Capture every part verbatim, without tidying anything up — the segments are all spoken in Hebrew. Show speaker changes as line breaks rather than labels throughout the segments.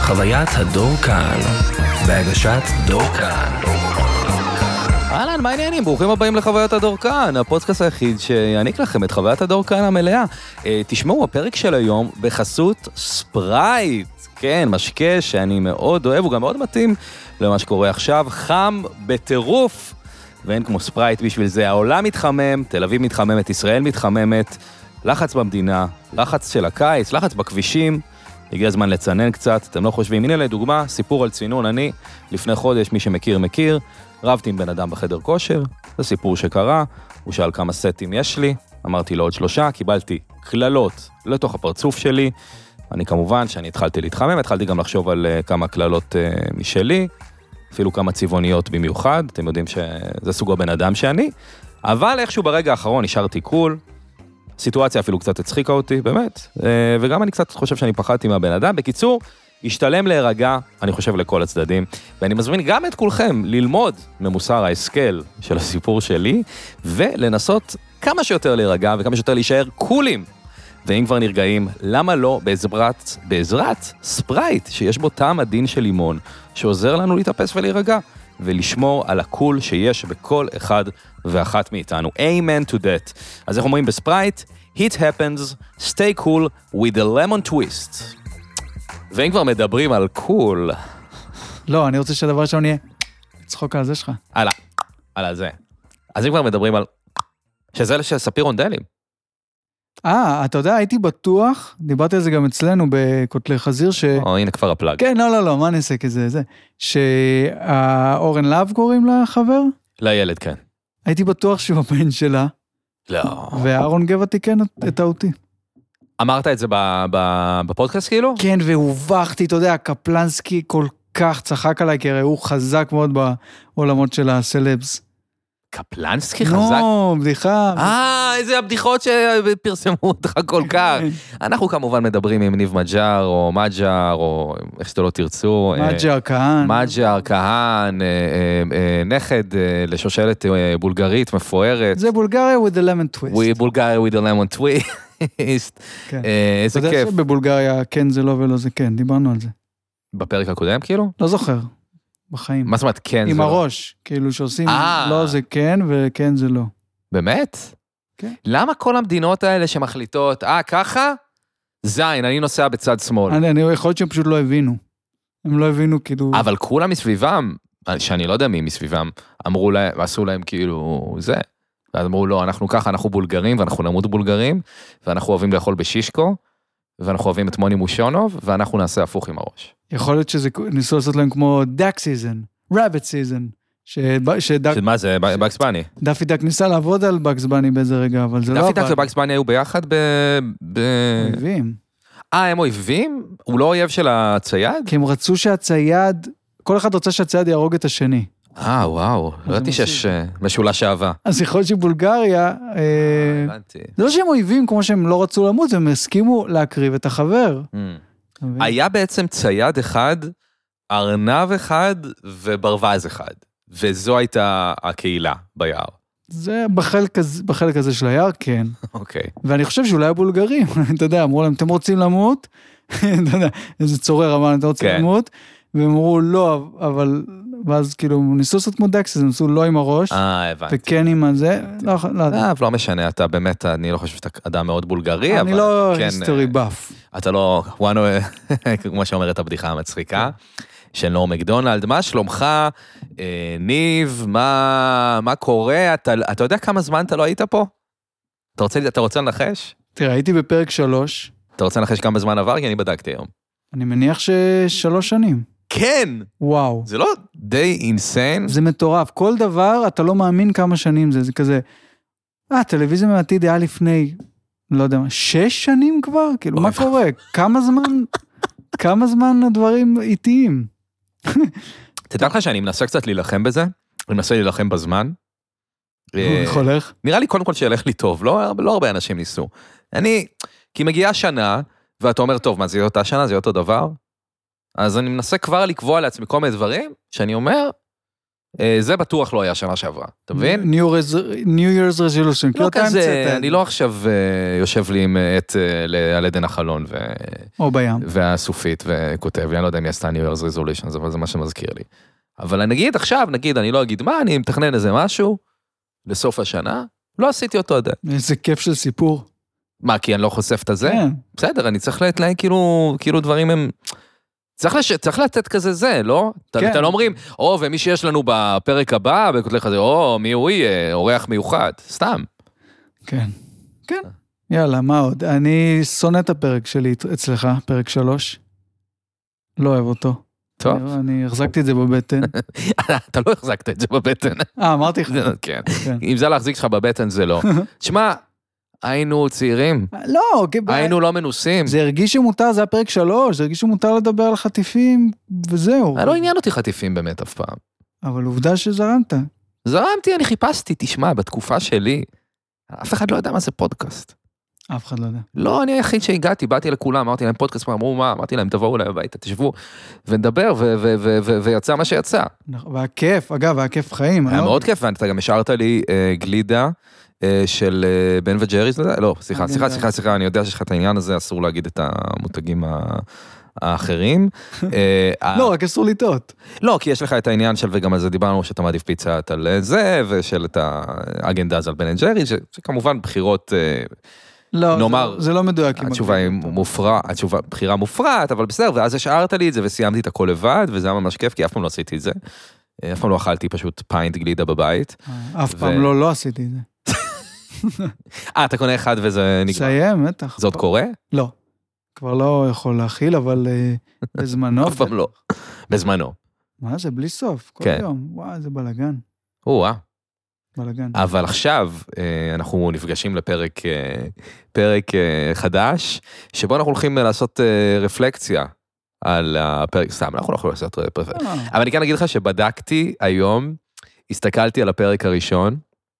חוויית הדור כאן, בהגשת דור כאן. אהלן, מה העניינים? ברוכים הבאים לחוויית הדור כאן, הפודקאסט היחיד שיעניק לכם את חוויית הדור כאן המלאה. תשמעו, הפרק של היום בחסות ספרייט. כן, משקה שאני מאוד אוהב, הוא גם מאוד מתאים למה שקורה עכשיו, חם בטירוף, ואין כמו ספרייט בשביל זה. העולם מתחמם, תל אביב מתחממת, ישראל מתחממת, לחץ במדינה, לחץ של הקיץ, לחץ בכבישים, הגיע הזמן לצנן קצת, אתם לא חושבים. הנה לדוגמה, סיפור על צינון, אני לפני חודש, מי שמכיר מכיר, רבתי עם בן אדם בחדר כושר, זה סיפור שקרה, הוא שאל כמה סטים יש לי, אמרתי לו עוד שלושה, קיבלתי כללות לתוך הפרצוף שלי, אני כמובן שאני התחלתי להתחמם, התחלתי גם לחשוב על uh, כמה כללות uh, משלי, אפילו כמה צבעוניות במיוחד, אתם יודעים שזה סוג הבן אדם שאני, אבל איכשהו ברגע האחרון נשארתי קול, סיטואציה אפילו קצת הצחיקה אותי, באמת, uh, וגם אני קצת חושב שאני פחדתי מהבן אדם, בקיצור, השתלם להירגע, אני חושב לכל הצדדים, ואני מזמין גם את כולכם ללמוד ממוסר ההשכל של הסיפור שלי, ולנסות כמה שיותר להירגע וכמה שיותר להישאר קולים. ואם כבר נרגעים, למה לא בעזרת, בעזרת ספרייט, שיש בו טעם עדין של לימון, שעוזר לנו להתאפס ולהירגע, ולשמור על הקול שיש בכל אחד ואחת מאיתנו. Amen to that. אז איך אומרים בספרייט? It happens, stay cool with a lemon twist. ואם כבר מדברים על קול...
לא, אני רוצה שהדבר שלנו נהיה... צחוק על זה שלך.
הלאה, על זה. אז אם כבר מדברים על... שזה של ספיר רונדלים.
אה, אתה יודע, הייתי בטוח, דיברתי על זה גם אצלנו בכותלי חזיר, ש...
או, הנה כבר הפלאג.
כן, לא, לא, לא, מה נעשה כזה, זה? שהאורן להב קוראים לחבר?
לילד, כן.
הייתי בטוח שהוא הבן שלה.
לא.
והארון גבע תיקן את האותי.
אמרת את זה בפודקאסט כאילו?
כן, והובכתי, אתה יודע, קפלנסקי כל כך צחק עליי, כי הרי הוא חזק מאוד בעולמות של הסלבס.
קפלנסקי חזק?
לא, בדיחה.
אה, איזה הבדיחות שפרסמו אותך כל כך. אנחנו כמובן מדברים עם ניב מג'ר, או מג'ר, או איך שאתה לא תרצו.
מג'ר, כהן.
מג'ר, כהן, נכד לשושלת בולגרית מפוארת.
זה בולגריה with a lemon twist.
בולגריה with a lemon twist. איזה כיף.
אתה יודע שבבולגריה כן זה לא ולא זה כן, דיברנו על זה.
בפרק הקודם כאילו?
לא זוכר, בחיים.
מה זאת אומרת כן זה לא?
עם הראש, כאילו שעושים לא זה כן וכן זה לא.
באמת?
כן.
למה כל המדינות האלה שמחליטות, אה ככה? זין, אני נוסע בצד שמאל.
אני יכול להיות שהם פשוט לא הבינו. הם לא הבינו כאילו...
אבל כולם מסביבם, שאני לא יודע מי מסביבם, אמרו להם, עשו להם כאילו זה. ואז אמרו, לא, אנחנו ככה, אנחנו בולגרים, ואנחנו נמות בולגרים, ואנחנו אוהבים לאכול בשישקו, ואנחנו אוהבים את מוני מושונוב, ואנחנו נעשה הפוך עם הראש.
יכול להיות שזה, ניסו לעשות להם כמו דק סיזן, רביט סיזן, שדק...
מה זה, בקס בני?
דפי דק ניסה לעבוד על בקס בני באיזה רגע, אבל זה לא...
דפי דק ובקס בני היו ביחד ב...
אויבים.
אה, הם אויבים? הוא לא אויב של הצייד?
כי הם רצו שהצייד, כל אחד רוצה שהצייד יהרוג את השני.
אה, וואו, לא ידעתי שיש משולש אהבה.
אז יכול להיות שבולגריה, זה לא שהם אויבים כמו שהם לא רצו למות, הם הסכימו להקריב את החבר.
היה בעצם צייד אחד, ארנב אחד וברווז אחד, וזו הייתה הקהילה ביער.
זה בחלק הזה של היער, כן.
אוקיי.
ואני חושב שאולי הבולגרים, אתה יודע, אמרו להם, אתם רוצים למות? אתה יודע, איזה צורר אמר, אתם רוצים למות? והם אמרו לא, אבל, ואז כאילו, ניסו לעשות כמו דקסיס, הם עשו לא עם הראש,
אה, הבנתי.
וכן עם הזה, לא, לא.
אה, לא משנה, אתה באמת, אני לא חושב שאתה אדם מאוד בולגרי, אבל...
אני לא היסטורי באף.
אתה לא, כמו שאומרת הבדיחה המצחיקה, של נור מקדונלד, מה שלומך, ניב, מה קורה, אתה יודע כמה זמן אתה לא היית פה? אתה רוצה לנחש?
תראה, הייתי בפרק שלוש.
אתה רוצה לנחש כמה זמן עבר? כי אני בדקתי היום.
אני מניח ששלוש שנים.
כן!
וואו.
זה לא די אינסיין?
זה מטורף. כל דבר, אתה לא מאמין כמה שנים זה. זה כזה, אה, טלוויזיה מהעתיד היה לפני, לא יודע מה, שש שנים כבר? כאילו, מה קורה? כמה זמן, כמה זמן הדברים איטיים?
תדע לך שאני מנסה קצת להילחם בזה, אני מנסה להילחם בזמן.
איך הולך?
נראה לי קודם כל שילך לי טוב, לא, לא הרבה אנשים ניסו. אני, כי מגיעה שנה, ואתה אומר, טוב, מה זה יהיה אותה שנה, זה יהיה אותו דבר? אז אני מנסה כבר לקבוע לעצמי כל מיני דברים, שאני אומר, זה בטוח לא היה שנה שעברה, אתה מבין?
New Year's Resolution.
לא כזה, אני לא עכשיו יושב לי עם עט על עדן החלון,
או בים.
והסופית, וכותב לי, אני לא יודע אם היא עשתה New Year's Resolution, אבל זה מה שמזכיר לי. אבל נגיד עכשיו, נגיד, אני לא אגיד מה, אני מתכנן איזה משהו, לסוף השנה, לא עשיתי אותו עדיין.
איזה כיף של סיפור.
מה, כי אני לא חושף את זה?
כן.
בסדר, אני צריך להתלהג כאילו, כאילו דברים הם... צריך, לש... צריך לתת כזה זה, לא? כן. אתה לא אומרים, או, ומי שיש לנו בפרק הבא, וכותב לך זה, או, מי הוא יהיה, אורח מיוחד, סתם. כן,
כן. יאללה, מה עוד? אני שונא את הפרק שלי אצלך, פרק שלוש. לא אוהב אותו.
טוב.
אני החזקתי את זה בבטן.
אתה לא החזקת את זה בבטן.
אה, אמרתי לך.
כן. אם זה להחזיק שלך בבטן, זה לא. תשמע, היינו צעירים.
לא.
היינו לא מנוסים.
זה הרגיש שמותר, זה הפרק שלוש, זה הרגיש שמותר לדבר על חטיפים, וזהו.
לא עניין אותי חטיפים באמת אף פעם.
אבל עובדה שזרמת.
זרמתי, אני חיפשתי, תשמע, בתקופה שלי, אף אחד לא יודע מה זה פודקאסט.
אף אחד לא יודע.
לא, אני היחיד שהגעתי, באתי לכולם, אמרתי להם פודקאסט, אמרו מה, אמרתי להם תבואו אליי הביתה, תשבו ונדבר, ויצא מה שיצא.
והכיף, אגב, והכיף חיים.
היה מאוד כיף, ואתה גם השארת לי גלידה של בן וג'ריס, לא, סליחה, סליחה, סליחה, סליחה, אני יודע שיש לך את העניין הזה, אסור להגיד את המותגים האחרים.
לא, רק אסור לטעות.
לא, כי יש לך את העניין של, וגם על זה דיברנו, שאתה מעדיף פיצת על זה, ושל את האגנדה על בן וג'ריס, שכמובן בחירות...
לא,
נאמר,
זה, זה לא מדויק.
התשובה היא מופרע, התשובה, בחירה מופרעת, אבל בסדר, ואז השארת לי את זה וסיימתי את הכל לבד, וזה היה ממש כיף, כי אף פעם לא עשיתי את זה. אף פעם לא אכלתי פשוט פיינט גלידה בבית.
אף פעם לא, לא עשיתי את זה.
אה, אתה קונה אחד וזה נגמר.
סיים, בטח.
זה עוד קורה?
לא. כבר לא יכול להכיל, אבל בזמנו.
אף פעם לא. בזמנו.
מה זה? בלי סוף. כל יום. וואי, זה בלגן.
או-אה.
בלגן.
אבל עכשיו אנחנו נפגשים לפרק פרק חדש, שבו אנחנו הולכים לעשות רפלקציה על הפרק, סתם, אנחנו לא יכולים לעשות רפלקציה. אבל אני כאן אגיד לך שבדקתי היום, הסתכלתי על הפרק הראשון,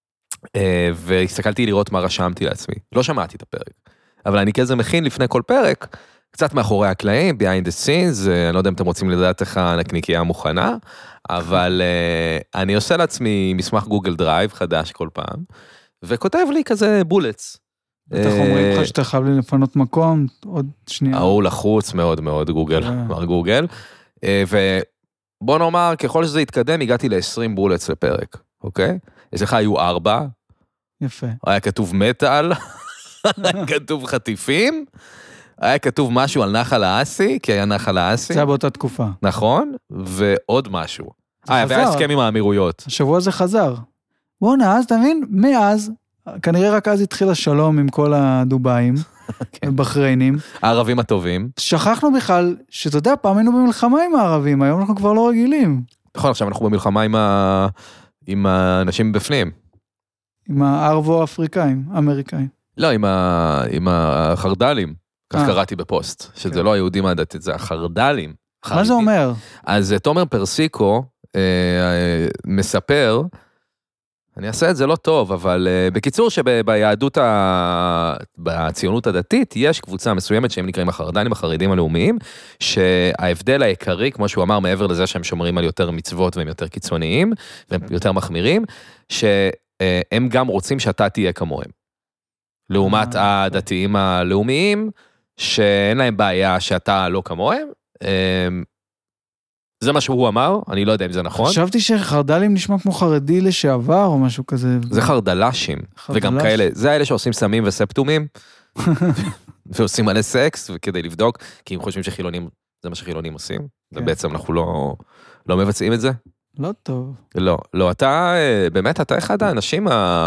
והסתכלתי לראות מה רשמתי לעצמי. לא שמעתי את הפרק, אבל אני כזה מכין לפני כל פרק, קצת מאחורי הקלעים, behind the scenes, אני לא יודע אם אתם רוצים לדעת איך הנקניקייה מוכנה, אבל uh, אני עושה לעצמי מסמך גוגל דרייב חדש כל פעם, וכותב לי כזה בולטס.
בטח אומרים לך שאתה חייב לי לפנות מקום, עוד שנייה.
הוא לחוץ מאוד מאוד גוגל, מר גוגל, uh, ובוא נאמר, ככל שזה יתקדם, הגעתי ל-עשרים בולטס לפרק, אוקיי? אצלך היו ארבע.
יפה.
היה כתוב מטל, היה כתוב חטיפים, היה כתוב משהו על נחל האסי, כי היה נחל האסי.
זה היה באותה תקופה.
נכון, ועוד משהו. אה, והיה הסכם עם האמירויות.
השבוע זה חזר. בוא'נה, אז תבין, מאז, כנראה רק אז התחיל השלום עם כל הדובאים, ובחריינים.
הערבים הטובים.
שכחנו בכלל, שאתה יודע, פעם היינו במלחמה עם הערבים, היום אנחנו כבר לא רגילים.
נכון, עכשיו אנחנו במלחמה עם, ה... עם האנשים בפנים.
עם הערבו-אפריקאים, אמריקאים.
לא, עם, ה... עם החרדלים. כך קראתי בפוסט, שזה לא היהודים העדתית, זה החרדלים.
מה זה אומר?
אז תומר פרסיקו מספר, אני אעשה את זה לא טוב, אבל בקיצור שביהדות, בציונות הדתית, יש קבוצה מסוימת שהם נקראים החרדלים, החרדים הלאומיים, שההבדל העיקרי, כמו שהוא אמר, מעבר לזה שהם שומרים על יותר מצוות והם יותר קיצוניים, והם יותר מחמירים, שהם גם רוצים שאתה תהיה כמוהם. לעומת הדתיים הלאומיים, שאין להם בעיה שאתה לא כמוהם. זה מה שהוא אמר, אני לא יודע אם זה נכון.
חשבתי שחרדלים נשמע כמו חרדי לשעבר או משהו כזה.
זה חרדלשים, וגם כאלה, זה האלה שעושים סמים וספטומים, ועושים מלא סקס, וכדי לבדוק, כי הם חושבים שחילונים, זה מה שחילונים עושים, ובעצם אנחנו לא, לא מבצעים את זה.
לא טוב.
לא, לא, אתה, באמת, אתה אחד האנשים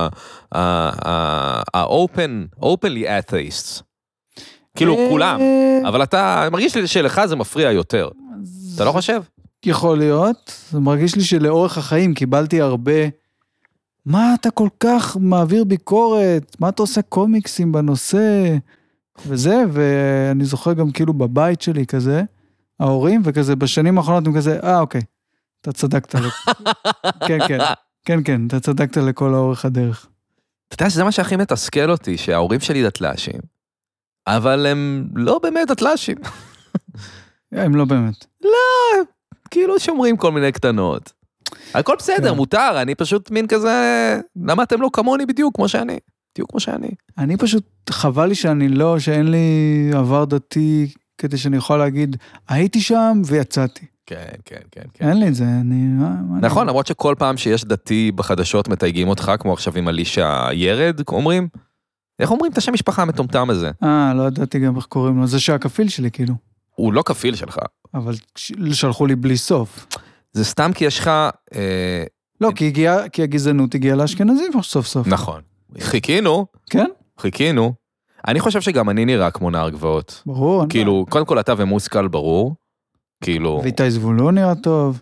ה-open, openly atheists. כאילו, כולם. אבל אתה, מרגיש לי שלך זה מפריע יותר. אתה לא חושב?
יכול להיות. זה מרגיש לי שלאורך החיים קיבלתי הרבה, מה אתה כל כך מעביר ביקורת? מה אתה עושה קומיקסים בנושא? וזה, ואני זוכר גם כאילו בבית שלי כזה, ההורים, וכזה בשנים האחרונות הם כזה, אה, אוקיי. אתה צדקת, כן, כן, כן, כן, אתה צדקת לכל האורך הדרך.
אתה יודע שזה מה שהכי מתסכל אותי, שההורים שלי דתל"שים, אבל הם לא באמת דתל"שים.
הם לא באמת.
לא, כאילו שומרים כל מיני קטנות. הכל בסדר, מותר, אני פשוט מין כזה, למה אתם לא כמוני בדיוק כמו שאני? בדיוק כמו שאני.
אני פשוט, חבל לי שאני לא, שאין לי עבר דתי, כדי שאני יכול להגיד, הייתי שם ויצאתי.
כן, כן, כן, כן.
אין לי את זה, אני...
נכון, למרות שכל פעם שיש דתי בחדשות מתייגים אותך, כמו עכשיו עם אלישה ירד, אומרים? איך אומרים את השם משפחה המטומטם הזה?
אה, לא ידעתי גם איך קוראים לו, זה שהכפיל שלי כאילו.
הוא לא כפיל שלך.
אבל שלחו לי בלי סוף.
זה סתם כי יש לך...
לא, כי הגיעה, כי הגזענות הגיעה לאשכנזים סוף סוף.
נכון. חיכינו.
כן?
חיכינו. אני חושב שגם אני נראה כמו נער גבעות.
ברור.
כאילו, קודם כל אתה ומוסקל ברור. כאילו...
ואיתי זבולון נראה טוב.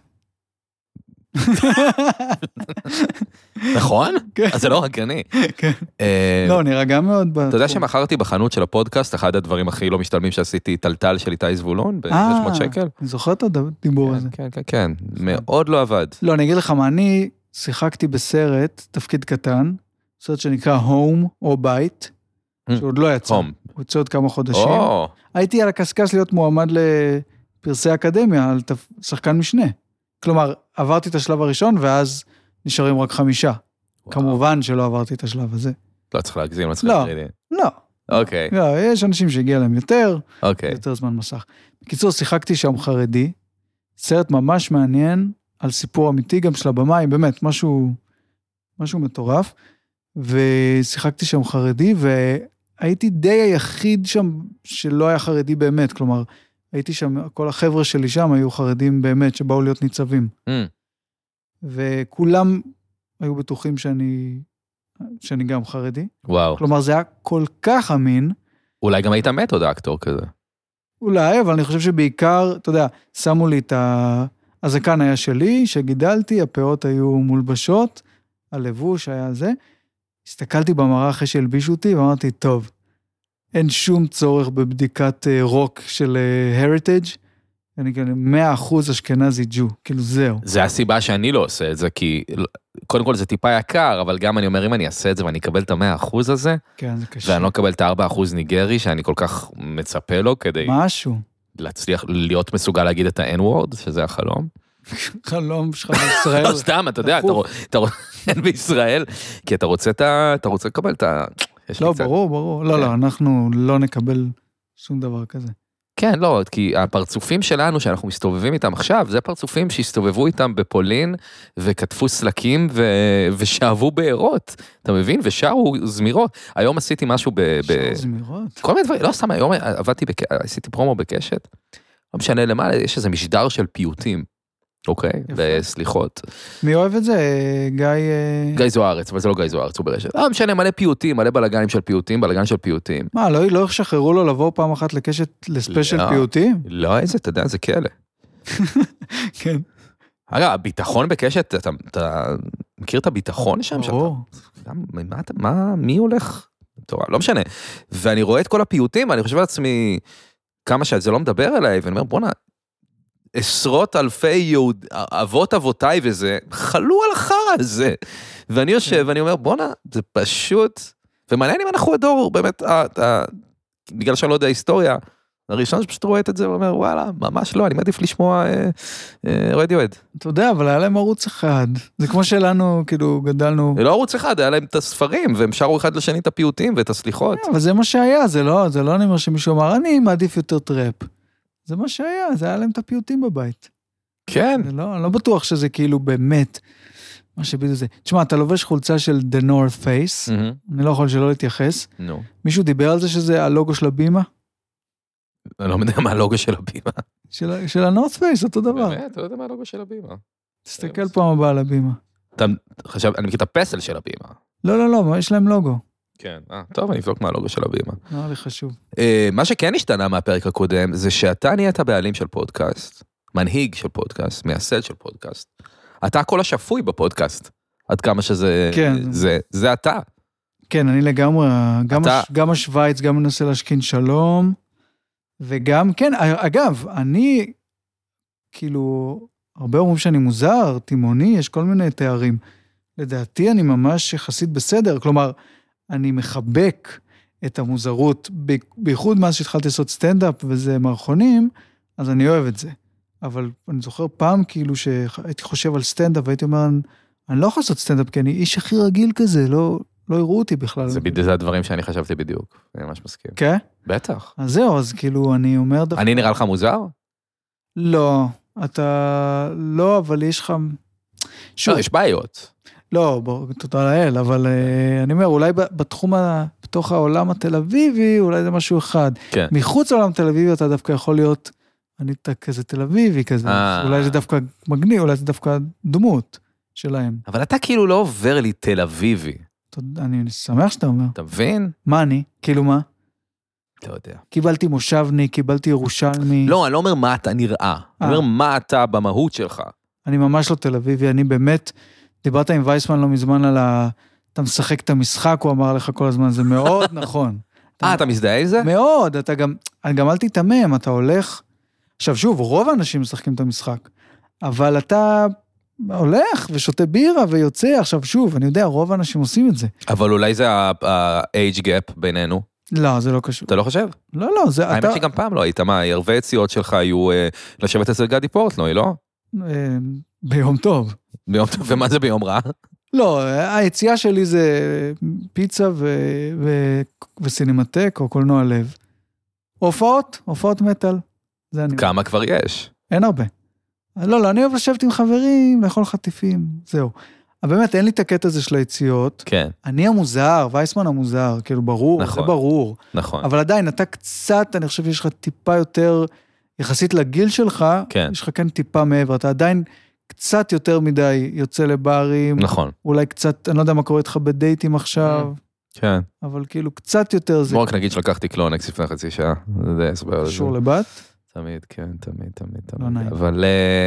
נכון? אז זה לא רק אני.
כן. לא, נראה גם מאוד...
אתה יודע שמכרתי בחנות של הפודקאסט, אחד הדברים הכי לא משתלמים שעשיתי, טלטל של איתי זבולון, ב-שש מאות שקל.
אני זוכר את הדיבור הזה.
כן, כן, כן. מאוד לא עבד.
לא, אני אגיד לך מה, אני שיחקתי בסרט, תפקיד קטן, סרט שנקרא Home או בית, שעוד לא יצא. הוא יוצא עוד כמה חודשים. הייתי על הקסקס להיות מועמד לפרסי אקדמיה, על שחקן משנה. כלומר, עברתי את השלב הראשון, ואז נשארים רק חמישה. כמובן שלא עברתי את השלב הזה.
לא צריך להגזים, לא צריך להגזים.
לא.
אוקיי.
לא, יש אנשים שהגיע להם יותר,
אוקיי.
יותר זמן מסך. בקיצור, שיחקתי שם חרדי, סרט ממש מעניין, על סיפור אמיתי גם של הבמאי, באמת, משהו, משהו מטורף, ושיחקתי שם חרדי, והייתי די היחיד שם שלא היה חרדי באמת, כלומר, הייתי שם, כל החבר'ה שלי שם היו חרדים באמת, שבאו להיות ניצבים. Mm. וכולם היו בטוחים שאני, שאני גם חרדי.
וואו.
כלומר, זה היה כל כך אמין.
אולי גם היית מת עוד האקטור כזה.
אולי, אבל אני חושב שבעיקר, אתה יודע, שמו לי את ה... הזקן היה שלי, שגידלתי, הפאות היו מולבשות, הלבוש היה זה. הסתכלתי במראה אחרי שהלבישו אותי, ואמרתי, טוב, אין שום צורך בבדיקת רוק של הריטג'. אני כאילו, מאה אחוז אשכנזי ג'ו, כאילו זהו.
זה הסיבה שאני לא עושה את זה, כי קודם כל זה טיפה יקר, אבל גם אני אומר, אם אני אעשה את זה ואני אקבל את המאה אחוז הזה,
כן, זה קשה.
ואני לא אקבל את הארבע אחוז ניגרי, שאני כל כך מצפה לו, כדי...
משהו.
להצליח להיות מסוגל להגיד את ה-N-word, שזה החלום.
חלום שלך בישראל.
לא, סתם, אתה יודע, אתה רוצה... אין בישראל, כי אתה רוצה לקבל את ה...
לא, ברור, ברור. לא, לא, אנחנו לא נקבל שום דבר כזה.
כן, לא, כי הפרצופים שלנו שאנחנו מסתובבים איתם עכשיו, זה פרצופים שהסתובבו איתם בפולין, וכתפו סלקים ושאבו בעירות, אתה מבין? ושרו זמירות. היום עשיתי משהו ב...
שרו זמירות?
כל מיני דברים, לא סתם, היום עבדתי, עשיתי פרומו בקשת, לא משנה למעלה, יש איזה משדר של פיוטים, אוקיי? וסליחות.
מי אוהב את זה? גיא...
גיא זוארץ, אבל זה לא גיא זוארץ, הוא ברשת. לא משנה, מלא פיוטים, מלא בלגנים של פיוטים, בלגן של פיוטים.
מה, לא, לא שחררו לו לבוא פעם אחת לקשת לספיישל פיוטים?
לא, איזה, אתה יודע, זה כאלה.
כן.
אגב, הביטחון בקשת, אתה מכיר את הביטחון שם?
ברור.
מה, מי הולך? לא משנה. ואני רואה את כל הפיוטים, ואני חושב לעצמי, כמה שזה לא מדבר אליי, ואני אומר, בוא נע... עשרות אלפי יהוד, אבות אבותיי וזה, חלו על החרא הזה. ואני יושב ואני אומר, בונה, זה פשוט, ומעניין אם אנחנו הדור, באמת, בגלל שאני לא יודע היסטוריה, הראשון שפשוט רואה את זה ואומר, וואלה, ממש לא, אני מעדיף לשמוע רדיואד.
אתה יודע, אבל היה להם ערוץ אחד. זה כמו שלנו, כאילו, גדלנו...
זה לא ערוץ אחד, היה להם את הספרים, והם שרו אחד לשני את הפיוטים ואת הסליחות.
אבל זה מה שהיה, זה לא, זה לא אני אומר שמישהו אמר, אני מעדיף יותר טראפ. זה מה שהיה, זה היה להם את הפיוטים בבית.
כן.
לא, אני לא בטוח שזה כאילו באמת, מה שבדיוק זה. תשמע, אתה לובש חולצה של The North Face, mm-hmm. אני לא יכול שלא להתייחס.
No.
מישהו דיבר על זה שזה הלוגו של הבימה?
אני לא יודע מה הלוגו של הבימה.
של, של ה-North Face, אותו דבר.
באמת, אתה לא יודע מה הלוגו של הבימה.
תסתכל פעם הבאה על הבימה.
אתה חשב, אני מכיר את הפסל של הבימה.
לא, לא, לא, יש להם לוגו.
כן, אה, טוב, אני אבדוק מה הלוגו של הבימה.
נראה לי חשוב.
מה שכן השתנה מהפרק הקודם, זה שאתה נהיית בעלים של פודקאסט, מנהיג של פודקאסט, מייסד של פודקאסט. אתה הכל השפוי בפודקאסט, עד כמה שזה,
כן.
זה, זה אתה.
כן, אני לגמרי, גם,
אתה...
הש, גם השוויץ, גם מנסה להשכין שלום, וגם, כן, אגב, אני, כאילו, הרבה אומרים שאני מוזר, תימוני, יש כל מיני תארים. לדעתי אני ממש יחסית בסדר, כלומר, אני מחבק את המוזרות, בייחוד מאז שהתחלתי לעשות סטנדאפ וזה מערכונים, אז אני אוהב את זה. אבל אני זוכר פעם כאילו שהייתי חושב על סטנדאפ, והייתי אומר, אני לא יכול לעשות סטנדאפ, כי אני איש הכי רגיל כזה, לא, לא הראו אותי בכלל.
זה בדיוק, זה הדברים שאני חשבתי בדיוק, אני ממש מסכים.
כן?
בטח.
אז זהו, אז כאילו אני אומר דווקא...
אני נראה לך מוזר?
לא, אתה... לא, אבל יש לך...
שוב, יש בעיות.
לא, בוא, תודה לאל, אבל uh, אני אומר, אולי בתחום, ה, בתוך העולם התל אביבי, אולי זה משהו אחד.
כן.
מחוץ לעולם תל אביבי, אתה דווקא יכול להיות, אני כזה תל אביבי כזה, אולי זה דווקא מגניב, אולי זה דווקא דמות שלהם.
אבל אתה כאילו לא עובר לי תל אביבי.
אני שמח שאתה אומר.
אתה מבין?
מה אני? כאילו מה?
לא יודע.
קיבלתי מושבני, קיבלתי ירושלמי.
לא, אני לא אומר מה אתה נראה. אני אומר מה אתה במהות שלך.
אני ממש לא תל אביבי, אני באמת, דיברת עם וייסמן לא מזמן על ה... אתה משחק את המשחק, הוא אמר לך כל הזמן, זה מאוד נכון.
אה, אתה מזדהה עם זה?
מאוד, אתה גם, גם אל תתאמם, אתה הולך, עכשיו שוב, רוב האנשים משחקים את המשחק, אבל אתה הולך ושותה בירה ויוצא, עכשיו שוב, אני יודע, רוב האנשים עושים את זה.
אבל אולי זה ה-age gap בינינו?
לא, זה לא קשור.
אתה לא חושב?
לא, לא, זה אתה...
האמת שגם פעם לא היית, מה, הרבה יציאות שלך היו לשבת אצל גדי פורטנוי, לא?
ביום טוב.
ביום טוב, ומה זה ביום רע?
לא, היציאה שלי זה פיצה ו- ו- וסינמטק או קולנוע לב. הופעות, הופעות מטל. זה אני...
כמה כבר יש?
אין הרבה. לא, לא, אני אוהב לשבת עם חברים, לאכול חטיפים, זהו. אבל באמת, אין לי את הקטע הזה של היציאות.
כן.
אני המוזר, וייסמן המוזר, כאילו ברור,
נכון,
זה ברור.
נכון.
אבל עדיין, אתה קצת, אני חושב שיש לך טיפה יותר, יחסית לגיל שלך,
כן.
יש לך כן טיפה מעבר, אתה עדיין קצת יותר מדי יוצא לברים.
נכון.
אולי קצת, אני לא יודע מה קורה איתך בדייטים עכשיו.
כן.
אבל כאילו קצת יותר זה...
בוא רק נגיד שלקחתי קלונקס לפני חצי שעה, זה די הסבר לזה.
קשור לבת?
תמיד, כן, תמיד, תמיד,
לא
תמיד.
נעים.
אבל...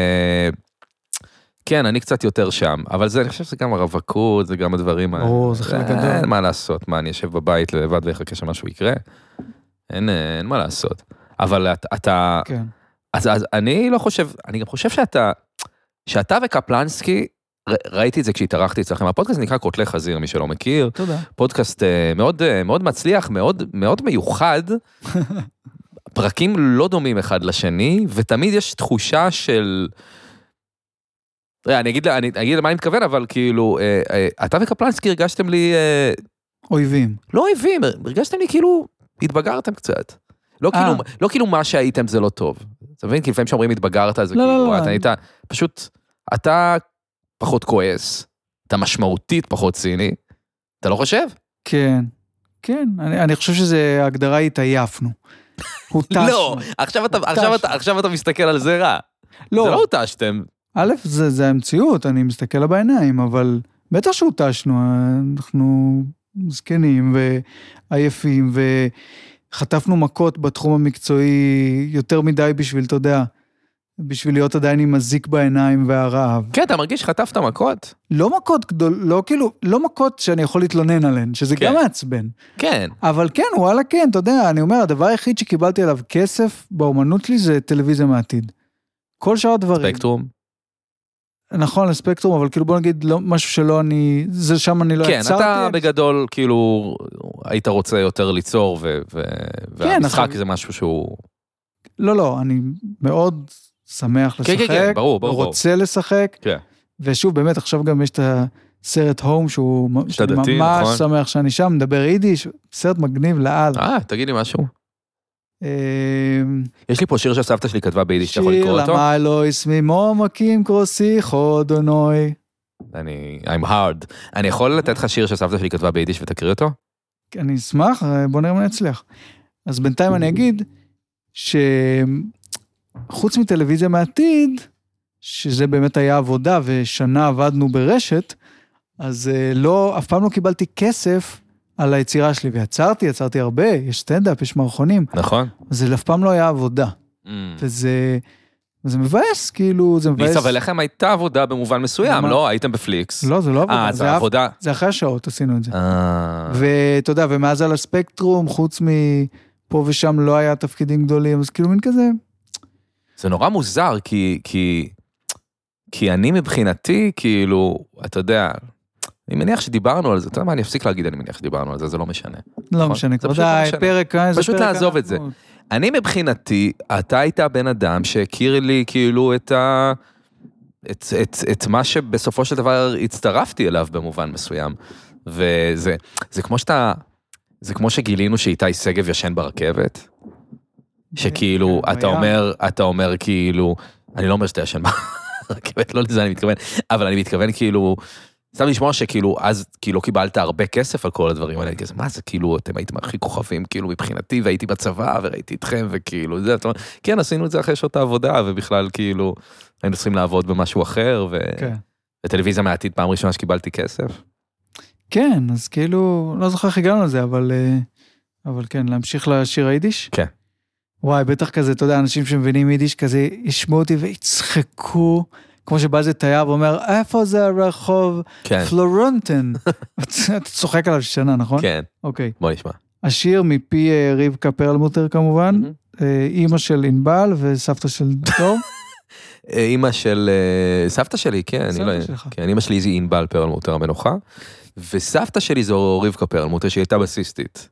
כן, אני קצת יותר שם, אבל זה, אני חושב שזה גם הרווקות, זה גם הדברים...
ברור, זה חלק גדול.
אין מה לעשות, מה, אני יושב בבית לבד ויחכה שמשהו יקרה? אין, אין מה לעשות. אבל אתה...
כן.
אז, אז אני לא חושב, אני גם חושב שאתה, שאתה וקפלנסקי, ראיתי את זה כשהתארחתי אצלכם, הפודקאסט נקרא קוטלי חזיר, מי שלא מכיר.
תודה.
פודקאסט מאוד, מאוד מצליח, מאוד, מאוד מיוחד, פרקים לא דומים אחד לשני, ותמיד יש תחושה של... אני אגיד, אני אגיד למה אני מתכוון, אבל כאילו, אתה וקפלנסקי הרגשתם לי...
אויבים.
לא אויבים, הרגשתם לי כאילו, התבגרתם קצת. לא כאילו, לא כאילו מה שהייתם זה לא טוב. אתה מבין? כי לפעמים שאומרים התבגרת, זה כאילו, אתה היית, פשוט, אתה פחות כועס, אתה משמעותית פחות ציני, אתה לא חושב?
כן, כן, אני חושב שזה, ההגדרה היא התעייפנו.
לא, עכשיו אתה מסתכל על זה רע. זה לא הוטשתם. א',
זה המציאות, אני מסתכל לה בעיניים, אבל בטח שהוטשנו, אנחנו זקנים ועייפים, וחטפנו מכות בתחום המקצועי יותר מדי בשביל, אתה יודע, בשביל להיות עדיין עם מזיק בעיניים והרעב.
כן, אתה מרגיש שחטפת מכות?
לא מכות גדול, לא כאילו, לא מכות שאני יכול להתלונן עליהן, שזה גם מעצבן.
כן.
אבל כן, וואלה כן, אתה יודע, אני אומר, הדבר היחיד שקיבלתי עליו כסף באומנות שלי זה טלוויזיה מהעתיד. כל שאר הדברים.
ספקטרום?
נכון, לספקטרום, אבל כאילו בוא נגיד, לא, משהו שלא אני, זה שם אני לא
כן,
יצרתי.
כן, אתה בגדול, כאילו, היית רוצה יותר ליצור, ו- ו- והמשחק
כן,
זה משהו שהוא...
לא, לא, אני מאוד שמח לשחק.
כן, כן, כן, ברור, ברור.
רוצה לשחק.
כן.
ושוב, באמת, עכשיו גם יש את הסרט הום, שהוא
דתי,
ממש
נכון.
שמח שאני שם, מדבר יידיש, סרט מגניב לעל.
אה, תגיד לי משהו. יש לי פה שיר שהסבתא שלי כתבה ביידיש, אתה יכול לקרוא אותו?
שיר למה לא יסמימו מקים קרוסי חודונוי.
אני, I'm hard. אני יכול לתת לך שיר שהסבתא שלי כתבה ביידיש ותקריא אותו?
אני אשמח, בוא נראה מה נצליח. אז בינתיים אני אגיד, שחוץ מטלוויזיה מהעתיד, שזה באמת היה עבודה, ושנה עבדנו ברשת, אז לא, אף פעם לא קיבלתי כסף, על היצירה שלי, ויצרתי, יצרתי הרבה, יש סטנדאפ, יש מערכונים.
נכון.
זה אף פעם לא היה עבודה. Mm. וזה, וזה מבאס, כאילו, זה מבאס.
ניסה ולכם הייתה עבודה במובן מסוים, לא? הייתם בפליקס.
לא, זה לא עבודה.
אה, זה עבודה.
זה אחרי השעות עשינו את זה. ואתה יודע, ומאז על הספקטרום, חוץ מפה ושם לא היה תפקידים גדולים, אז כאילו מין כזה.
זה נורא מוזר, כי, כי, כי אני מבחינתי, כאילו, אתה יודע, אני מניח שדיברנו על זה, אתה יודע מה, אני אפסיק להגיד, אני מניח שדיברנו על זה, זה לא משנה.
לא משנה, כבר די, פרק,
פשוט לעזוב את זה. אני מבחינתי, אתה היית בן אדם שהכיר לי כאילו את ה... את, את, את מה שבסופו של דבר הצטרפתי אליו במובן מסוים. וזה, זה כמו שאתה, זה כמו שגילינו שאיתי סגב ישן ברכבת. שכאילו, אתה אומר, אתה אומר כאילו, אני לא אומר שאתה ישן ברכבת, לא לזה אני מתכוון, אבל אני מתכוון כאילו, סתם לשמוע שכאילו, אז כאילו קיבלת הרבה כסף על כל הדברים האלה, כזה, מה זה כאילו, אתם הייתם הכי כוכבים, כאילו מבחינתי, והייתי בצבא, וראיתי אתכם, וכאילו, זה, אתה אומר, כן, עשינו את זה אחרי שעות העבודה, ובכלל כאילו, היינו צריכים לעבוד במשהו אחר, וטלוויזיה מהעתיד פעם ראשונה שקיבלתי כסף.
כן, אז כאילו, לא זוכר איך הגענו לזה, אבל, אבל כן, להמשיך לשיר היידיש?
כן.
וואי, בטח כזה, אתה יודע, אנשים שמבינים יידיש כזה, ישמעו אותי ויצחקו, כמו שבא זה תייר ואומר, איפה זה הרחוב?
כן.
פלורנטן. אתה צוחק עליו שנה, נכון?
כן.
אוקיי.
בוא נשמע.
השיר מפי רבקה פרלמוטר כמובן, אימא של ענבל וסבתא של דור.
אימא של, סבתא שלי, כן.
סבתא שלך.
כן, אימא שלי זה ענבל פרלמוטר המנוחה, וסבתא שלי זו רבקה פרלמוטר, שהיא הייתה בסיסטית.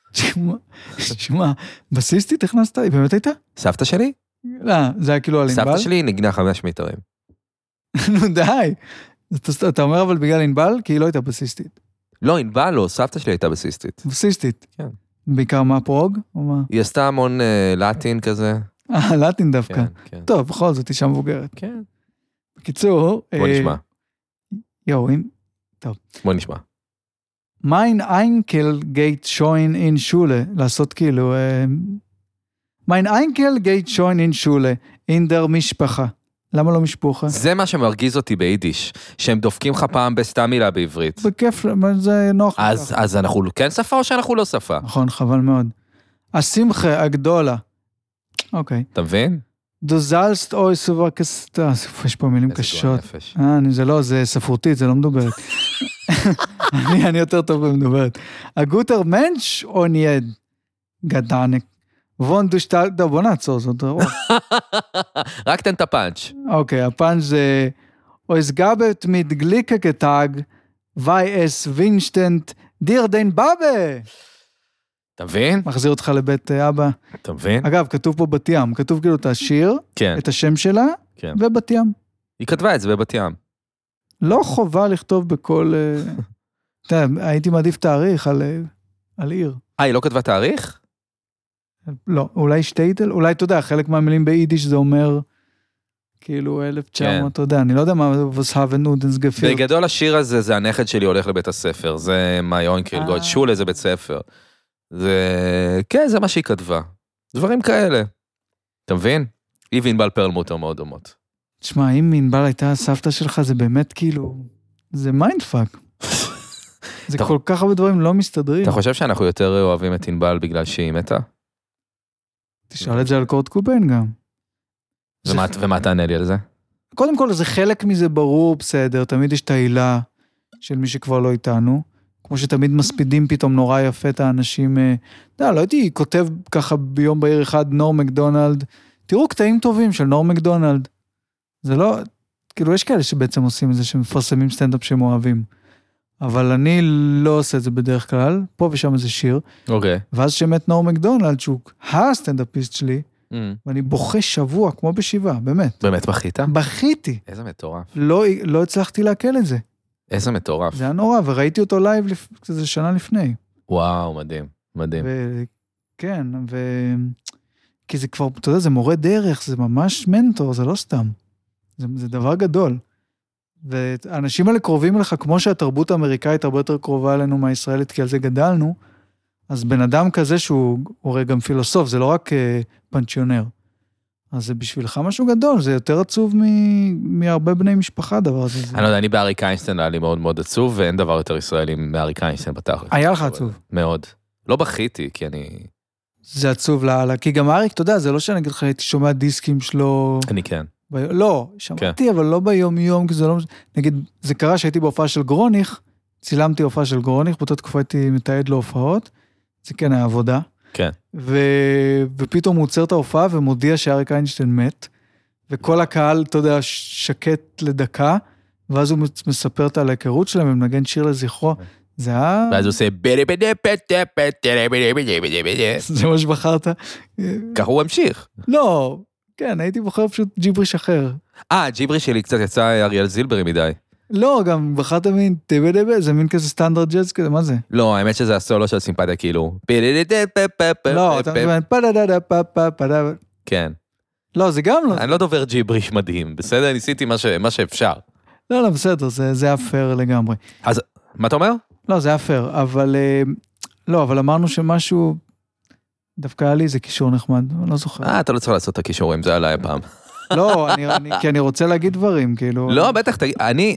שמע, בסיסטית הכנסת? היא באמת הייתה?
סבתא שלי?
לא, זה היה כאילו על ענבל?
סבתא שלי נגנה חמש מיתרים.
נו די. אתה אומר אבל בגלל ענבל, כי היא לא הייתה בסיסטית.
לא, ענבל לא, סבתא שלי הייתה בסיסטית.
בסיסטית?
כן.
בעיקר מה פרוג?
היא עשתה המון לטין כזה.
אה, לטין דווקא. טוב, בכל זאת, אישה מבוגרת.
כן.
בקיצור...
בוא נשמע.
יואו, אם... טוב.
בוא נשמע.
Mein Enkel geht schon in Schule, לעשות כאילו, Mein Enkel geht schon in Schule, in der משפחה. למה לא משפחה?
זה מה שמרגיז אותי ביידיש, שהם דופקים לך פעם בסתם מילה בעברית.
בכיף, זה נוח.
אז, אז אנחנו כן שפה או שאנחנו לא שפה?
נכון, חבל מאוד. השמחה הגדולה. אוקיי.
אתה מבין?
Du sollst euch so יש פה מילים קשות. אה, זה לא, זה ספרותית, זה לא מדוברת. אני, אני יותר טוב במדוברת. הגוטר מנש או נייד? גדנק. וון דו שטל, בוא נעצור זאת.
רק תן את הפאנץ'.
אוקיי, הפאנץ' זה, אויס גבת mit גליקה כתג, ווי אס וינשטנט, דיר דין בבה.
אתה מבין?
מחזיר אותך לבית אבא.
אתה מבין?
אגב, כתוב פה בת ים, כתוב כאילו את השיר,
כן.
את השם שלה,
כן.
ובת ים.
היא כתבה את זה בבת ים.
לא חובה לכתוב בכל... אתה יודע, הייתי מעדיף תאריך על, על עיר.
אה, היא לא כתבה תאריך?
לא, אולי שטייטל, אולי אתה יודע, חלק מהמילים ביידיש זה אומר, כאילו אלף תשע מאות, אתה יודע, אני לא יודע מה, וסהבן נודנס גפיר.
בגדול השיר הזה, זה הנכד שלי הולך לבית הספר, זה מיונקל, גוד שולה זה בית ספר. זה, כן, זה מה שהיא כתבה. דברים כאלה. אתה מבין? היא וענבל פרלמוטר מאוד דומות.
תשמע, אם ענבל הייתה הסבתא שלך, זה באמת כאילו, זה מיינדפאק. זה כל כך הרבה דברים לא מסתדרים.
אתה חושב שאנחנו יותר אוהבים את ענבל בגלל שהיא מתה?
תשאל את זה על קורט קובן גם.
ומה תענה לי על זה?
קודם כל, זה חלק מזה ברור, בסדר, תמיד יש את העילה של מי שכבר לא איתנו, כמו שתמיד מספידים פתאום נורא יפה את האנשים, לא, לא הייתי כותב ככה ביום בהיר אחד, נור מקדונלד, תראו קטעים טובים של נור מקדונלד, זה לא, כאילו יש כאלה שבעצם עושים את זה, שמפרסמים סטנדאפ שהם אוהבים, אבל אני לא עושה את זה בדרך כלל, פה ושם איזה שיר,
אוקיי.
ואז שמת נור מקדונלד, שהוא הסטנדאפיסט שלי, ואני בוכה שבוע, כמו בשבעה, באמת.
באמת בכית?
בכיתי.
איזה מטורף.
לא, לא הצלחתי להקל את זה.
איזה מטורף.
זה היה נורא, וראיתי אותו לייב כזה שנה לפני.
וואו, מדהים, מדהים.
כן, ו... כי זה כבר, אתה יודע, זה מורה דרך, זה ממש מנטור, זה לא סתם. זה, זה דבר גדול. והאנשים האלה קרובים לך, כמו שהתרבות האמריקאית הרבה יותר קרובה אלינו מהישראלית, כי על זה גדלנו, אז בן אדם כזה שהוא הרי גם פילוסוף, זה לא רק פנצ'יונר. אז זה בשבילך משהו גדול, זה יותר עצוב מהרבה בני משפחה דבר הזה.
אני לא יודע, אני באריק איינשטיין היה לי מאוד מאוד עצוב, ואין דבר יותר ישראלי מאריק איינשטיין בתכל'ס.
היה לך עצוב?
מאוד. לא בכיתי, כי אני...
זה עצוב לאללה, כי גם אריק, אתה יודע, זה לא שאני אגיד לך, הייתי שומע דיסקים שלו...
אני כן.
לא, שמעתי, אבל לא ביום יום, כי זה לא... נגיד, זה קרה שהייתי בהופעה של גרוניך, צילמתי הופעה של גרוניך, באותה תקופה הייתי מתעד להופעות, זה כן היה עבודה.
כן.
ו... ופתאום הוא עוצר את ההופעה ומודיע שאריק איינשטיין מת, וכל הקהל, אתה יודע, שקט לדקה, ואז הוא מספר את על ההיכרות שלהם, ומנגן שיר לזכרו, זה היה...
ואז הוא עושה...
זה מה שבחרת?
ככה הוא המשיך.
לא, כן, הייתי בוחר פשוט ג'יבריש אחר.
אה, ג'יבריש שלי קצת יצא אריאל זילברי מדי.
לא, גם בחרת מין טבע, זה מין כזה סטנדרט ג'אז כזה, מה זה?
לא, האמת שזה הסולו של סימפתיה, כאילו...
לא, אתה מבין, פדדה פדדה פדדה.
כן.
לא, זה גם לא.
אני לא דובר ג'יבריש מדהים, בסדר? ניסיתי מה שאפשר.
לא, לא, בסדר, זה היה פייר לגמרי.
אז, מה אתה אומר?
לא, זה היה פייר, אבל... לא, אבל אמרנו שמשהו... דווקא היה לי איזה קישור נחמד, אני לא זוכר.
אה, אתה לא צריך לעשות את הקישורים, זה עליי הפעם.
לא, כי אני רוצה להגיד דברים, כאילו...
לא, בטח, אני...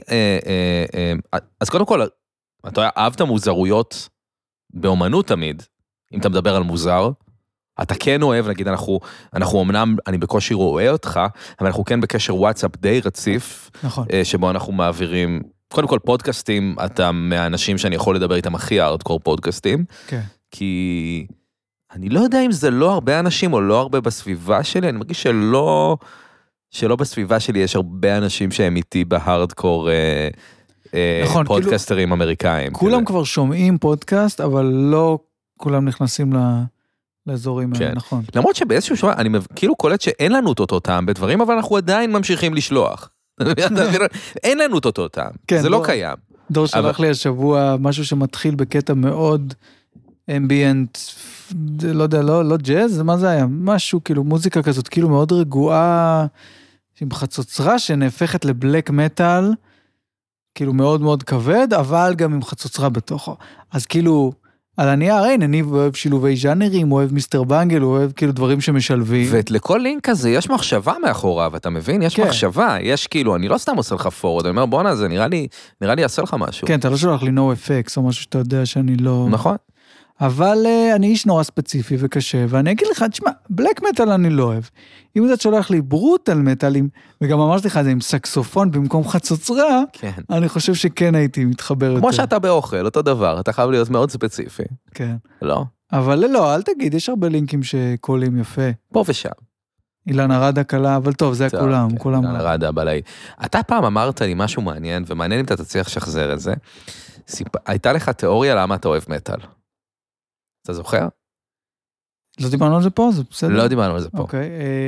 אז קודם כל, אתה יודע, אהבת מוזרויות באומנות תמיד, אם אתה מדבר על מוזר, אתה כן אוהב, נגיד, אנחנו, אנחנו אמנם, אני בקושי רואה אותך, אבל אנחנו כן בקשר וואטסאפ די רציף,
נכון.
שבו אנחנו מעבירים, קודם כל פודקאסטים, אתה מהאנשים שאני יכול לדבר איתם הכי הארדקור פודקאסטים,
כן.
כי אני לא יודע אם זה לא הרבה אנשים, או לא הרבה בסביבה שלי, אני מרגיש שלא, שלא בסביבה שלי יש הרבה אנשים שהם איתי בהארדקור
נכון,
פודקאסטרים כאילו, אמריקאים.
כולם
כזה.
כבר שומעים פודקאסט, אבל לא כולם נכנסים ל... לאזורים האלה,
כן.
נכון.
למרות שבאיזשהו שעה, אני כאילו קולט שאין לנו את אותו טעם בדברים, אבל אנחנו עדיין ממשיכים לשלוח. אין לנו את אותו טעם, זה לא קיים.
דור שלח לי השבוע משהו שמתחיל בקטע מאוד אמביאנט, לא יודע, לא ג'אז, מה זה היה? משהו, כאילו, מוזיקה כזאת, כאילו מאוד רגועה, עם חצוצרה שנהפכת לבלק מטל, כאילו מאוד מאוד כבד, אבל גם עם חצוצרה בתוכו. אז כאילו... על הנייר, אין, אני אוהב שילובי ז'אנרים, הוא אוהב מיסטר בנגל, הוא אוהב כאילו דברים שמשלבים.
ולכל לינק הזה יש מחשבה מאחוריו, אתה מבין? יש מחשבה, יש כאילו, אני לא סתם עושה לך פורד, אני אומר, בוא'נה, זה נראה לי, נראה לי יעשה לך משהו.
כן, אתה לא שולח לי no effects, או משהו שאתה יודע שאני לא...
נכון.
אבל uh, אני איש נורא ספציפי וקשה, ואני אגיד לך, תשמע, בלק מטל אני לא אוהב. אם אתה שולח לי ברוטל מטלים, וגם אמרתי לך, זה עם סקסופון במקום חצוצרה,
כן.
אני חושב שכן הייתי מתחבר יותר.
כמו שאתה באוכל, אותו דבר, אתה חייב להיות מאוד ספציפי.
כן.
לא?
אבל לא, אל תגיד, יש הרבה לינקים שקולים יפה.
פה ושם.
אילן ארד הקלה, אבל טוב, זה כולם,
כן,
כולם.
אילן ארד הבלעי. אתה פעם אמרת לי משהו מעניין, ומעניין אם אתה תצליח לשחזר את זה. סיפ... הייתה לך תיאוריה למה אתה אוהב מטל. אתה זוכר?
לא דיברנו על זה פה, זה בסדר?
לא דיברנו על זה פה.
אוקיי.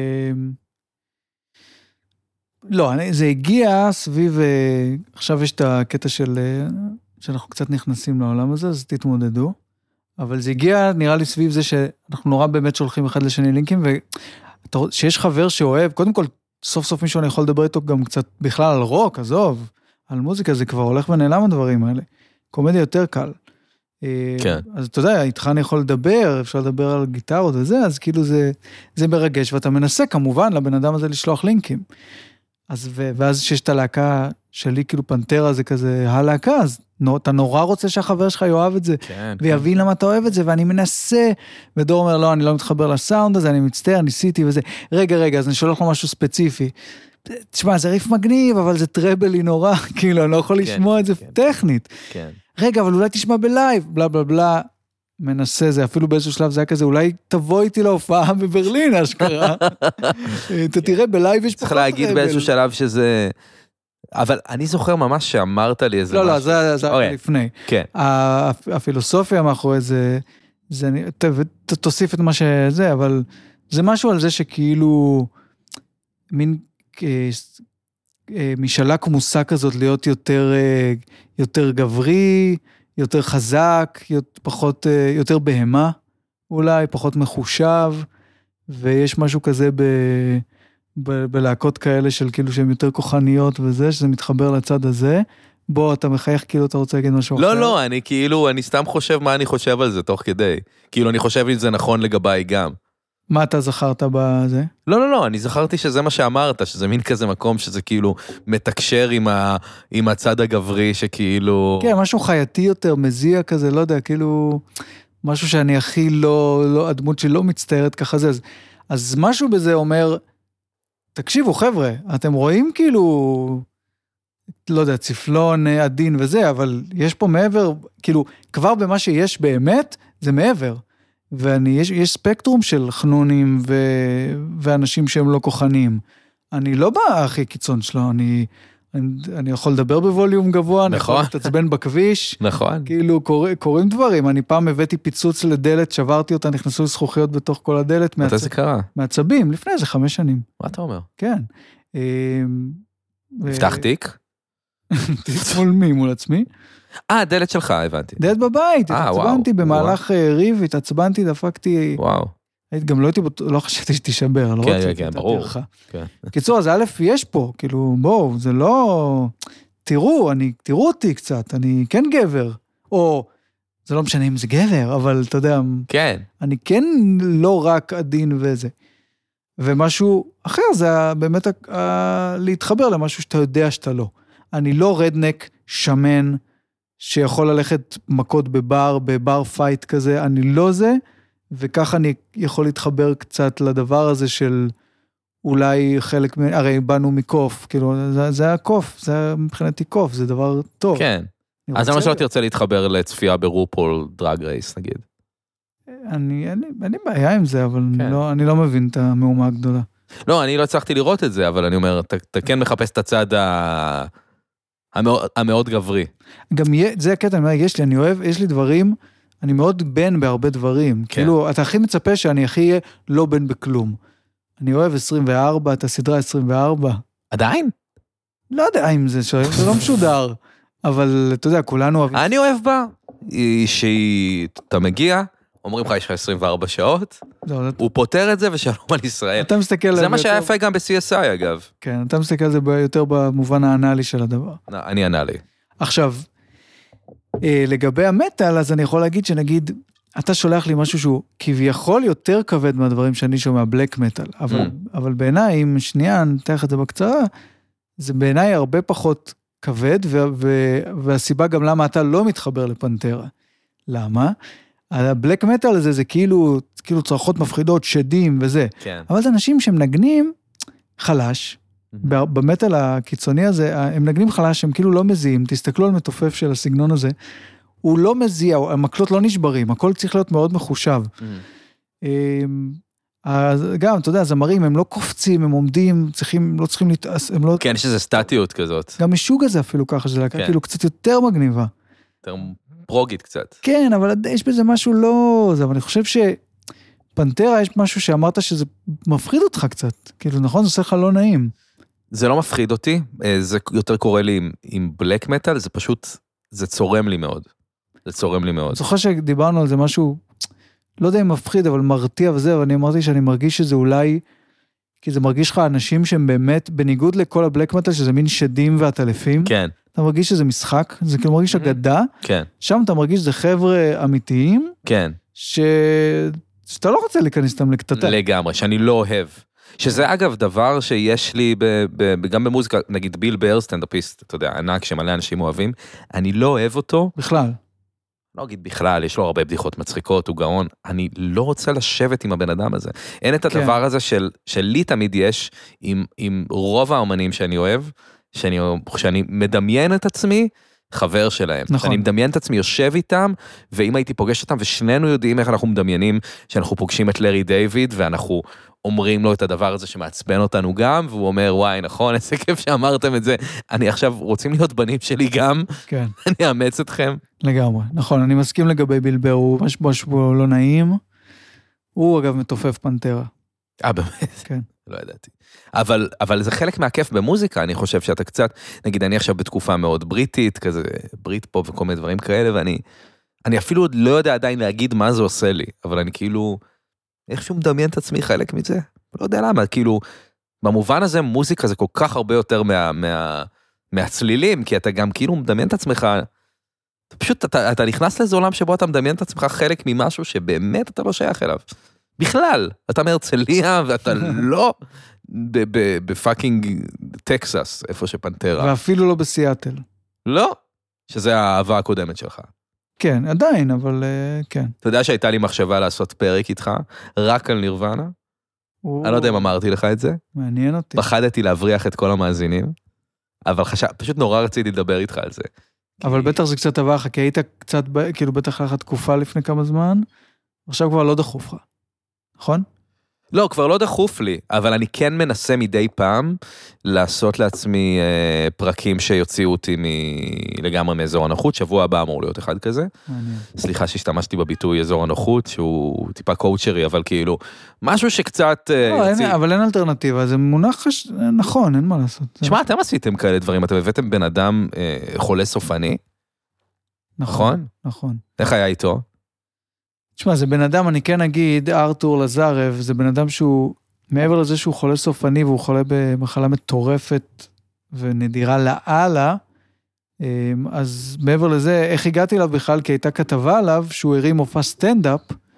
לא, זה הגיע סביב, עכשיו יש את הקטע של, שאנחנו קצת נכנסים לעולם הזה, אז תתמודדו. אבל זה הגיע, נראה לי סביב זה שאנחנו נורא באמת שולחים אחד לשני לינקים, ושיש חבר שאוהב, קודם כל, סוף סוף מישהו אני יכול לדבר איתו גם קצת בכלל על רוק, עזוב, על מוזיקה, זה כבר הולך ונעלם הדברים האלה. קומדיה יותר קל.
כן.
אז אתה יודע, איתך אני יכול לדבר, אפשר לדבר על גיטרות וזה, אז כאילו זה, זה מרגש, ואתה מנסה כמובן לבן אדם הזה לשלוח לינקים. אז, ו, ואז שיש את הלהקה שלי, כאילו פנטרה זה כזה הלהקה, אז אתה נורא רוצה שהחבר שלך יאהב את זה,
כן,
ויבין
כן.
למה אתה אוהב את זה, ואני מנסה, ודור אומר, לא, אני לא מתחבר לסאונד הזה, אני מצטער, ניסיתי וזה, רגע, רגע, אז אני שולח לו משהו ספציפי, תשמע, זה ריף מגניב, אבל זה טראבלי נורא, כאילו, אני לא יכול לשמוע את זה טכנית.
כן.
רגע, אבל אולי תשמע בלייב, בלה בלה בלה, מנסה זה, אפילו באיזשהו שלב זה היה כזה, אולי תבוא איתי להופעה בברלין, אשכרה. אתה תראה, בלייב יש פחות
צריך להגיד באיזשהו שלב שזה... אבל אני זוכר ממש שאמרת לי איזה
משהו. לא, לא, זה היה לפני.
כן.
הפילוסופיה מאחורי זה, תוסיף את מה שזה, אבל זה משהו על זה שכאילו, מין... משאלה כמוסה כזאת להיות יותר, יותר גברי, יותר חזק, פחות, יותר בהמה, אולי, פחות מחושב, ויש משהו כזה ב, ב, בלהקות כאלה של כאילו שהן יותר כוחניות וזה, שזה מתחבר לצד הזה. בוא, אתה מחייך כאילו אתה רוצה להגיד משהו
לא,
אחר.
לא, לא, אני כאילו, אני סתם חושב מה אני חושב על זה תוך כדי. כאילו, אני חושב אם זה נכון לגביי גם.
מה אתה זכרת בזה?
לא, לא, לא, אני זכרתי שזה מה שאמרת, שזה מין כזה מקום שזה כאילו מתקשר עם, ה, עם הצד הגברי שכאילו...
כן, משהו חייתי יותר, מזיע כזה, לא יודע, כאילו, משהו שאני הכי לא, לא הדמות שלי לא מצטערת ככה זה. אז, אז משהו בזה אומר, תקשיבו חבר'ה, אתם רואים כאילו, לא יודע, צפלון עדין וזה, אבל יש פה מעבר, כאילו, כבר במה שיש באמת, זה מעבר. ואני, יש, יש ספקטרום של חנונים ו, ואנשים שהם לא כוחניים. אני לא בא הכי קיצון שלו, אני, אני, אני יכול לדבר בווליום גבוה, אני יכול להתעצבן בכביש.
נכון.
כאילו, קור, קורים דברים. אני פעם הבאתי פיצוץ לדלת, שברתי אותה, נכנסו זכוכיות בתוך כל הדלת.
מתי זה קרה?
מעצבים, לפני איזה חמש שנים.
מה אתה אומר?
כן.
נפתח תיק?
תיק מול מי? מול עצמי?
אה, דלת שלך, הבנתי.
דלת בבית, התעצבנתי במהלך ריב, התעצבנתי, דפקתי.
וואו.
גם לא הייתי, לא חשבתי שתישבר, לא
כן,
רציתי.
כן, ברור.
קיצור, אז א', יש פה, כאילו, בואו, זה לא, תראו, אני, תראו אותי קצת, אני כן גבר, או, זה לא משנה אם זה גבר, אבל אתה יודע,
כן.
אני כן לא רק עדין וזה. ומשהו אחר, זה באמת להתחבר למשהו שאתה יודע שאתה לא. אני לא רדנק, שמן, שיכול ללכת מכות בבר, בבר פייט כזה, אני לא זה, וככה אני יכול להתחבר קצת לדבר הזה של אולי חלק, הרי באנו מקוף, כאילו, זה, זה היה קוף, זה היה מבחינתי קוף, זה דבר טוב.
כן. אז למה שלא תרצה להתחבר לצפייה ברופול דרג רייס, נגיד?
אני, אני, אני בעיה עם זה, אבל כן. אני, לא, אני לא מבין את המהומה הגדולה.
לא, אני לא הצלחתי לראות את זה, אבל אני אומר, אתה, אתה כן מחפש את הצד ה... המאוד, המאוד גברי.
גם זה הקטע, אני אומר, יש לי, אני אוהב, יש לי דברים, אני מאוד בן בהרבה דברים. כן. כאילו, אתה הכי מצפה שאני הכי יהיה לא בן בכלום. אני אוהב עשרים וארבע, את הסדרה עשרים וארבע.
עדיין?
לא יודע אם זה, זה לא משודר. אבל אתה יודע, כולנו אוהבים.
אני אוהב בה, שאתה מגיע, אומרים לך, יש לך עשרים וארבע שעות, הוא פותר את זה ושלום על ישראל.
אתה מסתכל על זה.
זה מה שהיה יפה גם ב-סי אס איי, אגב.
כן, אתה מסתכל על זה יותר במובן האנלי של הדבר.
אני אנלי. עכשיו,
לגבי המטל, אז אני יכול להגיד שנגיד, אתה שולח לי משהו שהוא כביכול יותר כבד מהדברים שאני שומע, בלק מטל, אבל, אבל בעיניי, אם שנייה, אני אתן לך את זה בקצרה, זה בעיניי הרבה פחות כבד, והסיבה גם למה אתה לא מתחבר לפנטרה. למה? הבלק מטל הזה זה כאילו, כאילו צרכות מפחידות, שדים וזה.
כן.
אבל זה אנשים שמנגנים חלש, במטל הקיצוני הזה, הם נגנים חלש, הם כאילו לא מזיעים, תסתכלו על מתופף של הסגנון הזה, הוא לא מזיע, המקלות לא נשברים, הכל צריך להיות מאוד מחושב. גם, אתה יודע, זמרים, הם לא קופצים, הם עומדים, צריכים, לא צריכים להתאס, הם לא...
כן, שזה סטטיות כזאת.
גם משוג הזה אפילו ככה, שזה כאילו קצת יותר מגניבה.
יותר פרוגית קצת.
כן, אבל יש בזה משהו לא... אבל אני חושב שפנטרה יש משהו שאמרת שזה מפחיד אותך קצת. כאילו, נכון, זה עושה לך לא נעים.
זה לא מפחיד אותי, זה יותר קורה לי עם, עם בלק מטל, זה פשוט, זה צורם לי מאוד. זה צורם לי מאוד.
זוכר שדיברנו על זה משהו, לא יודע אם מפחיד, אבל מרתיע וזה, ואני אמרתי שאני מרגיש שזה אולי, כי זה מרגיש לך אנשים שהם באמת, בניגוד לכל הבלק מטל, שזה מין שדים ועטלפים.
כן.
אתה מרגיש שזה משחק, זה כאילו מרגיש אגדה.
כן.
שם אתה מרגיש שזה חבר'ה אמיתיים.
כן.
ש... שאתה לא רוצה להיכנס איתם לקטטה.
לגמרי, שאני לא אוהב. שזה אגב דבר שיש לי ב, ב, גם במוזיקה, נגיד ביל בר, סטנדאפיסט, אתה יודע, ענק שמלא אנשים אוהבים, אני לא אוהב אותו.
בכלל.
לא אגיד בכלל, יש לו הרבה בדיחות מצחיקות, הוא גאון, אני לא רוצה לשבת עם הבן אדם הזה. אין את הדבר כן. הזה של, שלי תמיד יש, עם, עם רוב האמנים שאני אוהב, שאני, שאני מדמיין את עצמי, חבר שלהם. נכון. אני מדמיין את עצמי, יושב איתם, ואם הייתי פוגש אותם, ושנינו יודעים איך אנחנו מדמיינים, שאנחנו פוגשים את לארי דיוויד, ואנחנו אומרים לו את הדבר הזה שמעצבן אותנו גם, והוא אומר, וואי, נכון, איזה כיף שאמרתם את זה, אני עכשיו, רוצים להיות בנים שלי גם,
כן.
אני אאמץ אתכם.
לגמרי, נכון, אני מסכים לגבי ביל בר, הוא משהו לא נעים, הוא אגב מתופף פנטרה.
אה, באמת?
כן.
לא ידעתי. אבל, אבל זה חלק מהכיף במוזיקה, אני חושב שאתה קצת, נגיד, אני עכשיו בתקופה מאוד בריטית, כזה ברית פופ וכל מיני דברים כאלה, ואני אני אפילו לא יודע עדיין להגיד מה זה עושה לי, אבל אני כאילו, איכשהו מדמיין את עצמי חלק מזה, לא יודע למה, כאילו, במובן הזה מוזיקה זה כל כך הרבה יותר מה, מה, מהצלילים, כי אתה גם כאילו מדמיין את עצמך, אתה פשוט, אתה, אתה נכנס לאיזה עולם שבו אתה מדמיין את עצמך חלק ממשהו שבאמת אתה לא שייך אליו. בכלל, אתה מהרצליה ואתה לא בפאקינג טקסס, איפה שפנטרה.
ואפילו לא בסיאטל.
לא, שזה האהבה הקודמת שלך.
כן, עדיין, אבל כן.
אתה יודע שהייתה לי מחשבה לעשות פרק איתך, רק על נירוונה? אני לא יודע אם אמרתי לך את זה.
מעניין אותי.
פחדתי להבריח את כל המאזינים, אבל פשוט נורא רציתי לדבר איתך על זה.
אבל בטח זה קצת עבר לך, כי היית קצת, כאילו בטח לך תקופה לפני כמה זמן, עכשיו כבר לא דחוף לך. נכון?
לא, כבר לא דחוף לי, אבל אני כן מנסה מדי פעם לעשות לעצמי אה, פרקים שיוציאו אותי מ... לגמרי מאזור הנוחות, שבוע הבא אמור להיות אחד כזה.
מעניין.
סליחה שהשתמשתי בביטוי אזור הנוחות, שהוא טיפה קואוצ'רי, אבל כאילו, משהו שקצת... אה,
לא, אין,
יוציא...
אבל אין אלטרנטיבה, זה מונח חש... נכון, אין מה לעשות.
שמע, אתם עשיתם כאלה דברים, אתם הבאתם בן אדם אה, חולה סופני, נכון?
נכון.
איך היה איתו?
תשמע, זה בן אדם, אני כן אגיד, ארתור לזרב, זה בן אדם שהוא, מעבר לזה שהוא חולה סופני, והוא חולה במחלה מטורפת ונדירה לאללה, אז מעבר לזה, איך הגעתי אליו בכלל, כי הייתה כתבה עליו, שהוא הרים מופע סטנדאפ,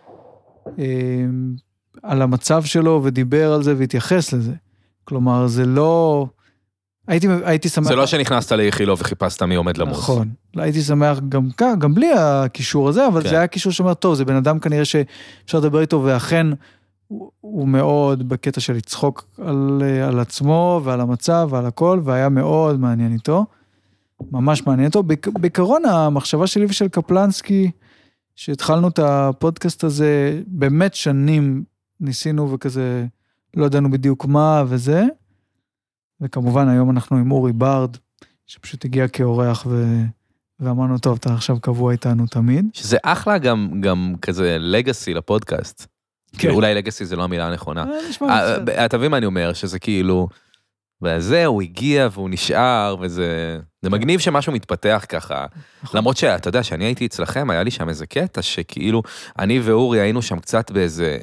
על המצב שלו, ודיבר על זה, והתייחס לזה. כלומר, זה לא... הייתי, הייתי שמח...
זה לא שנכנסת ליחילו וחיפשת מי עומד למות.
נכון. הייתי שמח גם, גם בלי הקישור הזה, אבל כן. זה היה קישור שאומר, טוב, זה בן אדם כנראה שאפשר לדבר איתו, ואכן הוא, הוא מאוד בקטע של לצחוק על, על עצמו, ועל המצב, ועל הכל, והיה מאוד מעניין איתו. ממש מעניין איתו. בעיקרון, המחשבה שלי ושל קפלנסקי, שהתחלנו את הפודקאסט הזה, באמת שנים ניסינו וכזה, לא ידענו בדיוק מה וזה, וכמובן היום אנחנו עם אורי ברד, שפשוט הגיע כאורח ו... ואמרנו, טוב, אתה עכשיו קבוע איתנו תמיד.
שזה אחלה גם, גם כזה לגאסי לפודקאסט. כן. אולי לגאסי זה לא המילה הנכונה. אתה מבין מה אני אומר, שזה כאילו, וזה, הוא הגיע והוא נשאר, וזה זה מגניב שמשהו מתפתח ככה. למרות שאתה יודע, שאני הייתי אצלכם, היה לי שם איזה קטע, שכאילו, אני ואורי היינו שם קצת באיזה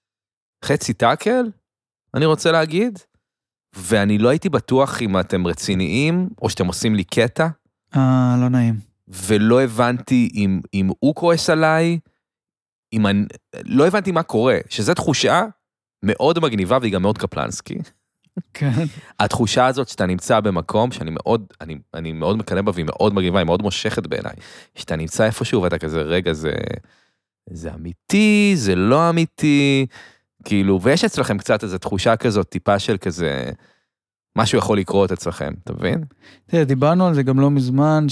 חצי טאקל, אני רוצה להגיד, ואני לא הייתי בטוח אם אתם רציניים, או שאתם עושים לי קטע.
אה, לא נעים.
ולא הבנתי אם, אם הוא כועס עליי, אם אני, לא הבנתי מה קורה, שזו תחושה מאוד מגניבה, והיא גם מאוד קפלנסקי.
כן.
התחושה הזאת שאתה נמצא במקום, שאני מאוד, אני, אני מאוד מקדם בה, והיא מאוד מגניבה, היא מאוד מושכת בעיניי, שאתה נמצא איפשהו, ואתה כזה, רגע, זה, זה אמיתי, זה לא אמיתי, כאילו, ויש אצלכם קצת איזו תחושה כזאת, טיפה של כזה, משהו יכול לקרות אצלכם, אתה מבין?
תראה, דיברנו על זה גם לא מזמן,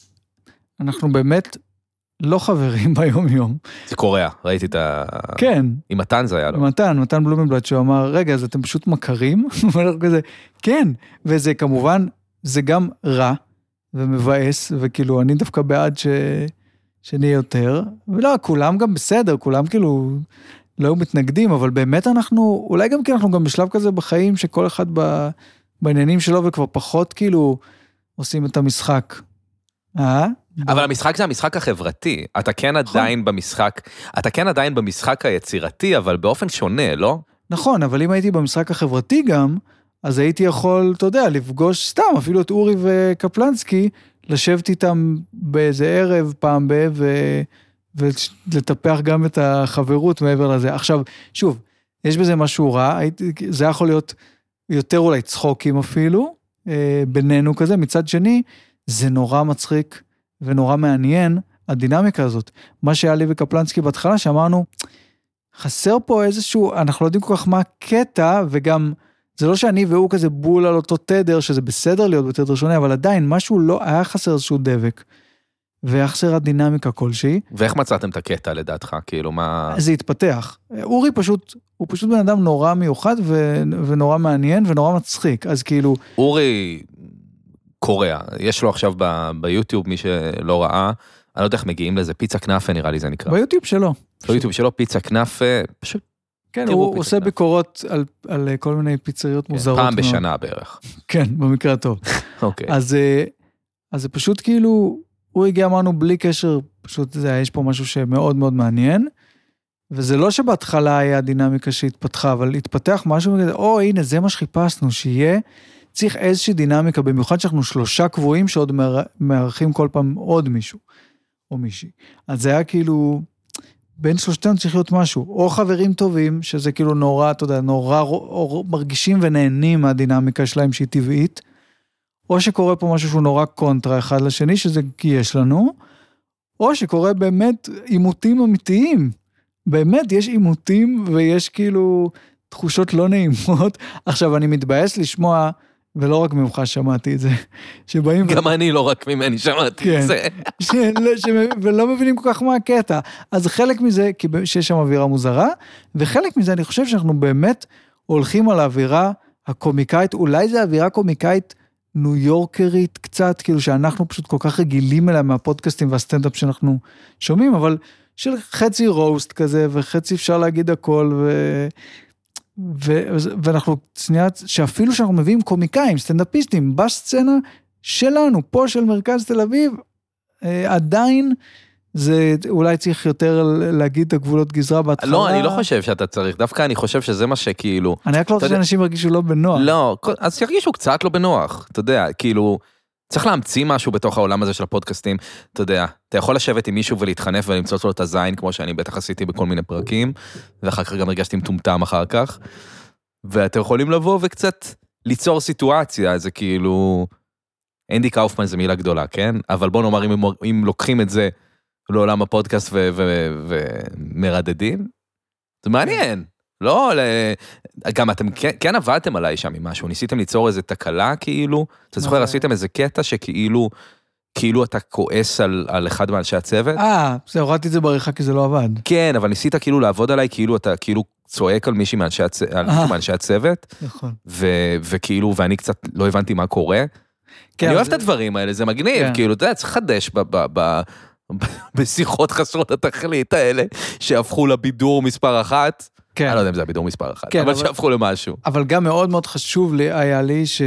שאנחנו באמת לא חברים ביום יום.
זה קוריאה, ראיתי את ה...
כן.
עם מתן זה היה לו.
עם מתן, מתן בלומנבלט, שהוא אמר, רגע, אז אתם פשוט מכרים? ואנחנו כזה, כן, וזה כמובן, זה גם רע, ומבאס, וכאילו, אני דווקא בעד ש... שנהיה יותר, ולא, כולם גם בסדר, כולם כאילו... לא היו מתנגדים, אבל באמת אנחנו, אולי גם כי אנחנו גם בשלב כזה בחיים, שכל אחד ב, בעניינים שלו, וכבר פחות כאילו, עושים את המשחק. אה?
אבל המשחק זה המשחק החברתי, אתה כן עדיין במשחק, אתה כן עדיין במשחק היצירתי, אבל באופן שונה, לא?
נכון, אבל אם הייתי במשחק החברתי גם, אז הייתי יכול, אתה יודע, לפגוש סתם, אפילו את אורי וקפלנסקי, לשבת איתם באיזה ערב, פעם בערב, ולטפח גם את החברות מעבר לזה. עכשיו, שוב, יש בזה משהו רע, זה יכול להיות יותר אולי צחוקים אפילו, בינינו כזה, מצד שני, זה נורא מצחיק ונורא מעניין, הדינמיקה הזאת. מה שהיה לי וקפלנסקי בהתחלה, שאמרנו, חסר פה איזשהו, אנחנו לא יודעים כל כך מה הקטע, וגם, זה לא שאני והוא כזה בול על אותו תדר, שזה בסדר להיות בתדר שונה, אבל עדיין, משהו לא, היה חסר איזשהו דבק. והחסר הדינמיקה כלשהי.
ואיך מצאתם את הקטע לדעתך? כאילו מה...
זה התפתח. אורי פשוט, הוא פשוט בן אדם נורא מיוחד ו... ונורא מעניין ונורא מצחיק. אז כאילו...
אורי קוריאה, יש לו עכשיו ב... ביוטיוב, מי שלא ראה, אני לא יודע איך מגיעים לזה, פיצה כנאפה נראה לי זה נקרא.
ביוטיוב שלו.
ביוטיוב שלו, פיצה כנאפה, פשוט...
כן, הוא עושה ביקורות על, על כל מיני פיצריות
כן,
מוזרות.
פעם בשנה מאוד. בערך.
כן, במקרה הטוב.
אוקיי.
אז, אז זה פשוט כאילו... הוא הגיע, אמרנו, בלי קשר, פשוט זה, יש פה משהו שמאוד מאוד מעניין, וזה לא שבהתחלה היה דינמיקה שהתפתחה, אבל התפתח משהו, או הנה, זה מה שחיפשנו, שיהיה, צריך איזושהי דינמיקה, במיוחד שאנחנו שלושה קבועים, שעוד מערכים כל פעם עוד מישהו, או מישהי. אז זה היה כאילו, בין שלושתנו צריך להיות משהו, או חברים טובים, שזה כאילו נורא, אתה יודע, נורא או, מרגישים ונהנים מהדינמיקה שלהם שהיא טבעית, או שקורה פה משהו שהוא נורא קונטרה אחד לשני, שזה כי יש לנו, או שקורה באמת עימותים אמיתיים. באמת, יש עימותים ויש כאילו תחושות לא נעימות. עכשיו, אני מתבאס לשמוע ולא רק ממך שמעתי את זה, שבאים...
גם אני לא רק ממני שמעתי את זה.
ולא מבינים כל כך מה הקטע. אז חלק מזה, כי שיש שם אווירה מוזרה, וחלק מזה אני חושב שאנחנו באמת הולכים על האווירה הקומיקאית, אולי זה אווירה קומיקאית ניו יורקרית קצת, כאילו שאנחנו פשוט כל כך רגילים אליה מהפודקאסטים והסטנדאפ שאנחנו שומעים, אבל של חצי רוסט כזה, וחצי אפשר להגיד הכל, ו... ו... ואנחנו, שאפילו שאנחנו מביאים קומיקאים, סטנדאפיסטים, בסצנה שלנו, פה של מרכז תל אביב, עדיין זה אולי צריך יותר להגיד את הגבולות גזרה בהתחלה.
לא, אני לא חושב שאתה צריך, דווקא אני חושב שזה מה שכאילו...
אני רק לא רוצה שאנשים ירגישו לא בנוח.
לא, אז ירגישו קצת לא בנוח, אתה יודע, כאילו, צריך להמציא משהו בתוך העולם הזה של הפודקאסטים, אתה יודע, אתה יכול לשבת עם מישהו ולהתחנף ולמצוא לו את הזין, כמו שאני בטח עשיתי בכל מיני פרקים, ואחר כך גם הרגשתי מטומטם אחר כך, ואתם יכולים לבוא וקצת ליצור סיטואציה, זה כאילו... אנדי קאופמן זה מילה גדולה, כן? אבל בוא נאמר, אם, אם לוקחים את זה לעולם הפודקאסט ומרדדים, זה מעניין. לא, גם אתם כן, כן עבדתם עליי שם עם משהו, ניסיתם ליצור איזו תקלה כאילו, אתה זוכר, עשיתם איזה קטע שכאילו, כאילו אתה כועס על, על אחד מאנשי הצוות.
אה, זה הורדתי את זה בעריכה כי זה לא עבד.
כן, אבל ניסית כאילו לעבוד עליי, כאילו אתה כאילו צועק על מישהי מאנשי, הצ... מאנשי הצוות,
נכון.
ו... וכאילו, ואני קצת לא הבנתי מה קורה. כן, אני אוהב את הדברים האלה, זה מגניב, כן. כאילו, אתה יודע, צריך לחדש ב... ב... ב... בשיחות חסרות התכלית האלה, שהפכו לבידור מספר אחת, כן. אני לא יודע אם זה הבידור מספר אחת, כן, אבל, אבל שהפכו למשהו.
אבל גם מאוד מאוד חשוב לי, היה לי ש...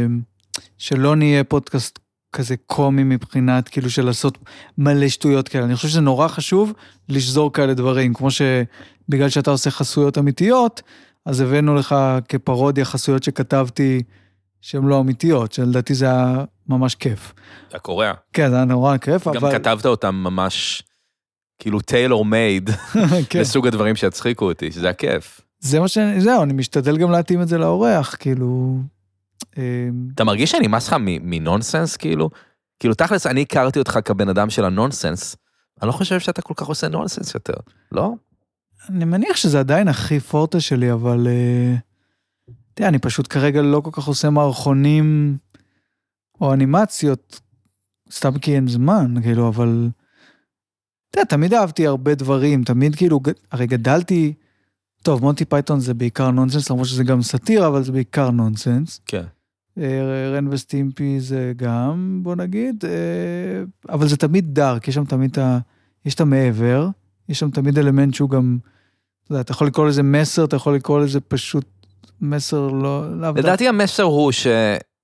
שלא נהיה פודקאסט כזה קומי מבחינת, כאילו של לעשות מלא שטויות כאלה. אני חושב שזה נורא חשוב לשזור כאלה דברים, כמו שבגלל שאתה עושה חסויות אמיתיות, אז הבאנו לך כפרודיה חסויות שכתבתי שהן לא אמיתיות, שלדעתי זה היה ממש כיף.
זה קורא.
כן, זה היה נורא כיף,
גם אבל... כתבת אותם ממש, כאילו טיילור מייד, לסוג הדברים שהצחיקו אותי, שזה היה כיף.
זה מה ש... זהו, אני משתדל גם להתאים את זה לאורח, כאילו...
אתה מרגיש שאני מס לך מנונסנס, כאילו? כאילו, תכלס, אני הכרתי אותך כבן אדם של הנונסנס, אני לא חושב שאתה כל כך עושה נונסנס יותר, לא?
אני מניח שזה עדיין הכי פורטה שלי, אבל... תראה, אני פשוט כרגע לא כל כך עושה מערכונים או אנימציות, סתם כי אין זמן, כאילו, אבל... תראה, תמיד אהבתי הרבה דברים, תמיד כאילו, הרי גדלתי... טוב, מונטי פייתון זה בעיקר נונסנס, למרות שזה גם סאטירה, אבל זה בעיקר נונסנס.
כן.
רן וסטימפי זה גם, בוא נגיד, אבל זה תמיד דארק, יש שם תמיד, יש את המעבר, יש שם תמיד אלמנט שהוא גם, אתה יודע, אתה יכול לקרוא לזה מסר, אתה יכול לקרוא לזה פשוט מסר לא...
לדעתי המסר הוא ש...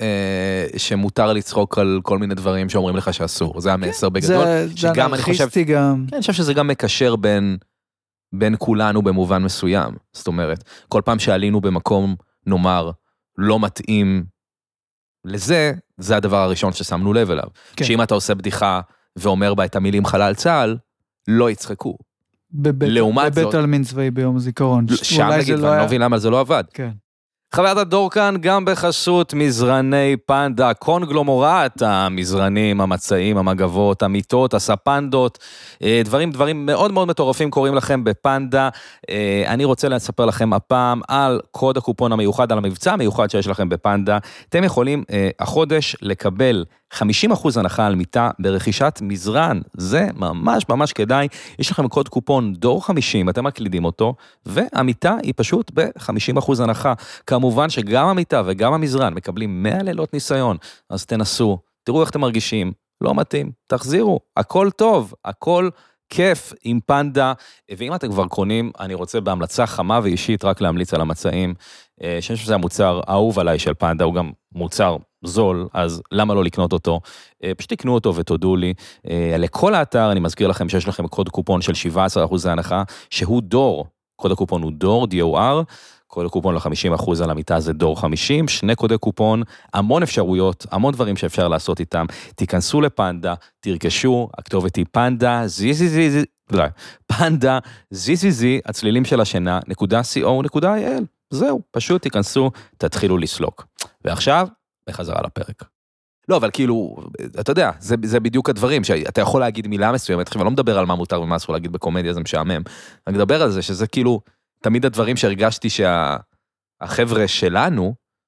שמותר לצחוק על כל מיני דברים שאומרים לך שאסור, זה המסר בגדול.
זה אנרכיסטי גם.
כן, אני חושב שזה גם מקשר בין... בין כולנו במובן מסוים, זאת אומרת, כל פעם שעלינו במקום, נאמר, לא מתאים לזה, זה הדבר הראשון ששמנו לב אליו. כן. שאם אתה עושה בדיחה ואומר בה את המילים חלל צהל, לא יצחקו.
בבית, לעומת בבית זאת... עלמין צבאי ביום הזיכרון.
שם נגיד, ואני לא מבין למה זה לא עבד.
כן.
חוויית הדור כאן גם בחסות מזרני פנדה, קונגלומורט, המזרנים, המצעים, המגבות, המיטות, הספנדות, דברים, דברים מאוד מאוד מטורפים קוראים לכם בפנדה. אני רוצה לספר לכם הפעם על קוד הקופון המיוחד, על המבצע המיוחד שיש לכם בפנדה. אתם יכולים החודש לקבל חמישים אחוז הנחה על מיטה ברכישת מזרן, זה ממש ממש כדאי, יש לכם קוד קופון דור חמישים, אתם מקלידים אותו, והמיטה היא פשוט ב-חמישים אחוז הנחה, כמובן שגם המיטה וגם המזרן מקבלים מאה לילות ניסיון, אז תנסו, תראו איך אתם מרגישים, לא מתאים, תחזירו, הכל טוב, הכל כיף עם פנדה, ואם אתם כבר קונים, אני רוצה בהמלצה חמה ואישית רק להמליץ על המצעים, שאני חושב שזה המוצר האהוב עליי של פנדה, הוא גם מוצר זול, אז למה לא לקנות אותו? פשוט תקנו אותו ותודו לי. לכל האתר אני מזכיר לכם שיש לכם קוד קופון של שבעה עשר אחוז הנחה, שהוא דור, קוד הקופון הוא דור, די או אר, קוד הקופון ל-חמישים אחוז על המיטה זה דור חמישים, שני קודי קופון, המון אפשרויות, המון דברים שאפשר לעשות איתם, תיכנסו לפנדה, תרכשו, הכתובת היא פנדה, זי זי זי זי, פנדה, זי זי זי, הצלילים של השינה, נקודה סי או נקודה איי אל, זהו, פשוט תיכנסו, תתחילו לסלוק. ועכשיו, בחזרה לפרק. לא, אבל כאילו, אתה יודע, זה, זה בדיוק הדברים, שאתה יכול להגיד מילה מסוימת, אני לא מדבר על מה מותר ומה אסור להגיד בקומדיה, זה משעמם. אני מדבר על זה, שזה כאילו, תמיד הדברים שהרגשתי שהחבר'ה שלנו,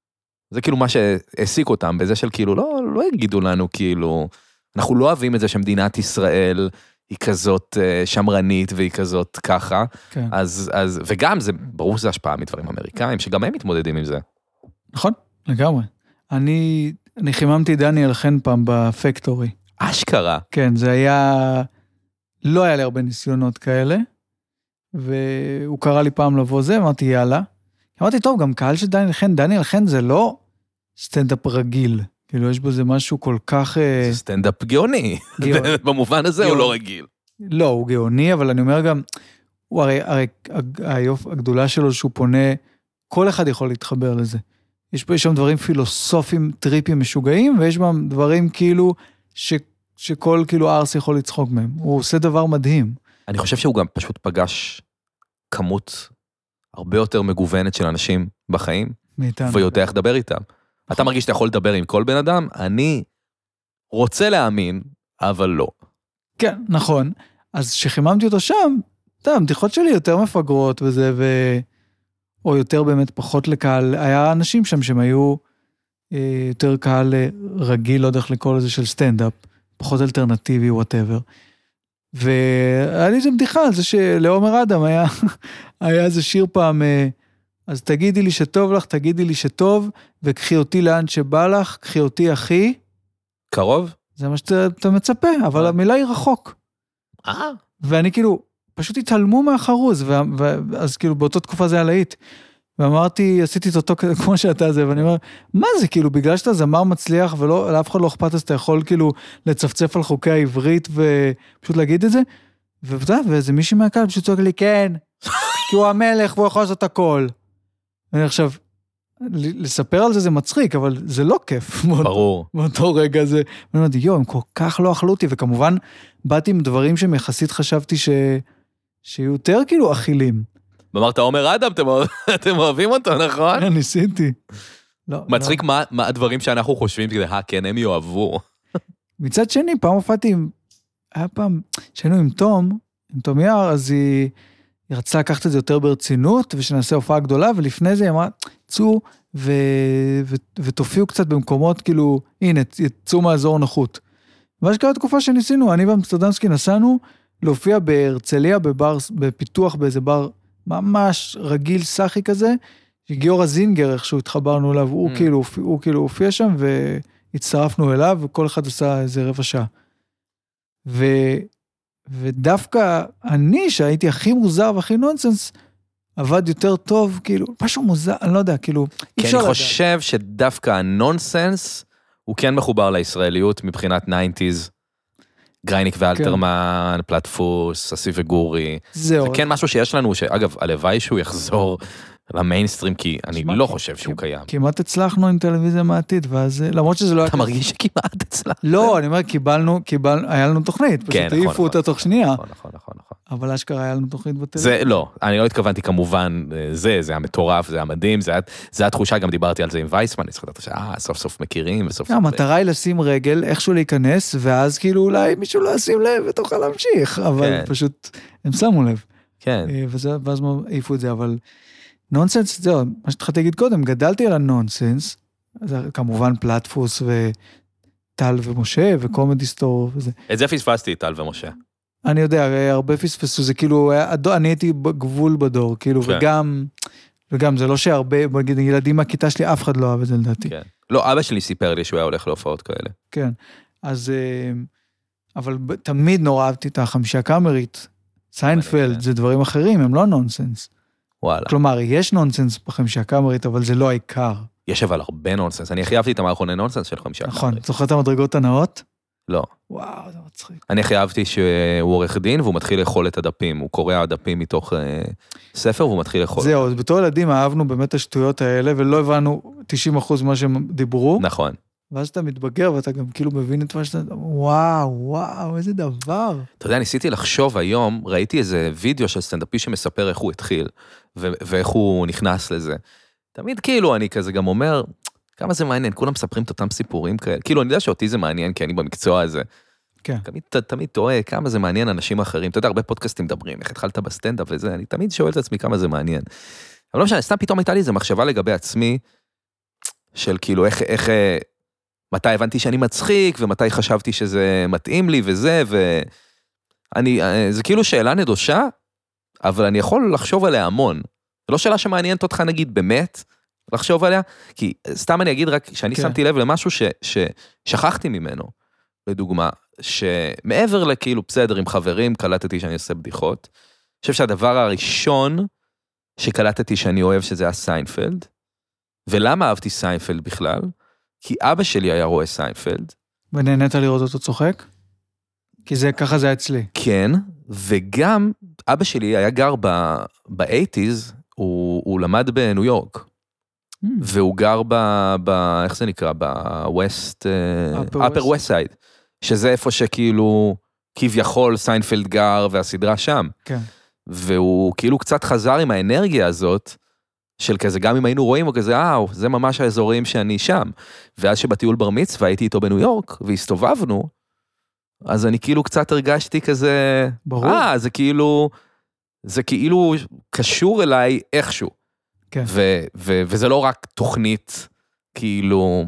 זה כאילו מה שהעסיק אותם, בזה של כאילו, לא, לא יגידו לנו כאילו, אנחנו לא אוהבים את זה שמדינת ישראל היא כזאת שמרנית והיא כזאת ככה,
כן.
אז, אז, וגם זה, ברור שזה השפעה מדברים אמריקאים, שגם הם מתמודדים עם זה.
נכון, לגמרי. אני, אני חיממתי דניאל חן פעם בפקטורי.
אשכרה.
כן, זה היה, לא היה לי הרבה ניסיונות כאלה, והוא קרא לי פעם לבוא זה, אמרתי יאללה. אמרתי, טוב, גם קהל של דניאל חן, דניאל חן זה לא סטנדאפ רגיל, כאילו יש בו זה משהו כל כך...
זה סטנדאפ גאוני, במובן הזה הוא לא רגיל.
לא, הוא גאוני, אבל אני אומר גם, הוא הרי, הרי הגדולה שלו שהוא פונה, כל אחד יכול להתחבר לזה. יש פה שם דברים פילוסופיים, טריפים משוגעים, ויש בהם דברים כאילו, ש, שכל כאילו ארס יכול לצחוק מהם. הוא עושה דבר מדהים.
אני חושב שהוא גם פשוט פגש כמות הרבה יותר מגוונת של אנשים בחיים, מאיתנו. ויודע איך לדבר איתם. אתה מרגיש שאתה יכול לדבר עם כל בן אדם? אני רוצה להאמין, אבל לא.
כן, נכון. אז שחיממתי אותו שם, אתה, המתיחות שלי יותר מפגרות וזה, ו... או יותר באמת פחות לקהל, היה אנשים שם שהם היו אה, יותר קהל רגיל, לא יודע איך לקרוא לזה של סטנדאפ, פחות אלטרנטיבי, whatever. והיה לי איזה בדיחה על זה שלעומר אדם היה, היה איזה שיר פעם, אה, אז תגידי לי שטוב לך, תגידי לי שטוב, וקחי אותי לאן שבא לך, קחי אותי אחי.
קרוב?
זה מה שאתה מצפה, אבל המילה היא רחוק.
אה.
ואני כאילו, פשוט התעלמו מהחרוז, ואז כאילו באותה תקופה זה היה להיט. ואמרתי, עשיתי את אותו כמו שאתה זה, ואני אומר, מה זה כאילו, בגלל שאתה זמר מצליח, ולאף אחד לא אכפת, אז אתה יכול כאילו לצפצף על חוקי העברית, ופשוט להגיד את זה, ואתה יודע, ואיזה מישהי מהקהל פשוט צועק לי, כן, כי הוא המלך, והוא יכול לעשות הכל. ואני עכשיו, לספר על זה זה מצחיק, אבל זה לא כיף.
ברור.
באותו רגע זה, ואני אומרת, יו, הם כל כך לא אכלו אותי, וכמובן, באתי עם דברים שמחסית חשבתי ש... שיהיו יותר כאילו אכילים.
ואמרת, עומר אדם, אתם אוהבים אותו, נכון?
ניסיתי.
מצחיק מה הדברים שאנחנו חושבים, כדי, אה, כן, הם יאהבו.
מצד שני, פעם הופעתי עם, היה פעם, שהיינו עם תום, עם תום יער, אז היא... היא רצתה לקחת את זה יותר ברצינות, ושנעשה הופעה גדולה, ולפני זה היא אמרה, צאו ו... ו... ותופיעו קצת במקומות, כאילו, הנה, צאו מהאזור נוחות. ואז קרה תקופה שניסינו, אני ואמסטרדמסקי נסענו, להופיע בהרצליה, בבר, בפיתוח, באיזה בר ממש רגיל סחי כזה, גיורא זינגר, איכשהו התחברנו אליו, הוא, mm. כאילו, הוא כאילו הופיע שם, והצטרפנו אליו, וכל אחד עשה איזה רבע שעה. ו... ודווקא אני, שהייתי הכי מוזר והכי נונסנס, עבד יותר טוב, כאילו, משהו מוזר, אני לא יודע, כאילו,
כי אני חושב שדווקא הנונסנס, הוא כן מחובר לישראליות מבחינת ניינטיז, גרייניק ואלתרמן, כן. פלטפוס, אסי וגורי, זה כן משהו שיש לנו, שאגב, הלוואי שהוא יחזור למיינסטרים, כי אני לא חושב שהוא קיים.
כמעט הצלחנו עם טלוויזיה מעתיד, ואז, למרות שזה לא...
אתה מרגיש שכמעט הצלחנו?
לא, אני אומר, קיבלנו, היה לנו תוכנית, פשוט העיפו אותה תוך שנייה.
נכון, נכון, נכון.
אבל אשכרה היה לנו תוכנית בטלוויזיה.
זה לא, אני לא התכוונתי כמובן, זה, זה המטורף, זה המדהים, זה התחושה, גם דיברתי על זה עם וייסמן, אני זוכרת שאה, סוף סוף מכירים, וסוף סוף...
המטרה היא לשים רגל, איכשהו להיכנס, ואז כאילו אולי מישהו לא ישים לב ותוכל להמשיך, אבל פשוט הם שמו לב.
כן.
ואז העיפו את זה, אבל נונסנס, זהו, מה שתחלתי להגיד קודם, גדלתי על הנונסנס, כמובן פלטפוס וטל ומשה וקומדי סטור וזה.
את זה פספסתי, טל ומשה.
אני יודע, הרבה פספסו, זה כאילו, אני הייתי בגבול בדור, כאילו, וגם, וגם, זה לא שהרבה, בגיד, ילדים מהכיתה שלי, אף אחד לא אוהב את זה לדעתי.
כן. לא, אבא שלי סיפר לי שהוא היה הולך להופעות כאלה.
כן, אז, אבל תמיד נורא אהבתי את החמישה קאמרית, סיינפלד, זה דברים אחרים, הם לא נונסנס.
וואלה.
כלומר, יש נונסנס בחמישה קאמרית, אבל זה לא העיקר.
יש אבל הרבה נונסנס, אני הכי אהבתי את המערכוני נונסנס של חמישה קאמרית.
נכון, זוכר את המדרגות הנאות?
לא.
וואו, זה מצחיק.
אני הכי אהבתי שהוא עורך דין, והוא מתחיל לאכול את הדפים, הוא קורא הדפים מתוך אה, ספר, והוא מתחיל לאכול.
זהו, אז בתור ילדים אהבנו באמת השטויות האלה, ולא הבנו תשעים אחוז מה שהם דיברו.
נכון.
ואז אתה מתבגר, ואתה גם כאילו מבין את מה שאתה, וואו, וואו, איזה דבר.
אתה יודע, ניסיתי לחשוב היום, ראיתי איזה וידאו של סטנדאפי שמספר איך הוא התחיל, ו- ואיך הוא נכנס לזה. תמיד כאילו אני כזה גם אומר, כמה זה מעניין, כולם מספרים את אותם סיפורים כאלה, כאילו אני יודע שאותי זה מעניין, כי אני במקצוע הזה.
כן.
תמיד, תמיד טועה, כמה זה מעניין אנשים אחרים, אתה יודע, הרבה פודקאסטים מדברים, איך התחלת בסטנדאפ וזה, אני תמיד שואל את עצמי כמה זה מעניין. אבל לא משנה, סתם פתאום הייתה לי איזו מחשבה לגבי עצמי, של כאילו איך, איך, מתי הבנתי שאני מצחיק, ומתי חשבתי שזה מתאים לי וזה, ואני, זה כאילו שאלה נדושה, אבל אני יכול לחשוב עליה המון. זה לא שאלה שמעניינת אותך נגיד באמת, לחשוב עליה, כי סתם אני אגיד רק, שאני כן. שמתי לב למשהו ש, ששכחתי ממנו, לדוגמה, שמעבר לכאילו בסדר עם חברים, קלטתי שאני עושה בדיחות, אני חושב שהדבר הראשון שקלטתי שאני אוהב שזה היה סיינפלד, ולמה אהבתי סיינפלד בכלל? כי אבא שלי היה רואה סיינפלד.
ונהנית לראות אותו צוחק? כי זה, ככה זה אצלי.
כן, וגם אבא שלי היה גר ב-שמונים, הוא, הוא למד בניו יורק, mm. והוא גר ב, ב... איך זה נקרא? ב-West... Upper West Side, שזה איפה שכאילו כביכול סיינפלד גר והסדרה שם.
כן.
והוא כאילו קצת חזר עם האנרגיה הזאת, של כזה, גם אם היינו רואים, או כזה, אה, זה ממש האזורים שאני שם. ואז שבטיול בר מצווה, הייתי איתו בניו יורק, והסתובבנו, אז אני כאילו קצת הרגשתי כזה,
ברור.
אה, זה כאילו, זה כאילו קשור אליי איכשהו.
כן.
ו- ו- וזה לא רק תוכנית, כאילו,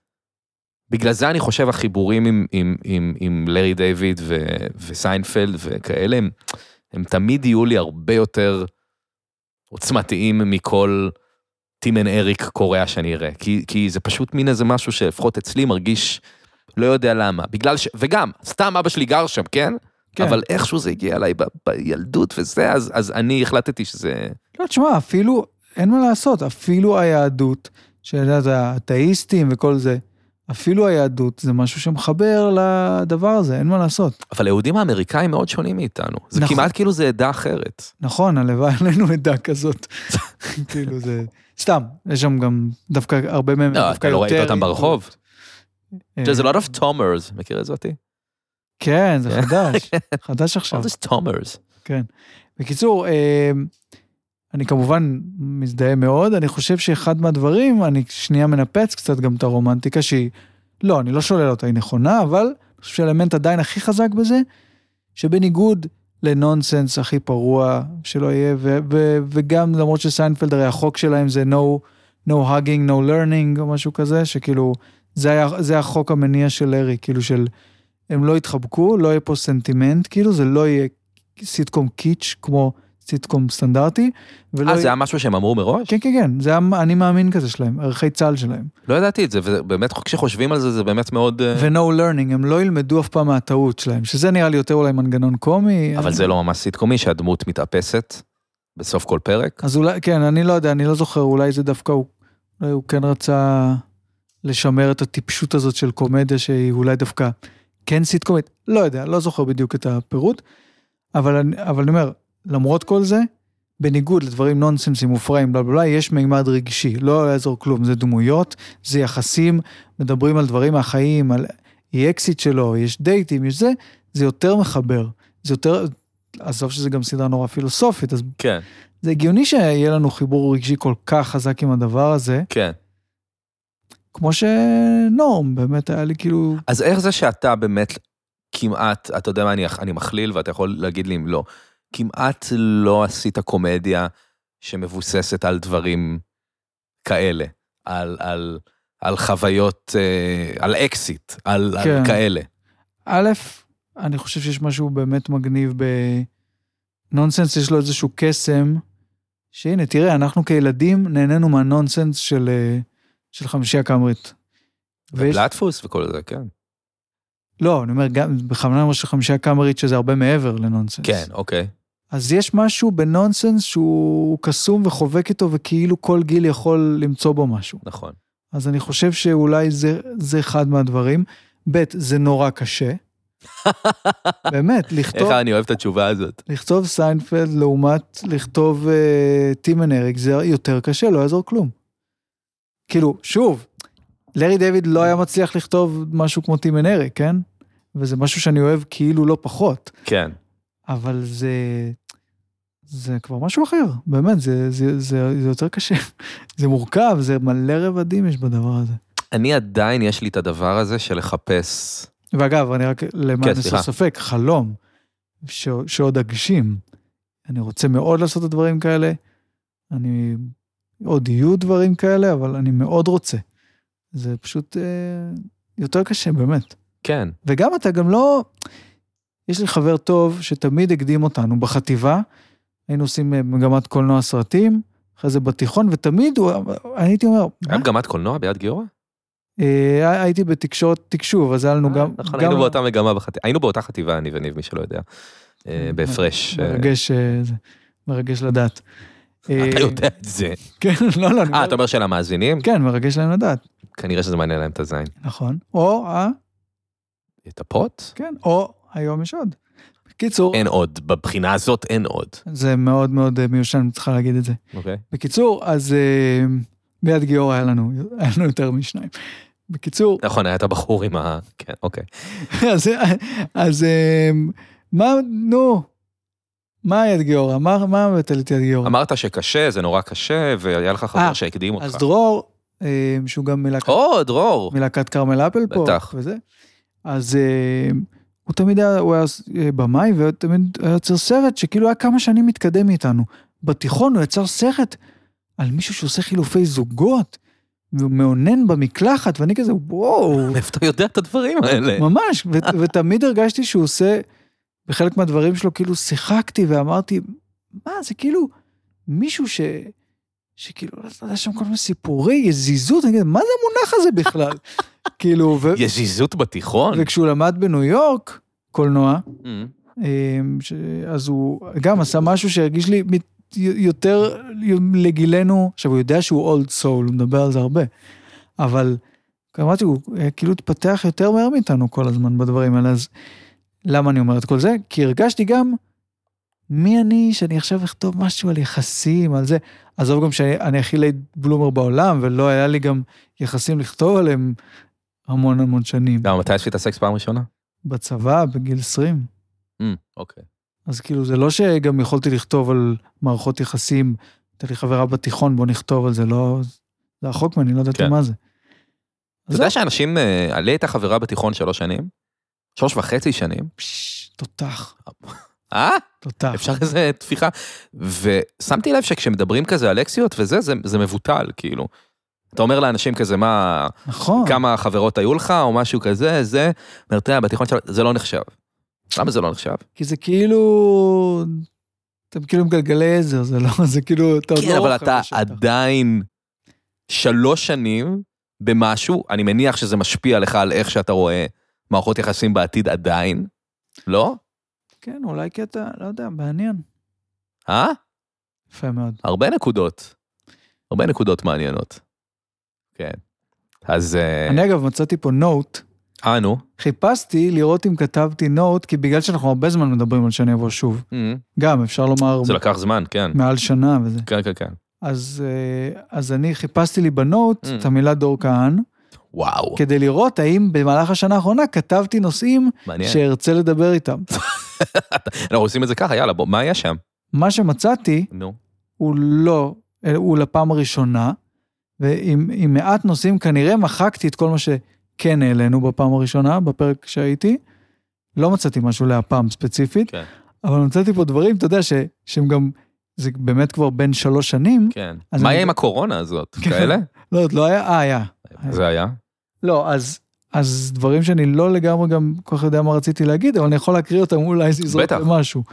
בגלל זה אני חושב החיבורים עם, עם, עם, עם לארי דיוויד ו- וסיינפלד וכאלה, הם, הם תמיד יהיו לי הרבה יותר עוצמתיים מכל טים אנד אריק קוריאה שאני אראה, כי, כי זה פשוט מין איזה משהו שלפחות אצלי מרגיש, לא יודע למה, בגלל ש... וגם, סתם אבא שלי גר שם, כן? כן. אבל איכשהו זה הגיע אליי ב... בילדות וזה, אז, אז אני החלטתי שזה...
לא, תשמע, אפילו, אין מה לעשות, אפילו היהדות, שידעת, האתאיסטים וכל זה, אפילו היהדות זה משהו שמחבר לדבר הזה, אין מה לעשות.
אבל היהודים האמריקאים מאוד שונים מאיתנו. זה נכון. כמעט כאילו זה עדה אחרת.
נכון, הלוואי עלינו עדה כזאת. כאילו זה... סתם, יש שם גם דווקא הרבה מהם...
לא, אתה לא ראית אותם ברחוב? There's a lot of Tomers, מכיר את זאתי?
כן, זה חדש. חדש עכשיו.
All this Tomers.
כן. בקיצור, אני כמובן מזדהה מאוד, אני חושב שאחד מהדברים, אני שנייה מנפץ קצת גם את הרומנטיקה שהיא, לא, אני לא שולל אותה, היא נכונה, אבל אני חושב שהאלמנט עדיין הכי חזק בזה, שבניגוד לנונסנס הכי פרוע שלא יהיה, ו- ו- וגם למרות שסיינפלד הרי החוק שלהם זה no, no hugging, no learning, או משהו כזה, שכאילו, זה היה, זה החוק המניע של לארי, כאילו של, הם לא יתחבקו, לא יהיה פה סנטימנט, כאילו זה לא יהיה סיטקום קיץ' כמו סיטקום סטנדרטי.
אה, זה היה משהו שהם אמרו מראש?
כן, כן, כן, זה היה אני מאמין כזה שלהם, ערכי צהל שלהם.
לא ידעתי את זה, ובאמת כשחושבים על זה, זה באמת מאוד...
ו-no learning, הם לא ילמדו אף פעם מהטעות שלהם, שזה נראה לי יותר אולי מנגנון קומי.
אבל זה לא ממש סיטקומי, שהדמות מתאפסת בסוף כל פרק.
אז אולי, כן, אני לא יודע, אני לא זוכר, אולי זה דווקא, אולי הוא כן רצה לשמר את הטיפשות הזאת של קומדיה, שהיא אולי דווקא כן סיטקומית, לא יודע, לא זוכר בדיוק את הפירוט, אבל, אבל אני אומר, למרות כל זה, בניגוד לדברים נונסנסים מופרעים, בלה בלה, יש מימד רגשי, לא יעזור כלום, זה דמויות, זה יחסים, מדברים על דברים מהחיים, על אקסיט שלו, יש דייטים, יש זה, זה יותר מחבר, זה יותר, עזוב שזה גם סדרה נורא פילוסופית, אז
כן.
זה הגיוני שיהיה לנו חיבור רגשי כל כך חזק עם הדבר הזה,
כן.
כמו שנורם, באמת היה לי כאילו...
אז איך זה שאתה באמת כמעט, אתה יודע מה, אני, אני מכליל, ואתה יכול להגיד לי אם לא, כמעט לא עשית קומדיה שמבוססת על דברים כאלה, על, על, על חוויות, על אקסיט, על, כן. על כאלה.
א', אני חושב שיש משהו באמת מגניב בנונסנס, יש לו איזשהו קסם, שהנה, תראה, אנחנו כילדים נהנינו מהנונסנס של, של חמישי הקאמרית.
ופלטפוס ויש... וכל זה, כן.
לא, אני אומר, גם, בכוונה אומר של חמישי הקאמרית, שזה הרבה מעבר לנונסנס.
כן, אוקיי.
אז יש משהו בנונסנס שהוא קסום וחובק איתו, וכאילו כל גיל יכול למצוא בו משהו.
נכון.
אז אני חושב שאולי זה, זה אחד מהדברים. ב', זה נורא קשה. באמת, לכתוב...
איך אני אוהב את התשובה הזאת.
לכתוב סיינפלד לעומת לכתוב uh, טים אנד אריק, זה יותר קשה, לא יעזור כלום. כאילו, שוב, לארי דיוויד לא היה מצליח לכתוב משהו כמו טים אנד אריק, כן? וזה משהו שאני אוהב כאילו לא פחות.
כן.
אבל זה... זה כבר משהו אחר, באמת, זה, זה, זה, זה יותר קשה. זה מורכב, זה מלא רבדים יש בדבר הזה.
אני עדיין, יש לי את הדבר הזה של לחפש...
ואגב, אני רק למען נסו ספק, חלום, ש, שעוד אגשים. אני רוצה מאוד לעשות את הדברים כאלה, אני... עוד יהיו דברים כאלה, אבל אני מאוד רוצה. זה פשוט אה, יותר קשה, באמת.
כן.
וגם אתה גם לא, יש לי חבר טוב שתמיד הקדים אותנו בחטיבה, היינו עושים מגמת קולנוע סרטים, אחרי זה בתיכון, ותמיד הוא, אני הייתי אומר,
היה מגמת קולנוע ביד גיורא?
אה, הייתי בתקשורת תקשוב, אז היה לנו גם...
נכון, היינו באותה מגמה בחטיבה, היינו באותה חטיבה, אני וניב, מי שלא יודע, בהפרש.
מרגש, מרגש לדעת.
אתה יודע את זה.
כן, לא, לא.
אה, אתה אומר של המאזינים?
כן, מרגש להם לדעת.
כנראה שזה מעניין להם את הזין.
נכון. או, אה?
את הפוט?
כן, או היום יש עוד. בקיצור...
אין עוד, בבחינה הזאת אין עוד.
זה מאוד מאוד מיושן, צריכה להגיד את זה.
אוקיי.
בקיצור, אז ביד גיורא היה לנו, היה לנו יותר משניים. בקיצור...
נכון, היה את הבחור עם ה... כן, אוקיי.
אז, אז מה, נו, מה יד גיורא? מה, מה מבטל את יד גיורא?
אמרת שקשה, זה נורא קשה, והיה לך חבר שהקדים אותך.
אז דרור, שהוא גם מלהקת...
או, דרור.
מלהקת קרמל אפל פה.
בטח.
וזה. אז הוא תמיד היה, הוא היה במאי, ותמיד היה יוצר סרט שכאילו היה כמה שנים מתקדם איתנו. בתיכון הוא יצר סרט על מישהו שעושה חילופי זוגות, והוא מעונן במקלחת, ואני כזה, וואו.
איפה אתה יודע את הדברים האלה?
ממש, ותמיד הרגשתי שהוא עושה, בחלק מהדברים שלו, כאילו שיחקתי ואמרתי, מה, זה כאילו מישהו ש... שכאילו, לא יודע, שם כל מיני סיפורי, יזיזות, אני אגיד, מה זה המונח הזה בכלל? כאילו, ו...
יזיזות בתיכון?
וכשהוא למד בניו יורק, קולנוע, אז הוא גם עשה משהו שהרגיש לי יותר לגילנו, עכשיו הוא יודע שהוא אולד סול, הוא מדבר על זה הרבה, אבל אמרתי, הוא כאילו התפתח יותר מהר מאיתנו כל הזמן בדברים האלה, אז למה אני אומר את כל זה? כי הרגשתי גם, מי אני שאני עכשיו אכתוב משהו על יחסים, על זה, עזוב גם שאני הכי ליד בלומר בעולם, ולא היה לי גם יחסים לכתוב עליהם המון המון שנים.
גם מתי עשית סקס פעם ראשונה?
בצבא, בגיל עשרים.
אוקיי.
אז כאילו זה לא שגם יכולתי לכתוב על מערכות יחסים, הייתה לי חברה בתיכון, בוא נכתוב על זה, לא, זה רחוק ממני, לא ידעתי מה זה.
אתה יודע שאנשים, עלי את החברה בתיכון שלוש שנים? שלוש וחצי שנים?
פשש, תותח.
אה?
תותח.
אפשר איזה תפיחה. ושמתי לב שכשמדברים כזה על אקסיות וזה, זה, זה מבוטל, כאילו. אתה אומר לאנשים כזה, מה,
נכון.
כמה חברות היו לך, או משהו כזה, זה, מרתע, בתיכון שלו, זה לא נחשב. למה זה לא נחשב?
כי זה כאילו, אתם כאילו מגלגלי עזר, זה לא, זה כאילו, אתה עוד לא...
כן, אבל אתה עדיין שלוש שנים במשהו, אני מניח שזה משפיע לך על איך שאתה רואה מערכות יחסים בעתיד עדיין, לא?
כן, אולי כי אתה, לא יודע, מעניין.
אה?
יפה מאוד.
הרבה נקודות. הרבה נקודות מעניינות. כן. אז...
אני אגב מצאתי פה נוט.
אה, נו.
חיפשתי לראות אם כתבתי נוט, כי בגלל שאנחנו הרבה זמן מדברים על שאני אבוא שוב. גם, אפשר לומר...
זה לקח זמן, כן.
מעל שנה וזה.
כן, כן, כן.
אז, אז אני חיפשתי לי בנוט את המילה דור כהן.
וואו.
כדי לראות האם במהלך השנה האחרונה כתבתי נושאים שארצה לדבר איתם.
אנחנו עושים את זה ככה, יאללה, בוא, מה היה שם?
מה שמצאתי,
נו.
הוא לא, הוא לפעם הראשונה, ועם עם מעט נושאים כנראה מחקתי את כל מה שכן העלינו בפעם הראשונה, בפרק שהייתי, לא מצאתי משהו להפעם ספציפית, כן. אבל מצאתי פה דברים, אתה יודע, ש, שהם גם, זה באמת כבר בין שלוש שנים.
כן. מה היה עם הקורונה הזאת? כאלה?
לא, לא היה, אה, היה.
זה היה?
לא, אז, אז דברים שאני לא לגמרי גם כל כך יודע מה רציתי להגיד, אבל אני יכול להקריא אותם, אולי זה יזרוק למשהו.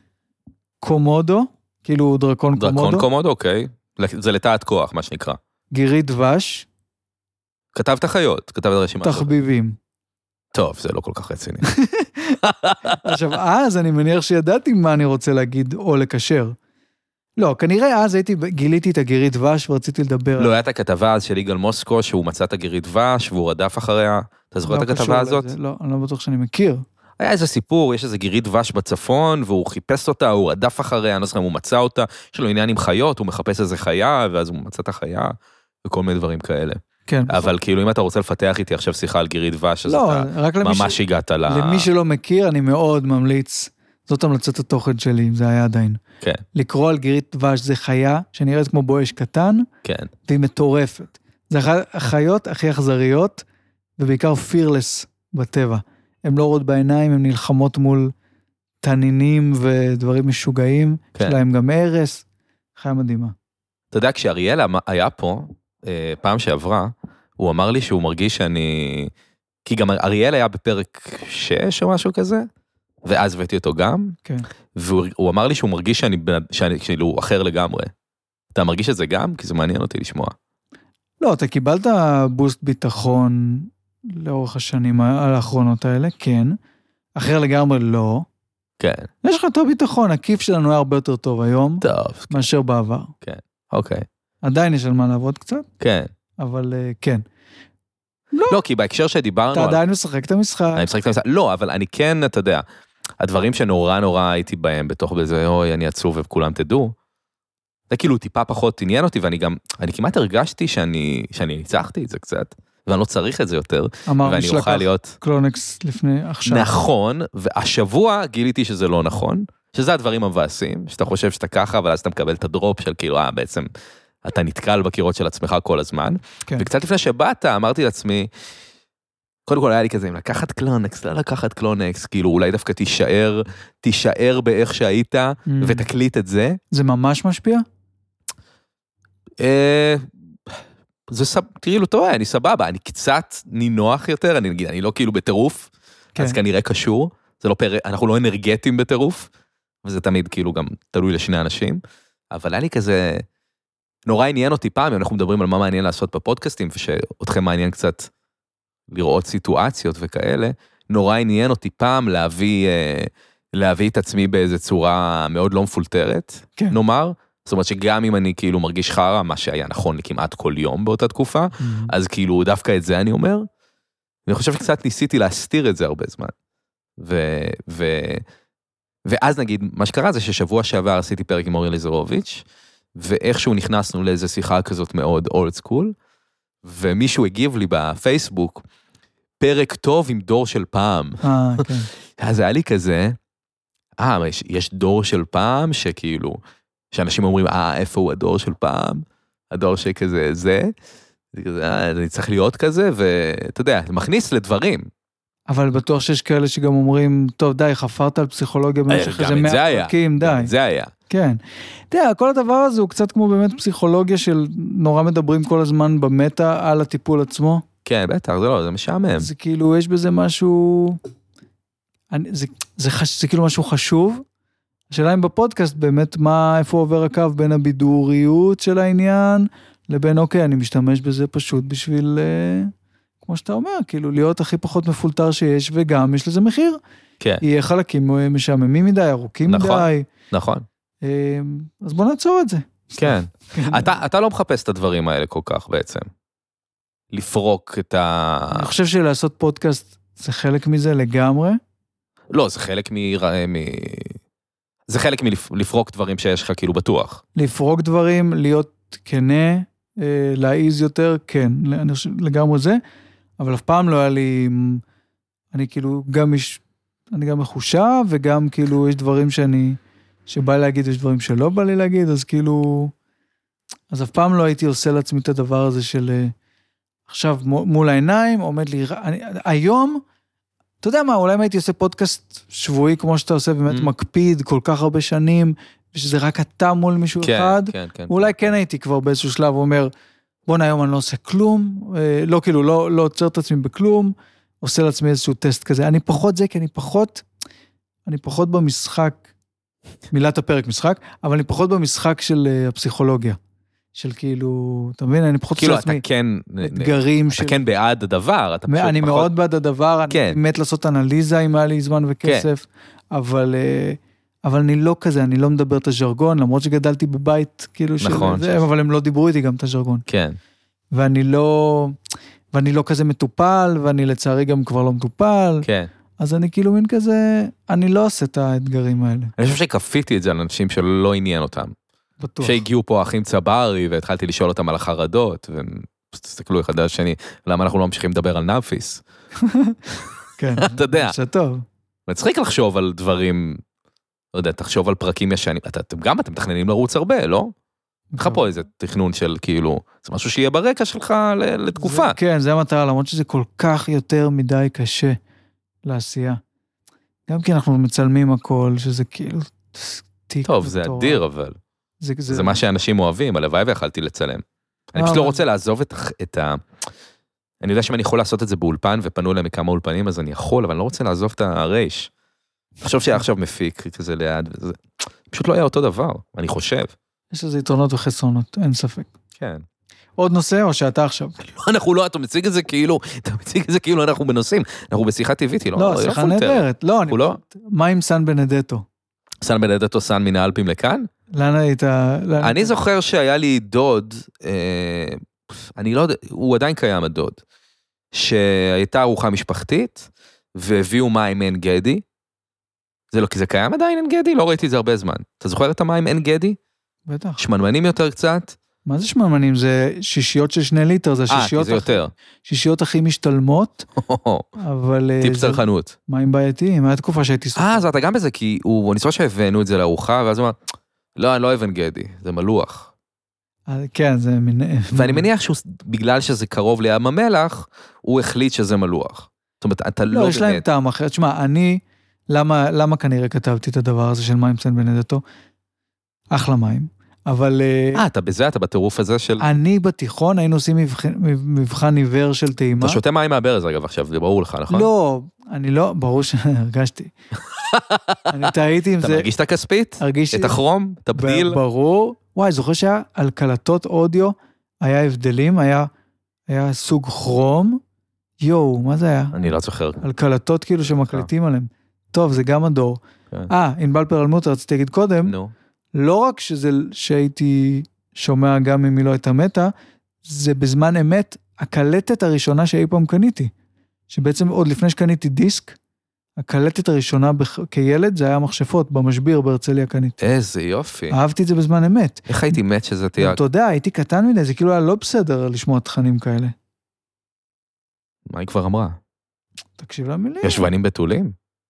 קומודו, כאילו דרקון קומודו.
דרקון קומודו, אוקיי. זה לתעת כוח, מה שנקרא.
גירית דבש.
כתבת חיות, כתבת רשימה.
תחביבים.
טוב, זה לא כל כך רציני.
עכשיו, אז אני מניח שידעתי מה אני רוצה להגיד או לקשר. לא, כנראה אז הייתי, גיליתי את הגירית דבש ורציתי לדבר.
לא, הייתה כתבה אז של יגאל מוסקו, שהוא מצא את הגירית דבש, והוא רדף אחריה. אתה זוכר את הכתבה הזאת?
לא, אני לא בטוח שאני מכיר.
היה איזה סיפור, יש איזה גירית דבש בצפון, והוא חיפש אותה, הוא רדף אחריה, אני לא זוכר, הוא מצא אותה, יש לו עניין עם חיות, הוא מחפש איזה חיה, ואז הוא מצא את החיה, וכל מיני דברים כאלה.
כן.
אבל כאילו, אם אתה רוצה לפתח איתי עכשיו שיחה על גירית דבש, אז אתה ממש הגעת ל...
למי שלא מכיר, אני מאוד ממליץ, זאת המלצת התוכן שלי, אם זה היה עדיין.
כן.
לקרוא על גירית דבש זה חיה, שנראית כמו בואש קטן,
כן.
והיא מטורפת. זה החיות הכי אכזריות, ובעיקר פירלס בטבע. הן לא רואות בעיניים, הן נלחמות מול תנינים ודברים משוגעים, כן. שלהם גם ערס, חיה מדהימה.
אתה יודע, כשאריאל היה פה, פעם שעברה, הוא אמר לי שהוא מרגיש שאני, כי גם אריאל היה בפרק שש או משהו כזה, ואז הבאתי אותו גם,
כן.
והוא אמר לי שהוא מרגיש שאני, שאני כאילו אחר לגמרי. אתה מרגיש את זה גם? כי זה מעניין אותי לשמוע.
לא, אתה קיבלת בוסט ביטחון לאורך השנים האחרונות האלה, כן. אחר לגמרי לא.
כן.
יש לך יותר ביטחון, הכיף שלנו היה הרבה יותר טוב היום,
טוב.
מאשר בעבר.
כן, אוקיי.
עדיין יש על מה לעבוד קצת,
כן.
אבל כן.
לא, לא, כי בהקשר שדיברנו...
אתה עדיין משחק את המשחק.
אני משחק את המשחק, לא, אבל אני כן, אתה יודע, הדברים שנורא נורא הייתי בהם, בתוך בזה, אוי, אני עצוב וכולם תדעו, זה כאילו טיפה פחות עניין אותי, ואני גם, אני כמעט הרגשתי שאני, שאני ניצחתי את זה קצת, ואני לא צריך את זה יותר, ואני אוכל להיות...
קלונקס לפני עכשיו.
נכון, והשבוע גיליתי שזה לא נכון, שזה הדברים המבאסים, שאתה חושב שאתה ככה, אבל אז אתה מקבל את הדרופ של כאילו, אה, בעצם, אתה נתקל בקירות של עצמך כל הזמן, כן. וקצת לפני שבאת, אמרתי לעצמי, קודם כל היה לי כזה, אם לקחת קלונקס, לא לקחת קלונקס, כאילו אולי דווקא תישאר, תישאר באיך שהיית, mm. ותקליט את זה.
זה ממש משפיע?
אה, זה סב... תראי לו טוב, אני סבבה, אני קצת נינוח יותר, אני נגיד, אני לא כאילו בטירוף, כן. אז כנראה קשור, זה לא פר... אנחנו לא אנרגטיים בטירוף, וזה תמיד כאילו גם תלוי לשני אנשים, אבל היה לי כזה, נורא עניין אותי פעם, אם אנחנו מדברים על מה מעניין לעשות בפודקאסטים, ושאותכם מעניין קצת לראות סיטואציות וכאלה, נורא עניין אותי פעם להביא, להביא את עצמי באיזו צורה מאוד לא מפולטרת, כן. נאמר, זאת אומרת שגם אם אני כאילו מרגיש חרה, מה שהיה נכון לי כמעט כל יום באותה תקופה, mm-hmm. אז כאילו דווקא את זה אני אומר, ואני חושב שקצת ניסיתי להסתיר את זה הרבה זמן. ו, ו, ואז נגיד, מה שקרה זה ששבוע שעבר עשיתי פרק עם אורי ליזרוביץ', ואיכשהו נכנסנו לאיזו שיחה כזאת מאוד אולד סקול, ומישהו הגיב לי בפייסבוק, פרק טוב עם דור של פעם.
אה, כן.
אז היה לי כזה, אה, יש, יש דור של פעם שכאילו, שאנשים אומרים, אה, איפה הוא הדור של פעם? הדור שכזה, זה, זה כזה, אה, אני צריך להיות כזה, ואתה יודע, זה מכניס לדברים.
אבל בטוח שיש כאלה שגם אומרים, טוב, די, חפרת על פסיכולוגיה במשך איזה מאה פרקים, די.
זה היה.
כן. אתה יודע, כל הדבר הזה הוא קצת כמו באמת פסיכולוגיה של נורא מדברים כל הזמן במטה על הטיפול עצמו.
כן, בטח, זה לא, זה משעמם.
זה כאילו, יש בזה משהו, אני, זה, זה, חש, זה כאילו משהו חשוב. השאלה אם בפודקאסט באמת מה, איפה עובר הקו בין הבידוריות של העניין, לבין אוקיי, אני משתמש בזה פשוט בשביל, אה, כמו שאתה אומר, כאילו להיות הכי פחות מפולטר שיש, וגם יש לזה מחיר. כן. יהיה חלקים משעממים מדי, ארוכים
נכון,
מדי.
נכון.
אז בוא נעצור את זה.
כן. אתה, אתה לא מחפש את הדברים האלה כל כך בעצם. לפרוק את ה...
אני חושב שלעשות פודקאסט זה חלק מזה לגמרי.
לא, זה חלק מ... זה חלק מלפרוק דברים שיש לך כאילו בטוח.
לפרוק דברים, להיות כנה, להעיז יותר, כן, אני חושב לגמרי זה, אבל אף פעם לא היה לי, אני כאילו גם יש, אני גם מחושב, וגם כאילו יש דברים שאני, שבא לי להגיד, יש דברים שלא בא לי להגיד, אז כאילו, אז אף פעם לא הייתי עושה לעצמי את הדבר הזה של, עכשיו מול העיניים, עומד לי, אני, היום, אתה יודע מה, אולי אם הייתי עושה פודקאסט שבועי, כמו שאתה עושה, באמת mm. מקפיד כל כך הרבה שנים, ושזה רק אתה מול מישהו
כן,
אחד,
כן, כן,
אולי
כן.
כן הייתי כבר באיזשהו שלב אומר, בוא נהיום אני לא עושה כלום, לא כאילו, לא, לא עוצר את עצמי בכלום, עושה לעצמי איזשהו טסט כזה, אני פחות זה, כי אני פחות, אני פחות במשחק, מילת הפרק משחק, אבל אני פחות במשחק של הפסיכולוגיה, של כאילו, אתה מבין, אני פחות
כאילו
עושה לעצמי,
אתה כן,
אתגרים
אתה של... כן בעד הדבר, אתה פשוט
אני
פחות...
מאוד בעד הדבר,
כן.
אני מת לעשות אנליזה אם היה לי זמן וכסף, כן. אבל... אבל אני לא כזה, אני לא מדבר את הז'רגון, למרות שגדלתי בבית, כאילו,
נכון,
של זה, אבל הם לא דיברו איתי גם את הז'רגון.
כן.
ואני לא, ואני לא כזה מטופל, ואני לצערי גם כבר לא מטופל.
כן.
אז אני כאילו מין כזה, אני לא עושה את האתגרים האלה.
אני חושב שכפיתי את זה על אנשים שלא עניין אותם.
בטוח.
שהגיעו פה אחים צברי, והתחלתי לשאול אותם על החרדות, והם תסתכלו אחד על השני, למה אנחנו לא ממשיכים לדבר על נאפיס?
כן.
אתה יודע.
שטוב.
מצחיק לחשוב על דברים... לא יודע, תחשוב על פרקים ישנים, אתם גם אתם מתכננים לרוץ הרבה, לא? לך פה איזה תכנון של כאילו, זה משהו שיהיה ברקע שלך לתקופה.
כן, זה המטרה, למרות שזה כל כך יותר מדי קשה לעשייה. גם כי אנחנו מצלמים הכל, שזה כאילו...
טוב, זה אדיר, אבל... זה מה שאנשים אוהבים, הלוואי ויכלתי לצלם. אני פשוט לא רוצה לעזוב את ה... אני יודע שאם אני יכול לעשות את זה באולפן, ופנו אליהם מכמה אולפנים, אז אני יכול, אבל אני לא רוצה לעזוב את הרייש. חשוב שהיה עכשיו מפיק כזה ליד, וזה פשוט לא היה אותו דבר, אני חושב.
יש לזה יתרונות וחסרונות, אין ספק.
כן.
עוד נושא, או שאתה עכשיו?
לא, אנחנו לא, אתה מציג את זה כאילו, אתה מציג את זה כאילו אנחנו בנושאים, אנחנו בשיחה טבעית, לא,
לא, שיחה נהדרת. לא, אני
לא?
מה עם סן בנדטו?
סן בנדטו סן מן האלפים לכאן?
לאן היית?
אני זוכר שהיה לי דוד, אני לא יודע, הוא עדיין קיים הדוד, שהייתה ארוחה משפחתית, והביאו מים אין גדי, זה לא, כי זה קיים עדיין אין גדי? לא ראיתי את זה הרבה זמן. אתה זוכר את המים אין גדי?
בטח.
שמנמנים יותר קצת?
מה זה שמנמנים? זה שישיות של שני ליטר, זה שישיות,
זה יותר.
שישיות הכי משתלמות, אבל...
טיפ צרכנות.
מים בעייתיים, היה תקופה שהייתי סופר.
אה, אז אתה גם בזה, כי הוא, אני זוכר שהבאנו את זה לארוחה, ואז הוא אמר, לא, אני לא אבן גדי, זה מלוח.
כן, זה מין...
ואני מניח שבגלל שזה קרוב לים המלח, הוא החליט שזה מלוח. זאת אומרת, אתה לא...
לא, יש להם טעם אחר. תשמע, אני, למה, למה כנראה כתבתי את הדבר הזה של מים סן בנדטו? אחלה מים. אבל...
אה, אתה בזה, אתה בטירוף הזה של...
אני בתיכון, היינו עושים מבחן עיוור של טעימה.
אתה שותה מים מהברז, אגב, עכשיו, זה ברור לך, נכון?
לא, אני לא, ברור שהרגשתי. אני טעיתי עם זה...
אתה מרגיש את הכספית? את החרום? את הבדיל?
ברור. וואי, זוכר שהיה על קלטות אודיו, היה הבדלים, היה, היה סוג כרום, יואו, מה זה היה?
אני לא זוכר.
על קלטות כאילו שמקליטים עליהם. טוב, זה גם הדור. אה, ענבל פרלמוטר, רציתי להגיד קודם,
נו.
לא רק שזה, שהייתי שומע גם אם היא לא הייתה מתה, זה בזמן אמת, הקלטת הראשונה שאי פעם קניתי. שבעצם עוד לפני שקניתי דיסק, הקלטת הראשונה בח... כילד, זה היה מכשפות, במשביר בהרצליה קניתי.
איזה יופי.
אהבתי את זה בזמן אמת.
איך הייתי מת שזה תהיה?
אתה יודע, הייתי קטן מדי, זה כאילו היה לא בסדר לשמוע תכנים כאלה.
מה היא כבר אמרה?
תקשיב למילים.
יש שבנים בתולים?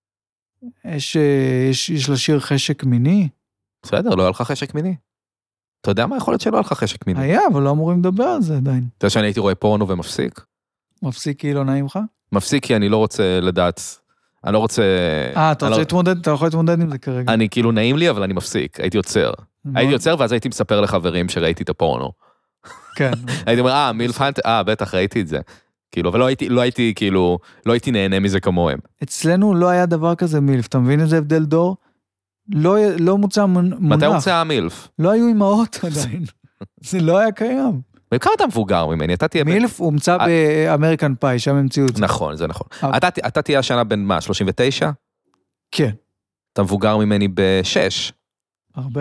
יש, יש, יש לשיר חשק מיני.
בסדר, לא היה לך חשק מיני. אתה יודע מה יכול להיות שלא היה לך חשק מיני?
היה, אבל לא אמורים לדבר על זה עדיין.
אתה יודע שאני הייתי רואה פורנו ומפסיק?
מפסיק כי לא נעים לך?
מפסיק כי אני לא רוצה לדעת, אני לא רוצה...
אה, אתה רוצה להתמודד, אתה יכול להתמודד עם זה כרגע.
אני כאילו נעים לי, אבל אני מפסיק, הייתי יוצר. הייתי יוצר ואז הייתי מספר לחברים שראיתי את הפורנו.
כן.
הייתי אומר, אה, מילפנט, אה, בטח ראיתי את זה. כאילו, אבל לא הייתי, לא הייתי, כאילו, לא הייתי נהנה מזה כמוהם.
אצלנו לא היה דבר כזה מילף, אתה מבין איזה הבדל דור? לא, לא מוצא מונח.
מתי הוצא המילף?
לא היו אמהות עדיין. זה לא היה קיים.
וכמה אתה מבוגר ממני? אתה תהיה...
מילף הומצא באמריקן פאי, שם המציאו את זה.
נכון, זה נכון. אתה תהיה השנה בין מה, שלושים ותשע?
כן.
אתה מבוגר ממני בשש.
הרבה.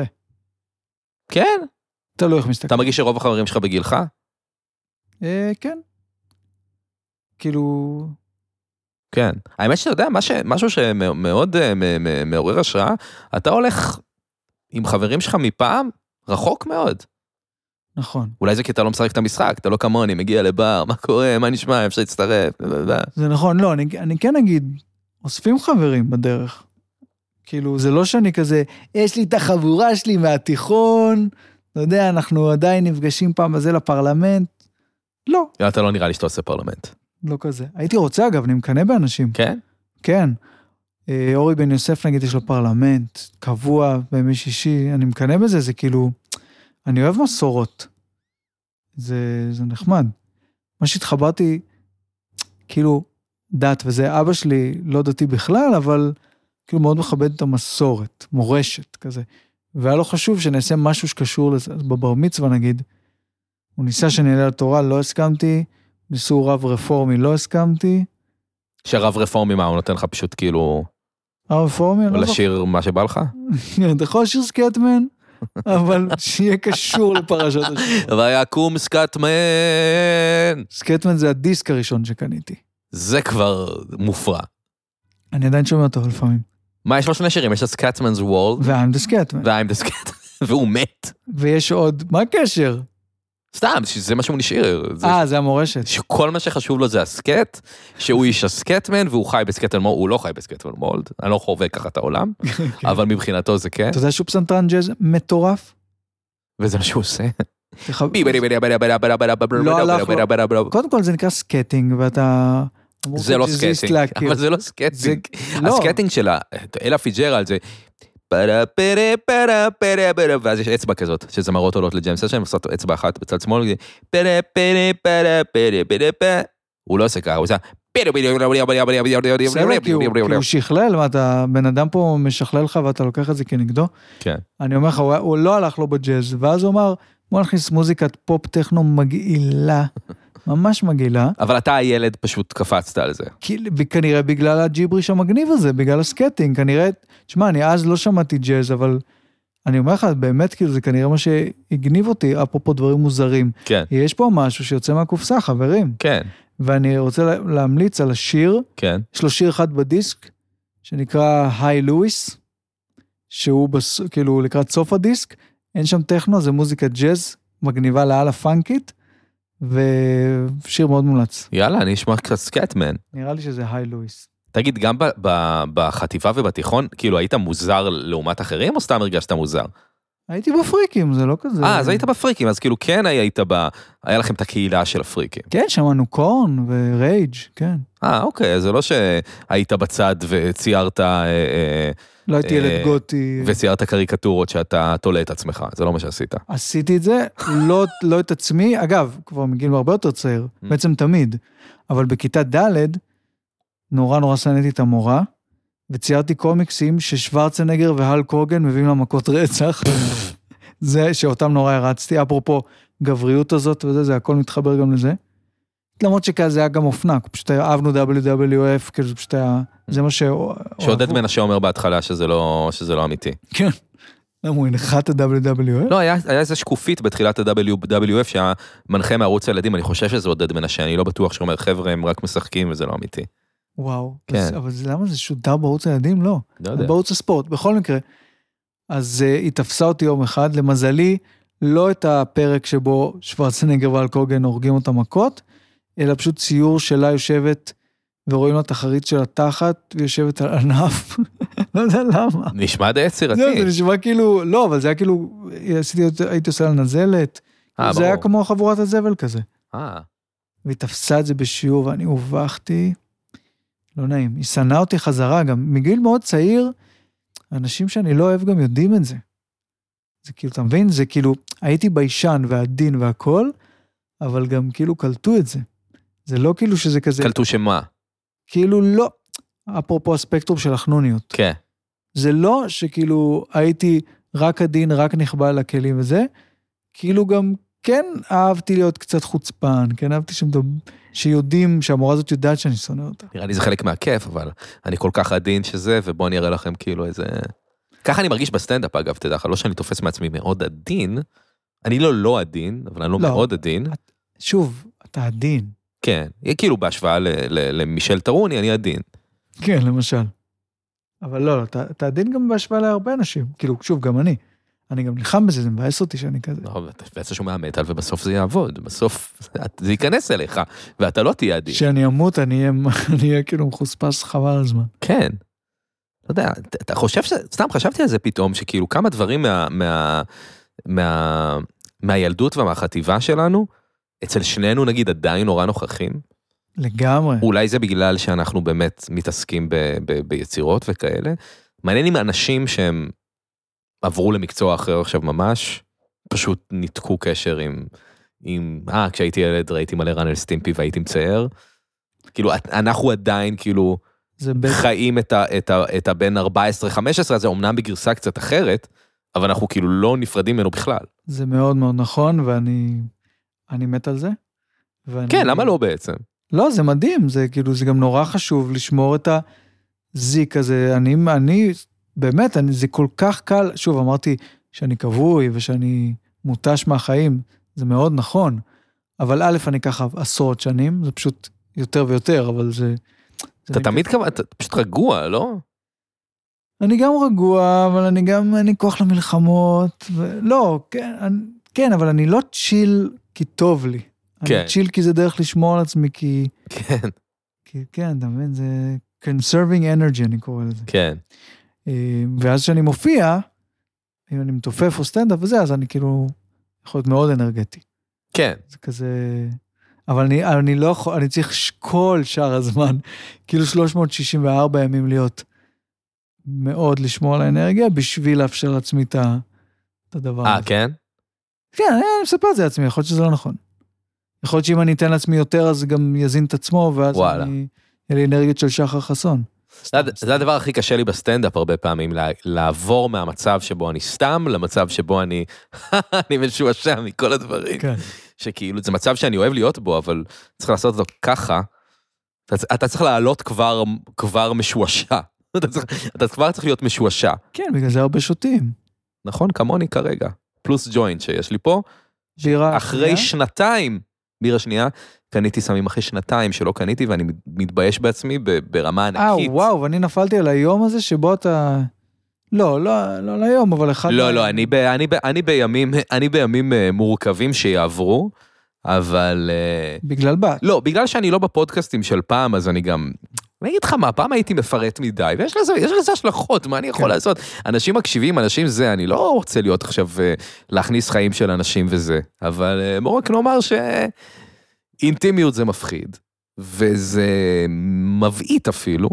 כן?
אתה לא איך מסתכל.
אתה מרגיש שרוב החברים שלך בגילך?
כן. כאילו...
כן. האמת שאתה יודע, משהו שמאוד מעורר השראה, אתה הולך עם חברים שלך מפעם רחוק מאוד.
נכון.
אולי זה כי אתה לא משחק את המשחק, אתה לא כמוני, מגיע לבר, מה קורה, מה נשמע, אפשר להצטרף.
זה נכון, לא, אני, אני כן אגיד, אוספים חברים בדרך. כאילו, זה לא שאני כזה, יש לי את החבורה שלי מהתיכון, אתה יודע, אנחנו עדיין נפגשים פעם בזה לפרלמנט. לא.
אתה לא נראה לי שאתה עושה פרלמנט.
לא כזה. הייתי רוצה, אגב, אני מקנה באנשים.
כן?
כן. אורי בן יוסף, נגיד, יש לו פרלמנט, קבוע, בימי שישי, אני מקנה בזה, זה כאילו, אני אוהב מסורות. זה, זה נחמד. מה שהתחברתי, כאילו, דת, וזה אבא שלי לא דתי בכלל, אבל כאילו מאוד מכבד את המסורת, מורשת כזה. והיה לו חשוב שנעשה משהו שקשור לזה, בבר מצווה נגיד, הוא ניסה שנעלה לתורה, לא הסכמתי, ניסו רב רפורמי, לא הסכמתי.
שרב רפורמי מה, הוא נותן לך פשוט כאילו...
רב רפורמי?
או לשיר מה שבא לך?
אתה יכול לשיר סקטמן, אבל שיהיה קשור לפרשת השבוע.
ויקום סקטמן.
סקטמן זה הדיסק הראשון שקניתי.
זה כבר מופרע.
אני עדיין שומע אותו לפעמים.
מה, יש לו שני שירים, יש את סקטמנ's World.
ו-I'm the Scatman.
ו-I'm the Scatman. והוא מת.
ויש עוד, מה הקשר?
סתם, זה מה שהוא נשאיר.
אה, זה המורשת.
שכל מה שחשוב לו זה הסקט, שהוא איש הסקטמן, והוא חי בסקטמן מולד, הוא לא חי בסקטמן מולד, אני לא חווה ככה את העולם, אבל מבחינתו זה כן.
אתה יודע שהוא פסנתרן ג'אז מטורף?
וזה מה שהוא עושה.
קודם כל זה נקרא סקטינג, ואתה...
זה לא סקטינג, אבל זה לא סקטינג. הסקטינג שלה, אלה פיג'רלד זה... ואז יש אצבע כזאת, שזמרות עולות לג'ם סשן, ועושות אצבע אחת בצד שמאל, הוא לא עושה ככה, הוא עושה...
בסדר, כי הוא שכלל, ואתה, בן אדם פה משכלל לך, ואתה לוקח את זה כנגדו.
כן.
אני אומר לך, הוא לא הלך לו בג'אז, ואז הוא אמר, בוא נכניס מוזיקת פופ טכנו מגעילה, ממש מגעילה.
אבל אתה הילד פשוט קפצת על זה.
כנראה בגלל הג'יבריש המגניב הזה, בגלל הסקטינג, כנראה, תשמע, אני אז לא שמעתי ג'אז, אבל אני אומר לך, באמת, כאילו, זה כנראה מה שהגניב אותי, אפרופו דברים מוזרים.
כן.
יש פה משהו שיוצא מהקופסה, חברים.
כן.
ואני רוצה להמליץ על השיר,
כן.
יש לו שיר אחד בדיסק, שנקרא היי לואיס, שהוא בס... כאילו לקראת סוף הדיסק, אין שם טכנו, זה מוזיקה ג'אז, מגניבה לעל הפאנקית, ושיר מאוד מומלץ.
יאללה, אני אשמע קצת סקטמן.
נראה לי שזה היי לואיס.
תגיד, גם ב- ב- בחטיבה ובתיכון, כאילו היית מוזר לעומת אחרים, או סתם הרגשת מוזר?
הייתי בפריקים, זה לא כזה...
אה, אז היית בפריקים, אז כאילו כן היית ב... היה לכם את הקהילה של הפריקים.
כן, שמענו קורן ורייג', כן.
אה, אוקיי, אז זה לא שהיית בצד וציירת... אה, אה,
לא הייתי ילד גותי.
וציירת קריקטורות שאתה תולה את עצמך, זה לא מה שעשית.
עשיתי את זה, לא, לא את עצמי, אגב, כבר מגיל הרבה יותר צעיר, בעצם תמיד, אבל בכיתה ד' נורא נורא שנאתי את המורה, וציירתי קומיקסים ששוורצנגר והל קוגן מביאים למכות רצח, זה שאותם נורא הרצתי, אפרופו גבריות הזאת וזה, זה הכל מתחבר גם לזה, למרות שכזה היה גם אופנה, פשוט אהבנו דאבליו דאבליו אף, כאילו פשוט היה, זה מה ש...
שעודד מנשה אומר בהתחלה שזה לא, שזה לא אמיתי.
כן. למה הוא הנחת ה-דאבליו דאבליו אף?
לא, היה, היה איזה שקופית בתחילת ה-דאבליו דאבליו אף שהיה מנחה מערוץ הילדים, אני חושב שזה עודד מנשה, אני לא בטוח שאומר, חבר'ה, הם רק משחקים וזה לא אמיתי.
וואו,
כן.
אז, אבל זה, למה זה שודר בערוץ הילדים? לא.
לא יודע.
בערוץ הספורט, בכל מקרה. אז uh, היא תפסה אותי יום אחד, למזלי, לא את הפרק שבו שוורצנגר ואל קוגן הורגים אותה מכות, אלא פשוט ציור שלה יושבת, ורואים לה את החריץ של התחת, ויושבת על ענף, לא יודע למה.
נשמע די יצירתי.
זה, זה נשמע כאילו, לא, אבל זה היה כאילו, עשיתי, הייתי עושה לה נזלת,
אה,
זה
ברור.
היה כמו חבורת הזבל כזה.
אה.
והיא תפסה את זה בשיעור, ואני הובכתי, לא נעים, היא שנאה אותי חזרה, גם מגיל מאוד צעיר, אנשים שאני לא אוהב גם יודעים את זה. זה כאילו, אתה מבין? זה כאילו, הייתי ביישן והדין והכל, אבל גם כאילו קלטו את זה. זה לא כאילו שזה כזה...
קלטו שמה?
כאילו לא, אפרופו הספקטרום של החנוניות.
כן.
זה לא שכאילו הייתי רק הדין, רק נכבה על הכלים וזה, כאילו גם כן אהבתי להיות קצת חוצפן, כן אהבתי שמדבר, שיודעים, שהמורה הזאת יודעת שאני שונא אותה.
נראה לי זה חלק מהכיף, אבל אני כל כך עדין שזה, ובוא אני אראה לכם כאילו איזה... ככה אני מרגיש בסטנדאפ, אגב, תדע לך, לא שאני תופס מעצמי מאוד עדין, אני לא לא עדין, אבל אני לא, לא מאוד עדין.
את, שוב, אתה עדין.
כן, כאילו בהשוואה ל, ל, למישל טרוני, אני עדין.
כן, למשל. אבל לא, לא, אתה, אתה עדין גם בהשוואה להרבה אנשים, כאילו, שוב, גם אני. אני גם נלחם בזה, זה מבאס אותי שאני כזה.
לא, ואתה שומע מטל, ובסוף זה יעבוד, בסוף זה ייכנס אליך, ואתה לא תהיה עדין.
כשאני אמות, אני אהיה כאילו מחוספס חבל על זמן.
כן. לא יודע, אתה חושב ש... סתם חשבתי על זה פתאום, שכאילו כמה דברים מה, מה, מה, מהילדות ומהחטיבה שלנו, אצל שנינו נגיד עדיין נורא נוכחים.
לגמרי.
אולי זה בגלל שאנחנו באמת מתעסקים ב, ב, ביצירות וכאלה. מעניין עם אנשים שהם עברו למקצוע אחר עכשיו ממש, פשוט ניתקו קשר עם, עם, אה, כשהייתי ילד ראיתי מלא רן אל סטימפי והייתי מצייר. כאילו, אנחנו עדיין כאילו חיים את, ה, את, ה, את הבן ארבע עשרה חמש עשרה, זה אומנם בגרסה קצת אחרת, אבל אנחנו כאילו לא נפרדים ממנו בכלל.
זה מאוד מאוד נכון, ואני אני מת על זה. ואני...
כן, למה לא בעצם?
לא, זה מדהים, זה כאילו, זה גם נורא חשוב לשמור את הזיק הזה. אני, אני, באמת, אני, זה כל כך קל, שוב, אמרתי שאני קבוי ושאני מוטש מהחיים, זה מאוד נכון, אבל א', אני ככה עשרות שנים, זה פשוט יותר ויותר, אבל זה...
אתה תמיד כמה, אתה פשוט רגוע, לא?
אני גם רגוע, אבל אני גם, אני כוח למלחמות, ולא, כן, אני, כן, אבל אני לא צ'יל כי טוב לי.
כן.
אני צ'יל כי זה דרך לשמור על עצמי, כי...
כן.
כי, כן, אתה מבין, זה conserving energy, אני קורא לזה.
כן.
ואז שאני מופיע, אם אני מתופף או סטנדאפ וזה, אז אני כאילו, יכול להיות מאוד אנרגטי.
כן.
זה כזה... אבל אני, אני לא יכול, אני צריך כל שאר הזמן, כאילו שלוש מאות שישים וארבע ימים להיות מאוד לשמור על האנרגיה, בשביל לאפשר לעצמי את, ה, את הדבר
아,
הזה.
כן?
כן, אני מספר את זה לעצמי, יכול להיות שזה לא נכון. יכול להיות שאם אני אתן לעצמי יותר, אז גם יזין את עצמו, ואז
וואלה.
אני, יהיה לי אנרגיות של שחר חסון.
זה, זה הדבר הכי קשה לי בסטנדאפ הרבה פעמים, לעבור מהמצב שבו אני סתם, למצב שבו אני, אני משועשע מכל הדברים.
כן.
שכאילו, זה מצב שאני אוהב להיות בו, אבל צריך לעשות אותו ככה, אתה, אתה צריך לעלות כבר, כבר משועשע. אתה, צריך, אתה כבר צריך להיות משועשע.
כן, בגלל זה הרבה שותים.
נכון, כמוני כרגע. פלוס ג'וינט שיש לי פה.
בירה
אחרי שנתיים, בירה שנייה, קניתי סמים אחרי שנתיים שלא קניתי, ואני מתבייש בעצמי ברמה ענקית.
אה, וואו, ואני נפלתי על היום הזה שבו אתה... לא, לא, לא ליום, אבל אחד...
לא, לא, אני, ב, אני, ב, אני בימים, אני בימים מורכבים שיעברו, אבל...
בגלל בת.
לא, בגלל שאני לא בפודקאסטים של פעם, אז אני גם... אני אגיד לך מה, פעם הייתי מפרט מדי, ויש לזה, יש לזה השלכות, מה אני יכול לעשות? אנשים מקשיבים, אנשים זה, אני לא רוצה להיות עכשיו להכניס חיים של אנשים וזה, אבל בואו רק נאמר שאינטימיות זה מפחיד, וזה מבעית אפילו,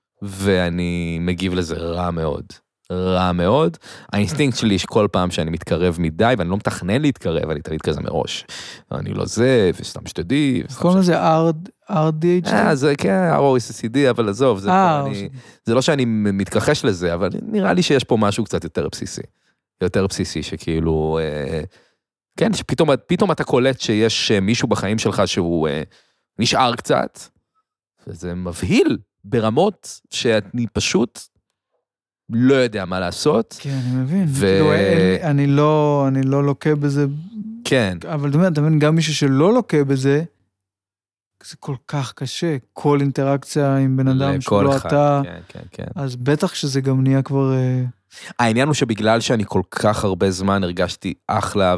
ואני מגיב לזה רע מאוד. רע מאוד. האינסטינקט שלי יש כל פעם שאני מתקרב מדי, ואני לא מתכנן להתקרב, אני תמיד כזה מראש. אני לא זה, וסתם שתדעי.
קוראים לזה אר די אייץ' די?
אה, זה כן, אר או אס סי די, אבל עזוב, זה לא שאני מתכחש לזה, אבל נראה לי שיש פה משהו קצת יותר בסיסי. יותר בסיסי, שכאילו, כן, שפתאום אתה קולט שיש מישהו בחיים שלך שהוא נשאר קצת, וזה מבהיל ברמות שאני פשוט לא יודע מה לעשות.
כן, אני מבין. כאילו, אני לא, אני לא לוקה בזה.
כן.
אבל אתה מבין, גם מישהו שלא לוקה בזה, זה כל כך קשה. כל אינטראקציה עם בן אדם שלא אתה.
כן, כן, כן.
אז בטח שזה גם נהיה כבר...
העניין הוא שבגלל שאני כל כך הרבה זמן הרגשתי אחלה,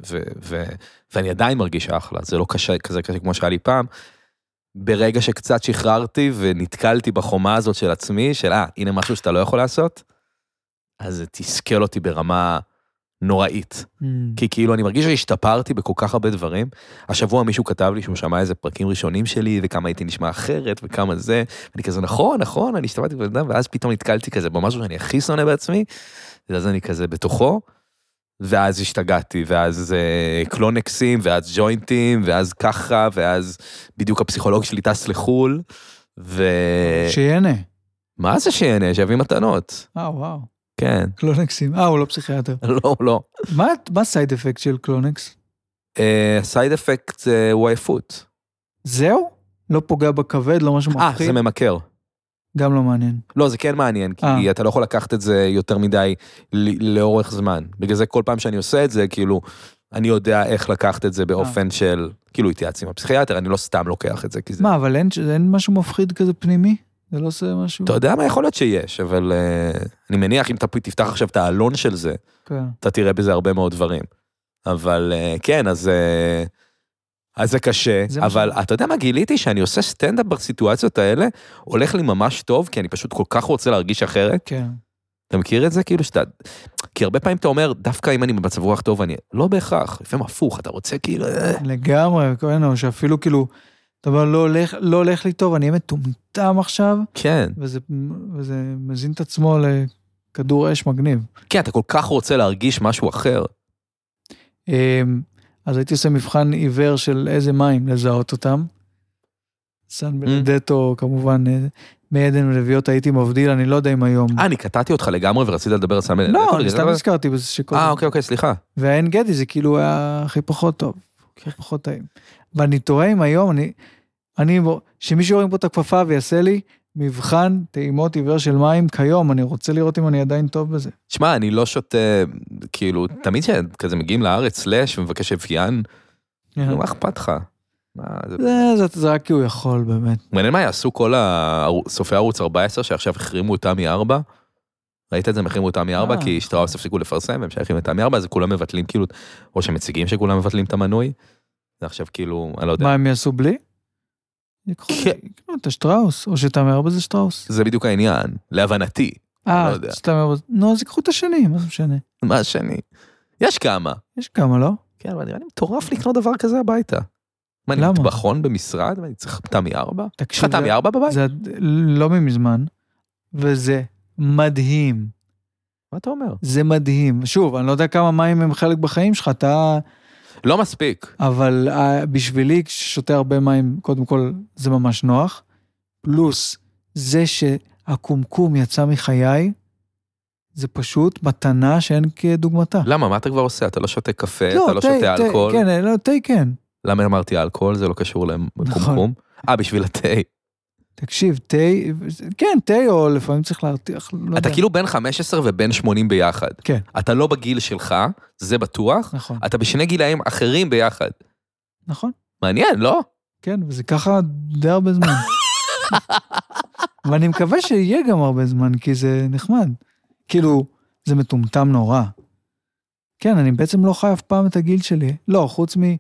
ואני עדיין מרגיש אחלה, זה לא קשה, כזה קשה כמו שהיה לי פעם, ברגע שקצת שחררתי ונתקלתי בחומה הזאת של עצמי, של אה, הנה משהו שאתה לא יכול לעשות, אז זה תסכל אותי ברמה נוראית. Mm. כי כאילו אני מרגיש שהשתפרתי בכל כך הרבה דברים. השבוע מישהו כתב לי שהוא שמע איזה פרקים ראשונים שלי, וכמה הייתי נשמע אחרת, וכמה זה. אני כזה, נכון, נכון, אני השתפרתי בלדם, ואז פתאום נתקלתי כזה במשהו שאני הכי שונא בעצמי, ואז אני כזה בתוכו, ואז השתגעתי, ואז uh, קלונקסים, ואז ג'וינטים, ואז ככה, ואז בדיוק הפסיכולוג שלי טס לחול, ו...
שיהנה.
מה זה שיהנה? שיביא מתנות.
אה, וואו.
כן.
קלונקסים. אה, הוא לא פסיכיאטר.
לא, לא.
מה, מה סייד אפקט של קלונקס?
סייד אפקט זה וייפות.
זהו? לא פוגע בכבד, לא משהו מפחיד?
אה, זה ממכר.
גם לא מעניין.
לא, זה כן מעניין, כי 아. אתה לא יכול לקחת את זה יותר מדי לאורך זמן. בגלל זה כל פעם שאני עושה את זה, כאילו, אני יודע איך לקחת את זה באופן 아. של, כאילו, התייעץ עם הפסיכיאטר, אני לא סתם לוקח את זה, כי זה...
מה, אבל אין, אין משהו מפחיד כזה פנימי? זה לא עושה משהו...
אתה יודע מה יכול להיות שיש, אבל uh, אני מניח, אם אתה תפתח עכשיו את העלון של זה, כן. אתה תראה בזה הרבה מאוד דברים. אבל uh, כן, אז... Uh, אז זה קשה, זה אבל משהו. אתה יודע מה, גיליתי שאני עושה סטנדאפ בסיטואציות האלה, הולך לי ממש טוב, כי אני פשוט כל כך רוצה להרגיש אחרת.
כן.
אתה מכיר את זה? כאילו שאתה... כי הרבה פעמים אתה אומר, דווקא אם אני במצב רוח טוב, אני... לא בהכרח, לפעמים הפוך, אתה רוצה כאילו...
לגמרי, או שאפילו כאילו, אתה אומר, לא הולך, לא הולך לי טוב, אני אהיה מטומטם עכשיו.
כן.
וזה, וזה מזין את עצמו לכדור אש מגניב.
כן, אתה כל כך רוצה להרגיש משהו אחר.
אז הייתי עושה מבחן עיוור של איזה מים לזהות אותם. סן בנדטו, כמובן, מעדן ולוויות הייתי מבדיל, אני לא יודע אם היום...
אה, אני קטעתי אותך לגמרי ורצית לדבר על סן בנדטו?
לא, אני סתם הזכרתי בזה שכל...
אה, אוקיי, אוקיי, סליחה.
והאין גדי זה כאילו היה הכי פחות טוב, הכי פחות טעים. ואני תוהה אם היום, אני... אני... שמישהו יורים פה את הכפפה ויעשה לי מבחן טעימות עיוור של מים כיום, אני רוצה לראות אם אני עדיין טוב בזה.
שמע, אני לא שותה, כאילו, תמיד שכזה מגיעים לארץ סלש ומבקש אביין, מה אכפת לך?
זה רק כי הוא יכול, באמת.
מעניין מה יעשו כל סופי ערוץ ארבע עשרה, שעכשיו החרימו אותם מ-ארבע? ראית את זה, הם החרימו אותם מ-ארבע, כי שטראוס הפסיקו לפרסם, הם שייכים אותם מ-ארבע, אז כולם מבטלים, כאילו, או שמציגים שכולם מבטלים את המנוי, זה עכשיו כאילו, אני לא יודע.
מה הם יעשו בלי? יקחו את השטראוס, או שאתה מארבע זה שטראוס.
זה בדיוק העניין, להבנתי.
אה, שאתה מארבע, נו, אז יקחו את השני, מה זה משנה?
מה השני? יש כמה.
יש כמה, לא?
כן, אבל נראה לי מטורף לקנות דבר כזה הביתה. מה, אני מטבחון במשרד, ואני צריך תמי ארבע? יש לך תמי ארבע בבית?
זה לא ממזמן, וזה מדהים.
מה אתה אומר?
זה מדהים. שוב, אני לא יודע כמה מים הם חלק בחיים שלך, אתה...
לא מספיק.
אבל uh, בשבילי, כששותה הרבה מים, קודם כל, זה ממש נוח. פלוס, זה שהקומקום יצא מחיי, זה פשוט מתנה שאין כדוגמתה.
למה? מה אתה כבר עושה? אתה לא שותה קפה,
לא,
אתה לא
תה,
שותה
תה,
אלכוהול?
כן, לא, תה כן.
למה אמרתי אלכוהול? זה לא קשור לקומקום.
נכון.
אה, בשביל התה.
תקשיב, תה, כן, תה או לפעמים צריך להרתיח, לא
אתה
יודע.
כאילו בין חמש עשרה ובין שמונים ביחד.
כן.
אתה לא בגיל שלך, זה בטוח.
נכון.
אתה בשני גילאים אחרים ביחד.
נכון.
מעניין, לא?
כן, וזה ככה די הרבה זמן. ואני מקווה שיהיה גם הרבה זמן, כי זה נחמד. כאילו, זה מטומטם נורא. כן, אני בעצם לא חי אף פעם את הגיל שלי. לא, חוץ מ...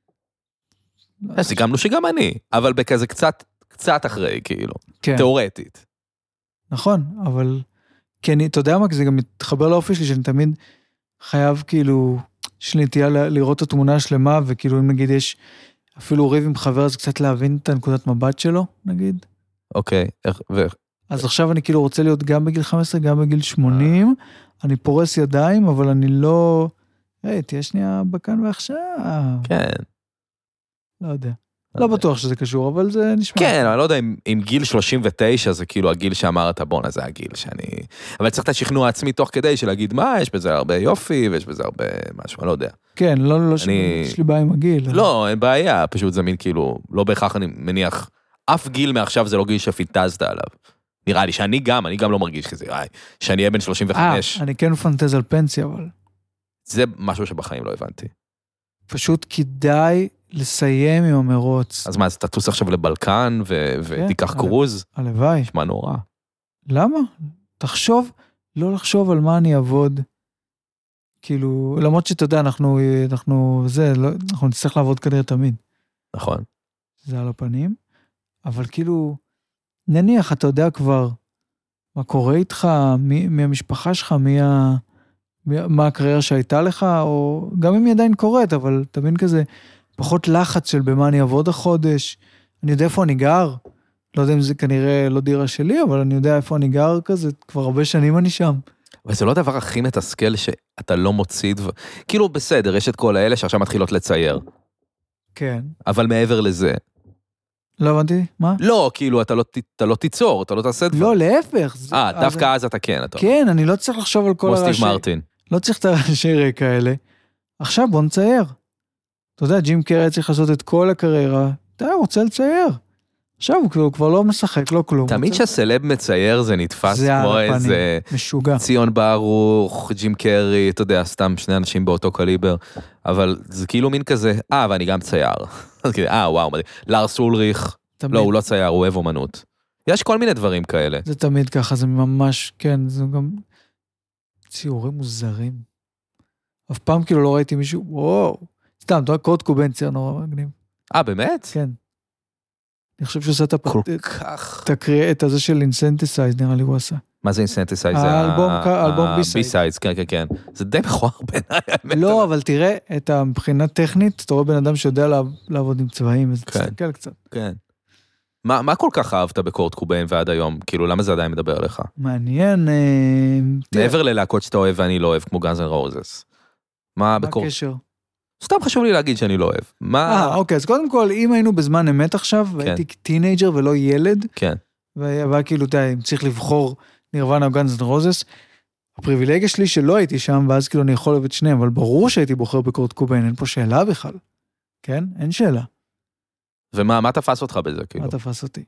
זה גם לא שגם אני, אבל בכזה קצת, קצת אחרי, כאילו.
כן.
תיאורטית.
נכון, אבל... כן, אתה יודע מה? זה גם מתחבר לאופי שלי, שאני תמיד חייב, כאילו, יש לי נטייה לראות את התמונה השלמה, וכאילו, אם נגיד יש אפילו ריב עם חבר, אז קצת להבין את הנקודת מבט שלו, נגיד.
אוקיי, איך, ו...
אז עכשיו אני כאילו רוצה להיות גם בגיל חמש עשרה, גם בגיל שמונים, אני פורס ידיים, אבל אני לא... היי, תהיה שנייה בכאן ועכשיו.
כן.
לא יודע. לא בטוח שזה קשור, אבל זה נשמע.
כן, אני לא יודע אם, אם גיל שלושים ותשע זה כאילו הגיל שאמרת, בונה, זה הגיל שאני... אבל צריך את השכנוע עצמי תוך כדי של להגיד, מה, יש בזה הרבה יופי, ויש בזה הרבה משהו, אני לא יודע.
כן, לא, לא,
אני...
יש לי בעיה עם הגיל.
לא, אין בעיה, פשוט זה מין כאילו, לא בהכרח אני מניח, אף גיל מעכשיו זה לא גיל שפיתזת עליו. נראה לי שאני גם, אני גם לא מרגיש כזה, איי, שאני אהיה בן שלושים וחמש.
אה, אני כן מפנטז על פנסיה, אבל...
זה משהו שבחיים לא הבנתי.
פשוט כדאי לסיים עם המרוץ.
אז מה, אז תטוס עכשיו לבלקן ו- ותיקח קרוז?
הלוואי.
נשמע נורא.
למה? תחשוב, לא לחשוב על מה אני אעבוד. כאילו, למרות שאתה יודע, אנחנו, אנחנו, זה, לא, אנחנו נצטרך לעבוד כנראה תמיד.
נכון.
זה על הפנים. אבל כאילו, נניח, אתה יודע כבר מה קורה איתך, מי, מי המשפחה שלך, מי ה... מה הקריירה שהייתה לך, או גם אם היא עדיין קורית, אבל תבין כזה, פחות לחץ של במה אני אעבוד החודש, אני יודע איפה אני גר, לא יודע אם זה כנראה לא דירה שלי, אבל אני יודע איפה אני גר כזה, כבר הרבה שנים אני שם.
אבל זה לא הדבר הכי מתסכל שאתה לא מוציא דבר, כאילו בסדר, יש את כל האלה שעכשיו מתחילות לצייר.
כן.
אבל מעבר לזה.
לא הבנתי, מה?
לא, כאילו אתה לא, אתה לא תיצור, אתה לא תעשה דבר.
לא, להפך.
אה, דווקא אז אתה כן, אתה.
כן, אני לא צריך לחשוב על כל
הרעשי. כמו סטיב מרטין.
לא צריך את הרעשי רקע האלה. עכשיו בוא נצייר. אתה יודע, ג'ים קרי צריך לעשות את כל הקריירה, אתה רוצה לצייר. עכשיו הוא כבר, כבר לא משחק, לא כלום.
תמיד שהסלב מצייר זה נתפס זה כמו איזה...
משוגע.
ציון ברוך, ג'ים קרי, אתה יודע, סתם שני אנשים באותו קליבר, אבל זה כאילו מין כזה, אה, ואני גם צייר. אה, וואו, מדהים. לארס אולריך, תמיד. לא, הוא לא צייר, הוא אוהב אומנות. יש כל מיני דברים כאלה.
זה תמיד ככה, זה ממש, כן, זה גם... ציורים מוזרים. אף פעם כאילו לא ראיתי מישהו, וואו. סתם, אתה יודע, קורט קובן צייר נורא מגניב.
אה, באמת?
כן. אני חושב שעושה את
כל כך...
תקריא את הזה של אינסנטיסייז, נראה לי הוא עשה.
מה זה אינסנטיסייז?
האלבום בי-סייד.
בי-סייד, כן, כן, כן. זה די מכוער בעיניי.
לא, אבל תראה, את מבחינה טכנית, אתה רואה בן אדם שיודע לעבוד עם צבעים, אז תסתכל קצת.
כן. מה כל כך אהבת בקורט קובן ועד היום? כאילו, למה זה עדיין מדבר לך?
מעניין.
מעבר ללהקות שאתה אוהב ואני לא אוהב, כמו גאנז אנד רוזס. מה הקשר? סתם חשוב לי להגיד שאני לא אוהב.
אה, אוקיי, אז קודם כל, אם היינו בזמן אמת עכשיו, והייתי טינג'ר ולא ילד,
כן.
והיה כאילו, אתה יודע, אם צריך לבחור נירוונה או גאנז אנד רוזס, הפריבילגיה שלי שלא הייתי שם, ואז כאילו אני יכול אוהב את שניהם, אבל ברור שהייתי בוחר בקורט קובן, אין פה שאלה בכלל. כן? אין שאלה.
ומה, מה תפס אותך בזה, כאילו?
מה תפס אותי?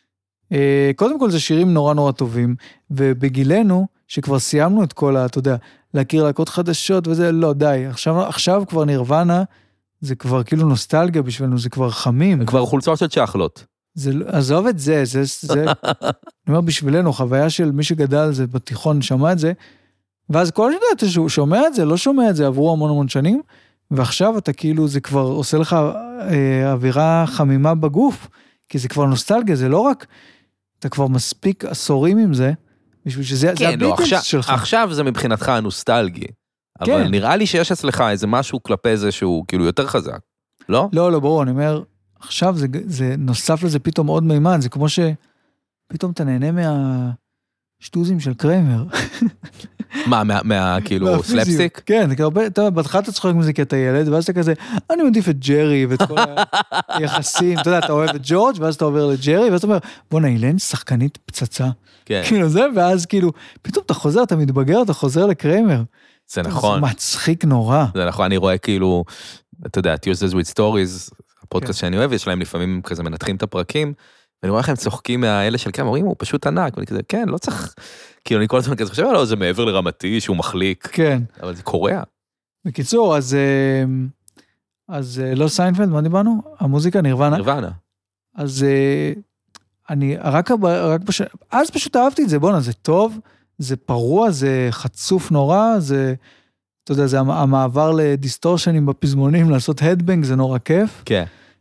קודם כל, זה שירים נורא נורא טובים, ובגילנו, שכבר סיימנו את כל ה, אתה יודע, להכיר להקות חדשות וזה, לא, די. עכשיו, עכשיו כבר נירוונה, זה כבר כאילו נוסטלגיה בשבילנו, זה כבר חמים.
זה כבר חולצות של צ'חלות.
זה, עזוב את זה, זה, זה, אני אומר בשבילנו, חוויה של מי שגדל זה בתיכון, שמע את זה, ואז כל שדעת שהוא שומע את זה, לא שומע את זה, עברו המון המון שנים, ועכשיו אתה כאילו, זה כבר עושה לך אה, אווירה חמימה בגוף, כי זה כבר נוסטלגיה, זה לא רק, אתה כבר מספיק עשורים עם זה, בשביל שזה
כן,
זה הביטלס
לא,
שלך.
עכשיו זה מבחינתך הנוסטלגי, אבל כן. נראה לי שיש אצלך איזה משהו כלפי זה שהוא כאילו יותר חזק, לא?
לא, לא, ברור, אני אומר, עכשיו זה, זה נוסף לזה פתאום עוד מימן, זה כמו שפתאום אתה נהנה מהשטוזים של קריימר.
מה, מה, כאילו, סלפסטיק?
כן, אתה יודע, בהתחלה אתה צוחק מזה כי אתה ילד, ואז אתה כזה, אני מעדיף את ג'רי ואת כל היחסים, אתה יודע, אתה אוהב את ג'ורג' ואז אתה עובר לג'רי, ואז אתה אומר, בוא אילן, שחקנית פצצה. כאילו זה, ואז כאילו, פתאום אתה חוזר, אתה מתבגר, אתה חוזר לקריימר.
זה נכון.
זה מצחיק נורא.
זה נכון, אני רואה כאילו, אתה יודע, Tuesdays with Stories, הפודקאסט שאני אוהב, יש להם לפעמים כזה מנתחים את הפרקים, ואני רואה איך הם צוחקים מהאלה של קריימר, אומרים, הוא פשוט ענק, ואני כזה, כן, לא צריך, כאילו אני כל הזמן כזה חושב, לא, זה מעבר לרמתי, שהוא מחליק.
כן.
אבל זה קורע.
בקיצור, אז, אז לא סיינפלד, מה דיברנו? המוזיקה נירוונה.
נירוונה.
אז אני, רק, רק בש... אז פשוט אהבתי את זה, בוא'נה, זה טוב, זה פרוע, זה חצוף נורא, זה, אתה יודע, זה המעבר לדיסטורשנים בפזמונים, לעשות הדבנג, זה נורא כיף.
כן.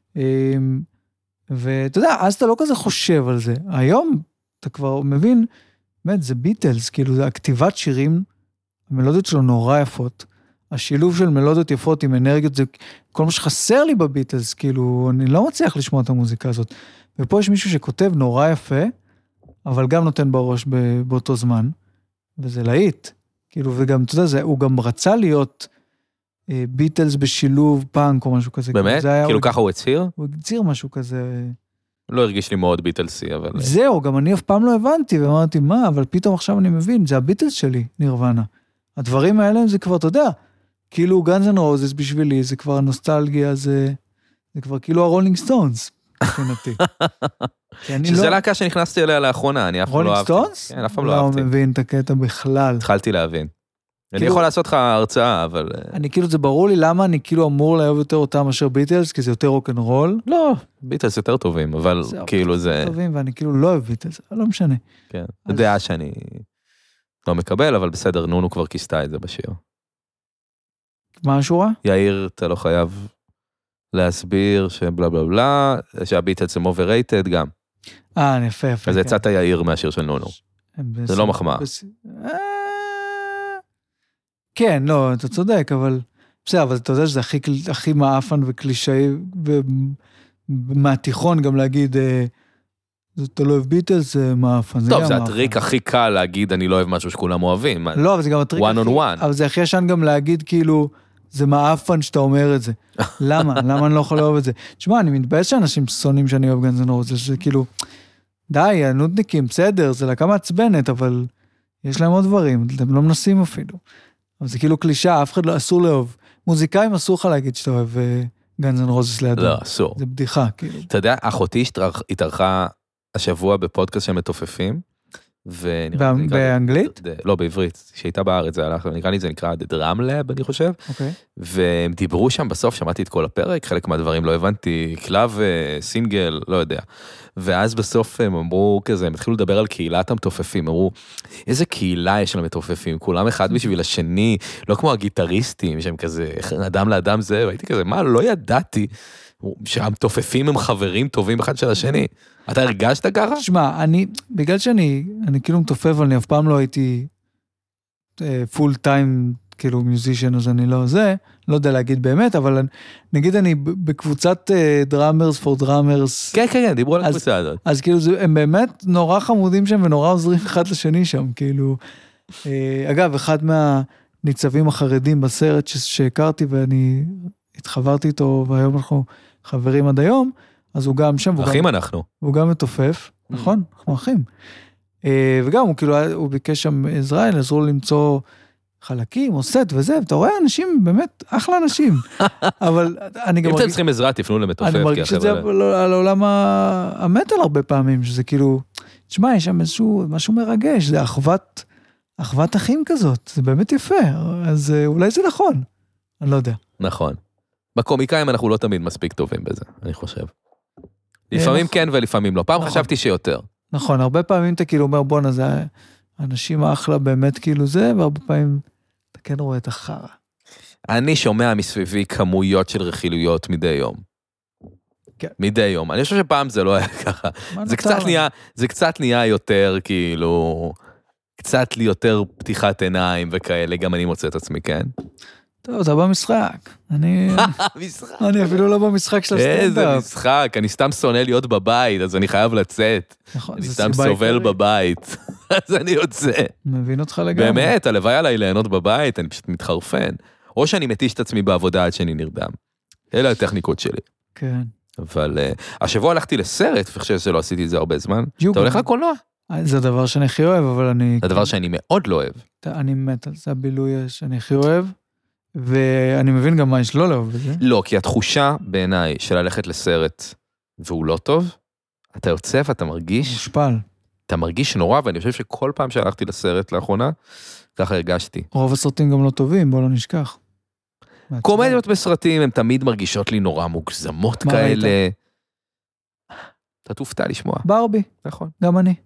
ואתה יודע, אז אתה לא כזה חושב על זה. היום, אתה כבר מבין, באמת, זה ביטלס, כאילו, זה הכתיבת שירים, המלודיות שלו נורא יפות. השילוב של מלודיות יפות עם אנרגיות, זה כל מה שחסר לי בביטלס, כאילו, אני לא מצליח לשמוע את המוזיקה הזאת. ופה יש מישהו שכותב נורא יפה, אבל גם נותן בראש באותו זמן, וזה להיט. כאילו, וגם, אתה יודע, זה, הוא גם רצה להיות אה, ביטלס בשילוב פאנק או משהו כזה.
באמת? כאילו
הוא,
ככה הוא הצהיר?
הוא הצהיר משהו כזה.
לא הרגיש לי מאוד ביטלסי, אבל...
זהו, גם אני אף פעם לא הבנתי, ואמרתי, מה, אבל פתאום עכשיו אני מבין, זה הביטלס שלי, נירוונה. הדברים האלה זה כבר, אתה יודע, כאילו גאנז אנד רוזס בשבילי, זה כבר נוסטלגיה, זה, זה כבר כאילו הרולינג סטונס, מבחינתי.
שזה להקה שנכנסתי אליה לאחרונה, אני אף פעם לא אהבתי.
רולינג סטונס?
כן, אף פעם לא אהבתי.
לא מבין את הקטע בכלל.
התחלתי להבין. אני יכול לעשות לך הרצאה, אבל...
אני כאילו, זה ברור לי למה אני כאילו אמור לאהוב יותר אותם מאשר ביטלס, כי זה יותר רוק'נ'רול.
לא, ביטלס יותר טובים, אבל כאילו זה...
טובים, ואני כאילו לא אוהב ביטלס, לא משנה.
כן, זה דעה שאני לא מקבל, אבל בסדר, נונו כבר כיסתה את זה בשיר.
מה השורה?
יאיר, אתה לא חייב להסביר שבלה בלה בלה, שהביטלס הם overrated גם.
אה, יפה, יפה.
אז יצאת יאיר מהשיר של נונו. זה לא מחמאה.
כן, לא, אתה צודק, אבל בסדר, אבל אתה יודע שזה הכי, הכי מאפן וקלישאי, ומהתיכון גם להגיד, אתה לא אוהב ביטלס, זה מאפן.
טוב, זה הטריק הכי קל להגיד, אני לא אוהב משהו שכולם אוהבים.
לא, אבל זה גם הטריק
הכי,
אבל זה הכי ישן גם להגיד, כאילו, זה מאפן שאתה אומר את זה. למה? למה אני לא יכול לאהוב את זה? תשמע, אני מתבייש שאנשים שונאים שאני אוהב גאנז אנד רוזס, זה כאילו, די, הנודניקים, בסדר, זה להקה מעצבנת, אבל יש להם עוד דברים, הם לא מנסים אפילו. אבל זה כאילו קלישה, אף אחד לא, אסור לאהוב. מוזיקאים אסור לך להגיד שאתה אוהב גאנז אנד רוזס לידו.
לא, אסור.
זה בדיחה, כאילו.
אתה יודע, אחותי התארחה השבוע בפודקאסט של מתופפים,
באנגלית?
לא, בעברית, שהייתה בארץ, זה הלך, נקרא לי, זה נקרא The Drum Lab, אני חושב.
אוקיי.
והם דיברו שם בסוף, שמעתי את כל הפרק, חלק מהדברים לא הבנתי, קלאב, סינגל, לא יודע. ואז בסוף הם אמרו כזה, הם התחילו לדבר על קהילת המתופפים, אמרו, איזה קהילה יש למתופפים, כולם אחד בשביל השני, לא כמו הגיטריסטים, שהם כזה, אדם לאדם זה, והייתי כזה, מה, לא ידעתי, שהמתופפים הם חברים טובים אחד של השני. אתה הרגשת ככה?
תשמע, אני, בגלל שאני, אני כאילו מתופף, אני אף פעם לא הייתי פול טיים, כאילו מיוזישן, אז אני לא זה, לא יודע להגיד באמת, אבל נגיד אני בקבוצת דראמרס פור דראמרס.
כן, כן, כן, דיברו על הקבוצה הזאת.
אז כאילו, הם באמת נורא חמודים שם, ונורא עוזרים אחד לשני שם, כאילו. אגב, אחד מהניצבים החרדים בסרט שהכרתי, ואני התחברתי איתו, והיום אנחנו חברים עד היום, אז הוא גם שם.
אחים אנחנו.
הוא גם מתופף, נכון? אנחנו אחים. וגם הוא כאילו, הוא ביקש שם עזרה, עזרו למצוא חלקים, או סט וזה, ואתה רואה אנשים, באמת, אחלה אנשים. אבל אני גם...
אם אתם צריכים עזרה, תפנו למתופף.
אני מרגיש את זה על העולם המטל הרבה פעמים, שזה כאילו, תשמע, יש שם איזשהו, משהו מרגש, זה אחוות, אחוות אחים כזאת, זה באמת יפה, אז אולי זה נכון, אני לא יודע.
נכון. בקומיקאים אנחנו לא תמיד מספיק טובים בזה, אני חושב. לפעמים כן ולפעמים לא. פעם חשבתי שיותר.
נכון, הרבה פעמים אתה כאילו אומר, בוא נזה, אנשים האחלה באמת כאילו זה, והרבה פעמים אתה כן רואה את החרה.
אני שומע מסביבי כמויות של רכילויות מדי יום.
כן.
מדי יום. אני חושב שפעם זה לא היה ככה. זה קצת נהיה, זה קצת נהיה יותר כאילו, קצת לי יותר פתיחת עיניים וכאלה, גם אני מוצא את עצמי, כן?
טוב, אתה במשחק. אני,
משחק.
אני אפילו לא במשחק של הסטנדאפ.
איזה משחק, אני סתם שונא להיות בבית, אז אני חייב לצאת.
נכון.
אני סתם סובל בבית. אז אני יוצא.
מבין אותך לגמרי.
באמת, הלוואי עליי ליהנות בבית, אני פשוט מתחרפן. או שאני מתיש את עצמי בעבודה עד שאני נרדם. אלה הטכניקות שלי.
כן.
אבל uh, השבוע הלכתי לסרט, וחושב שלא עשיתי את זה הרבה זמן. אתה הולך לקולנוע?
זה הדבר שאני הכי אוהב, אבל אני...
זה הדבר שאני מאוד לא אוהב.
אני מת על זה, הבילוי שאני הכי אוהב, ואני מבין גם מה יש לא לאהוב בזה.
לא, כי התחושה בעיניי של ללכת לסרט, והוא לא טוב, אתה יוצא ואתה מרגיש...
מושפל.
אתה מרגיש נורא, ואני חושב שכל פעם שהלכתי לסרט לאחרונה, ככה הרגשתי.
רוב הסרטים גם לא טובים, בוא לא נשכח.
קומדיות בסרטים הן תמיד מרגישות לי נורא מוגזמות כאלה. אתה תופתע לשמוע.
ברבי.
נכון.
גם אני.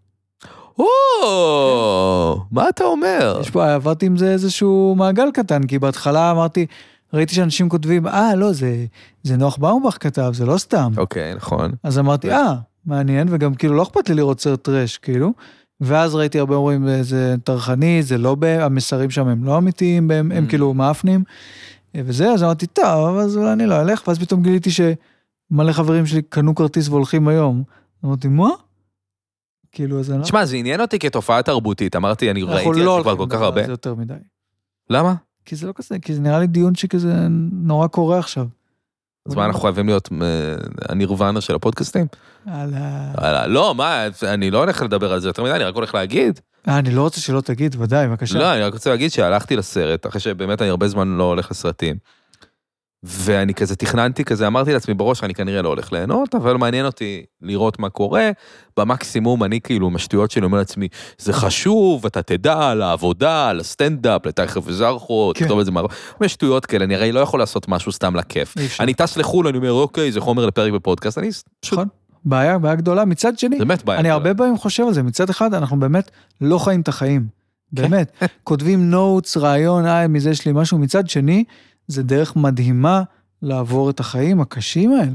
או, מה אתה אומר?
יש פה, עברתי עם זה איזשהו מעגל קטן, כי בהתחלה אמרתי, ראיתי שאנשים כותבים, אה, לא, זה, זה נוח באומבך כתב, זה לא סתם.
אוקיי, נכון.
אז אמרתי, אה, מעניין, וגם כאילו לא אכפת לי לראות סרט טרש, כאילו. ואז ראיתי הרבה אומרים, זה טרחני, זה לא, המסרים שם הם לא אמיתיים, הם, הם כאילו מאפנים. וזה, אז אמרתי, טוב, אז אולי אני לא אלך, ואז פתאום גיליתי שמלא חברים שלי קנו כרטיס והולכים היום. אמרתי, מה? כאילו, אז אני לא...
תשמע, זה עניין אותי כתופעה תרבותית, אמרתי, אני ראיתי את זה כבר כל כך הרבה.
זה יותר מדי.
למה?
כי זה לא כזה, כי זה נראה לי דיון שכזה נורא קורה עכשיו.
אז מה, אנחנו חייבים להיות הנירוונה של הפודקאסטים?
הלאה.
לא, מה, אני לא הולך לדבר על זה יותר מדי, אני רק הולך להגיד.
אני לא רוצה שלא תגיד, ודאי, בבקשה.
לא, אני רק רוצה להגיד שהלכתי לסרט, אחרי שבאמת אני הרבה זמן לא הולך לסרטים. ואני כזה תכננתי, כזה אמרתי לעצמי בראש, אני כנראה לא הולך ליהנות, אבל מעניין אותי לראות מה קורה, במקסימום אני כאילו, משטויות שלי אומר לעצמי, זה חשוב, אתה תדע על העבודה, על הסטנדאפ, לתייכף וזרחות, כתוב את זה מערב, משטויות כאלה, אני הרי לא יכול לעשות משהו סתם לכיף. אני טס לחול, אני אומר, אוקיי, זה חומר לפרק בפודקאסט, אני פשוט...
בעיה, בעיה גדולה, מצד שני,
באמת בעיה
אני הרבה פעמים חושב על זה, מצד אחד אנחנו באמת לא חיים את החיים, באמת, כותבים נוטס, רעיון, אה, מזה יש לי משהו, מצד שני, זה דרך מדהימה לעבור את החיים הקשים האלה.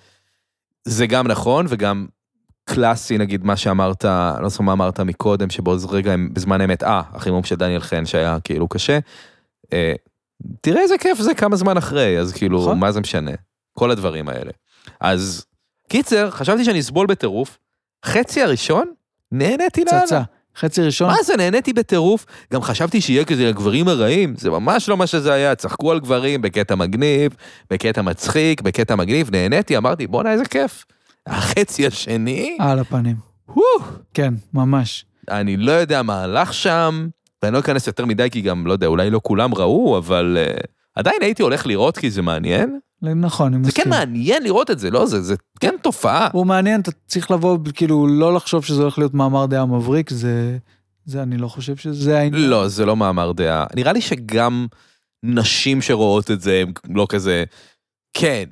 זה גם נכון, וגם קלאסי, נגיד מה שאמרת, לא זוכר מה אמרת מקודם, שבו זה רגע בזמן אמת, אה, החימום של דניאל חן, שהיה כאילו קשה, אה, תראה איזה כיף זה כמה זמן אחרי, אז כאילו, נכון? מה זה משנה? כל הדברים האלה. אז, קיצר, חשבתי שאני אסבול בטירוף, חצי הראשון, נהניתי לאללה. צצה.
חצי ראשון.
מה זה, נהניתי בטירוף, גם חשבתי שיהיה כזה לגברים הרעים, זה ממש לא מה שזה היה, צחקו על גברים בקטע מגניב, בקטע מצחיק, בקטע מגניב, נהניתי, אמרתי, בוא נה איזה כיף. החצי השני...
על הפנים. כן, ממש.
אני לא יודע מה הלך שם, ואני לא אכנס יותר מדי, כי גם, לא יודע, אולי לא כולם ראו, אבל uh, עדיין הייתי הולך לראות, כי זה מעניין.
נכון, אני
מסכים. זה כן מעניין לראות את זה, לא? זה, זה כן תופעה.
הוא מעניין, אתה צריך לבוא, כאילו, לא לחשוב שזה הולך להיות מאמר דעה מבריק, זה, זה, אני לא חושב שזה העניין.
לא, זה לא מאמר דעה. נראה לי שגם נשים שרואות את זה, הם לא כזה, כן.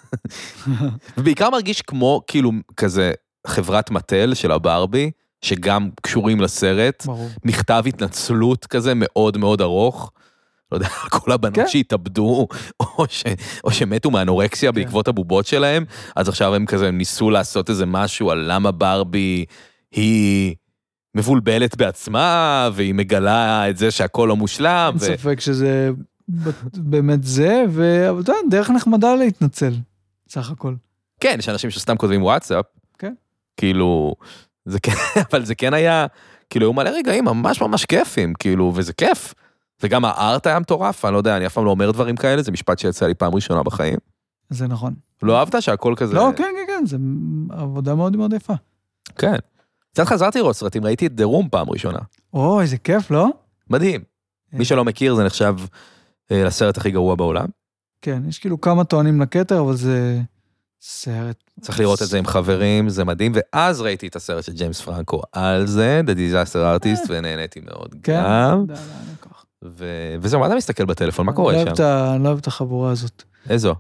ובעיקר מרגיש כמו, כאילו, כזה, חברת מטל של הברבי, שגם קשורים לסרט, ברור. מכתב התנצלות כזה מאוד מאוד ארוך, לא יודע, כל הבנות שהתאבדו, או שמתו מאנורקסיה בעקבות הבובות שלהם, אז עכשיו הם כזה ניסו לעשות איזה משהו על למה ברבי היא מבולבלת בעצמה, והיא מגלה את זה שהכל לא מושלם.
אין ספק שזה באמת זה, אבל אתה יודע, דרך נחמדה להתנצל, סך הכל.
כן, יש אנשים שסתם כותבים וואטסאפ, כאילו, אבל זה כן היה, כאילו, היו מלא רגעים ממש ממש כיפים, כאילו, וזה כיף. וגם הארט היה מטורף, אני לא יודע, אני אף פעם לא אומר דברים כאלה, זה משפט שיצא לי פעם ראשונה בחיים.
זה נכון.
לא אהבת שהכל כזה...
לא, כן, כן, כן, זה עבודה מאוד מאוד יפה.
כן. קצת חזרתי לראות סרטים, ראיתי את דרום פעם ראשונה.
אוי, זה כיף, לא?
מדהים. מי שלא מכיר, זה נחשב לסרט הכי גרוע בעולם.
כן, יש כאילו כמה טוענים לקטר, אבל זה סרט...
צריך לראות את זה עם חברים, זה מדהים, ואז ראיתי את הסרט של ג'יימס פרנקו על זה, The Disaster Artist, ונהניתי מאוד גם.
כן, אני כך.
וזהו, מה אתה מסתכל בטלפון? מה קורה שם?
אני לא אוהב את החבורה הזאת.
איזו?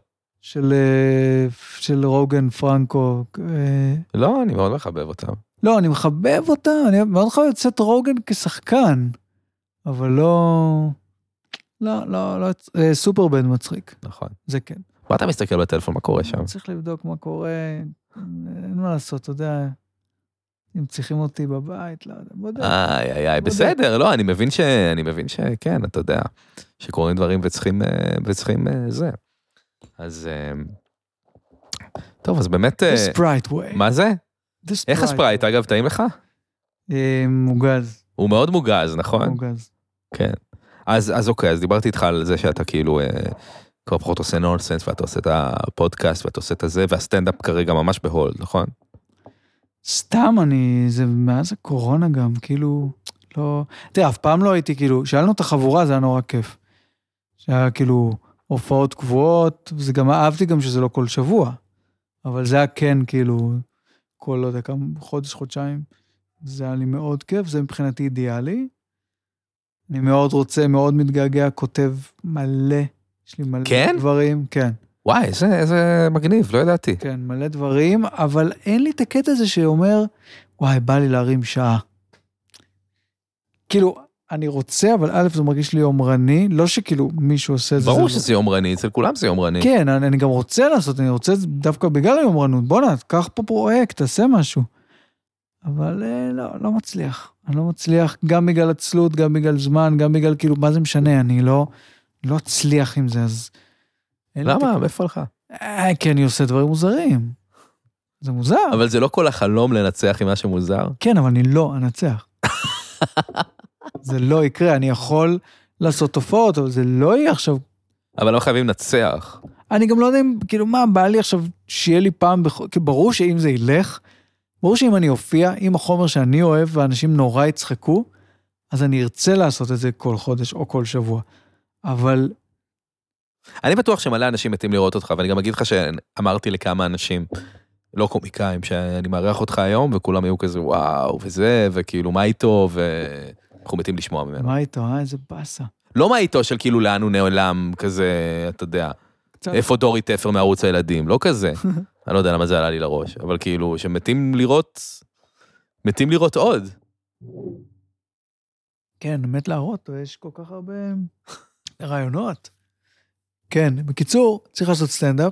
של רוגן פרנקו.
לא, אני מאוד מחבב אותם.
לא, אני מחבב אותם, אני מאוד מחבב את סט רוגן כשחקן, אבל לא... לא, לא, לא... סופרבנד מצחיק. נכון. זה כן.
מה אתה מסתכל בטלפון? מה קורה שם?
צריך לבדוק מה קורה, אין מה לעשות, אתה יודע... אם צריכים אותי בבית, לא יודע, בודק.
איי, איי, איי, בסדר, לא, אני מבין ש... אני מבין שכן, אתה יודע, שקוראים דברים וצריכים, וצריכים זה. אז... טוב, אז באמת...
The Sprite way.
מה זה? איך הספרייט, אגב, טעים לך?
מוגז.
הוא מאוד מוגז, נכון?
מוגז.
כן. אז, אז אוקיי, אז דיברתי איתך על זה שאתה כאילו, כבר פחות עושה נונסנס, ואתה עושה את הפודקאסט, ואתה עושה את זה, והסטנדאפ כרגע ממש בהולד, נכון?
סתם אני, זה מאז הקורונה גם, כאילו, לא, תראה, אף פעם לא הייתי, כאילו, שאלנו את החבורה, זה היה נורא כיף. שהיה כאילו, הופעות קבועות, וזה גם, אהבתי גם שזה לא כל שבוע, אבל זה היה כן, כאילו, כל, לא יודע, כמה, חודש, חודשיים, זה היה לי מאוד כיף, זה מבחינתי אידיאלי. אני מאוד רוצה, מאוד מתגעגע, כותב מלא, יש לי מלא
כן?
דברים, כן.
וואי, איזה, איזה מגניב, לא ידעתי.
כן, מלא דברים, אבל אין לי את הקטע הזה שאומר, וואי, בא לי להרים שעה. כאילו, אני רוצה, אבל א', זה מרגיש לי יומרני, לא שכאילו מישהו עושה את זה.
ברור שזה יומרני, אצל כולם זה יומרני.
כן, אני, אני גם רוצה לעשות, אני רוצה דווקא בגלל היומרנות, בוא נה, קח פה פרויקט, תעשה משהו. אבל לא, לא מצליח. אני לא מצליח, גם בגלל עצלות, גם בגלל זמן, גם בגלל כאילו, מה זה משנה, אני לא, לא אצליח עם זה, אז...
למה? מאיפה לך?
אה, כי אני עושה דברים מוזרים. זה מוזר.
אבל זה לא כל החלום לנצח עם משהו מוזר?
כן, אבל אני לא אנצח. זה לא יקרה, אני יכול לעשות תופעות, אבל זה לא יהיה עכשיו...
אבל לא חייבים לנצח.
אני גם לא יודע אם, כאילו, מה, בא לי עכשיו שיהיה לי פעם, כי ברור שאם זה ילך, ברור שאם אני אופיע, אם החומר שאני אוהב ואנשים נורא יצחקו, אז אני ארצה לעשות את זה כל חודש או כל שבוע. אבל...
אני בטוח שמלא אנשים מתים לראות אותך, ואני גם אגיד לך שאמרתי לכמה אנשים, לא קומיקאים, שאני מארח אותך היום, וכולם היו כזה וואו, וזה, וכאילו מה איתו, ואנחנו מתים לשמוע ממנו.
מה איתו, אה? איזה בסה.
לא מה איתו של כאילו לאן הוא נעלם, כזה, אתה יודע, איפה דורי תפר מערוץ הילדים, לא כזה. אני לא יודע למה זה עלה לי לראש, אבל כאילו, שמתים לראות, מתים לראות עוד.
כן, מת להראות, יש כל כך הרבה רעיונות. כן, בקיצור, צריך לעשות סטנדאפ.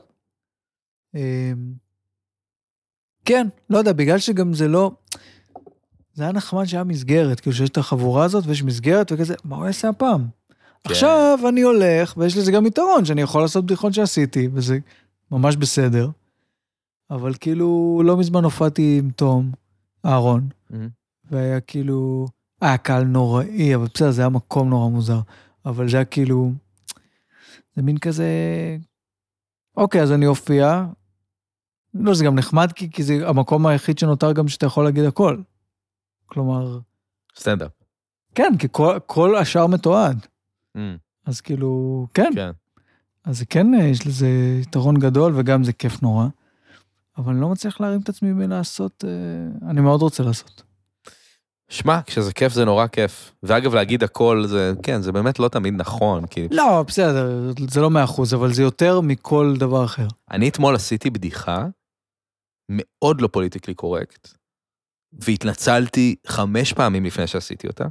כן, לא יודע, בגלל שגם זה לא, זה היה נחמד שהיה מסגרת, כאילו שיש את החבורה הזאת ויש מסגרת וכזה, מה הוא יעשה הפעם? עכשיו אני הולך, ויש לזה גם יתרון, שאני יכול לעשות בדיחות שעשיתי, וזה ממש בסדר. אבל כאילו, לא מזמן הופעתי עם תום, אהרון, והיה כאילו, היה קהל נוראי, אבל בסדר, זה היה מקום נורא מוזר, אבל זה היה כאילו, זה מין כזה, אוקיי, אז אני הופיע, לא, זה גם נחמד, כי, כי זה המקום היחיד שנותר גם שאתה יכול להגיד הכל. כלומר...
סטנדאפ.
כן, כי כל, כל השאר מתועד.
Mm.
אז כאילו, כן.
כן.
אז כן, יש לזה יתרון גדול, וגם זה כיף נורא. אבל אני לא מצליח להרים את עצמי מלעשות, אה, אני מאוד רוצה לעשות.
שמע, כשזה כיף זה נורא כיף. ואגב, להגיד הכל, זה, כן, זה באמת לא תמיד נכון. כי...
לא, בסדר, זה לא מאה אחוז, אבל זה יותר מכל דבר אחר.
אני אתמול עשיתי בדיחה, מאוד לא פוליטיקלי קורקט, והתנצלתי חמש פעמים לפני שעשיתי אותה.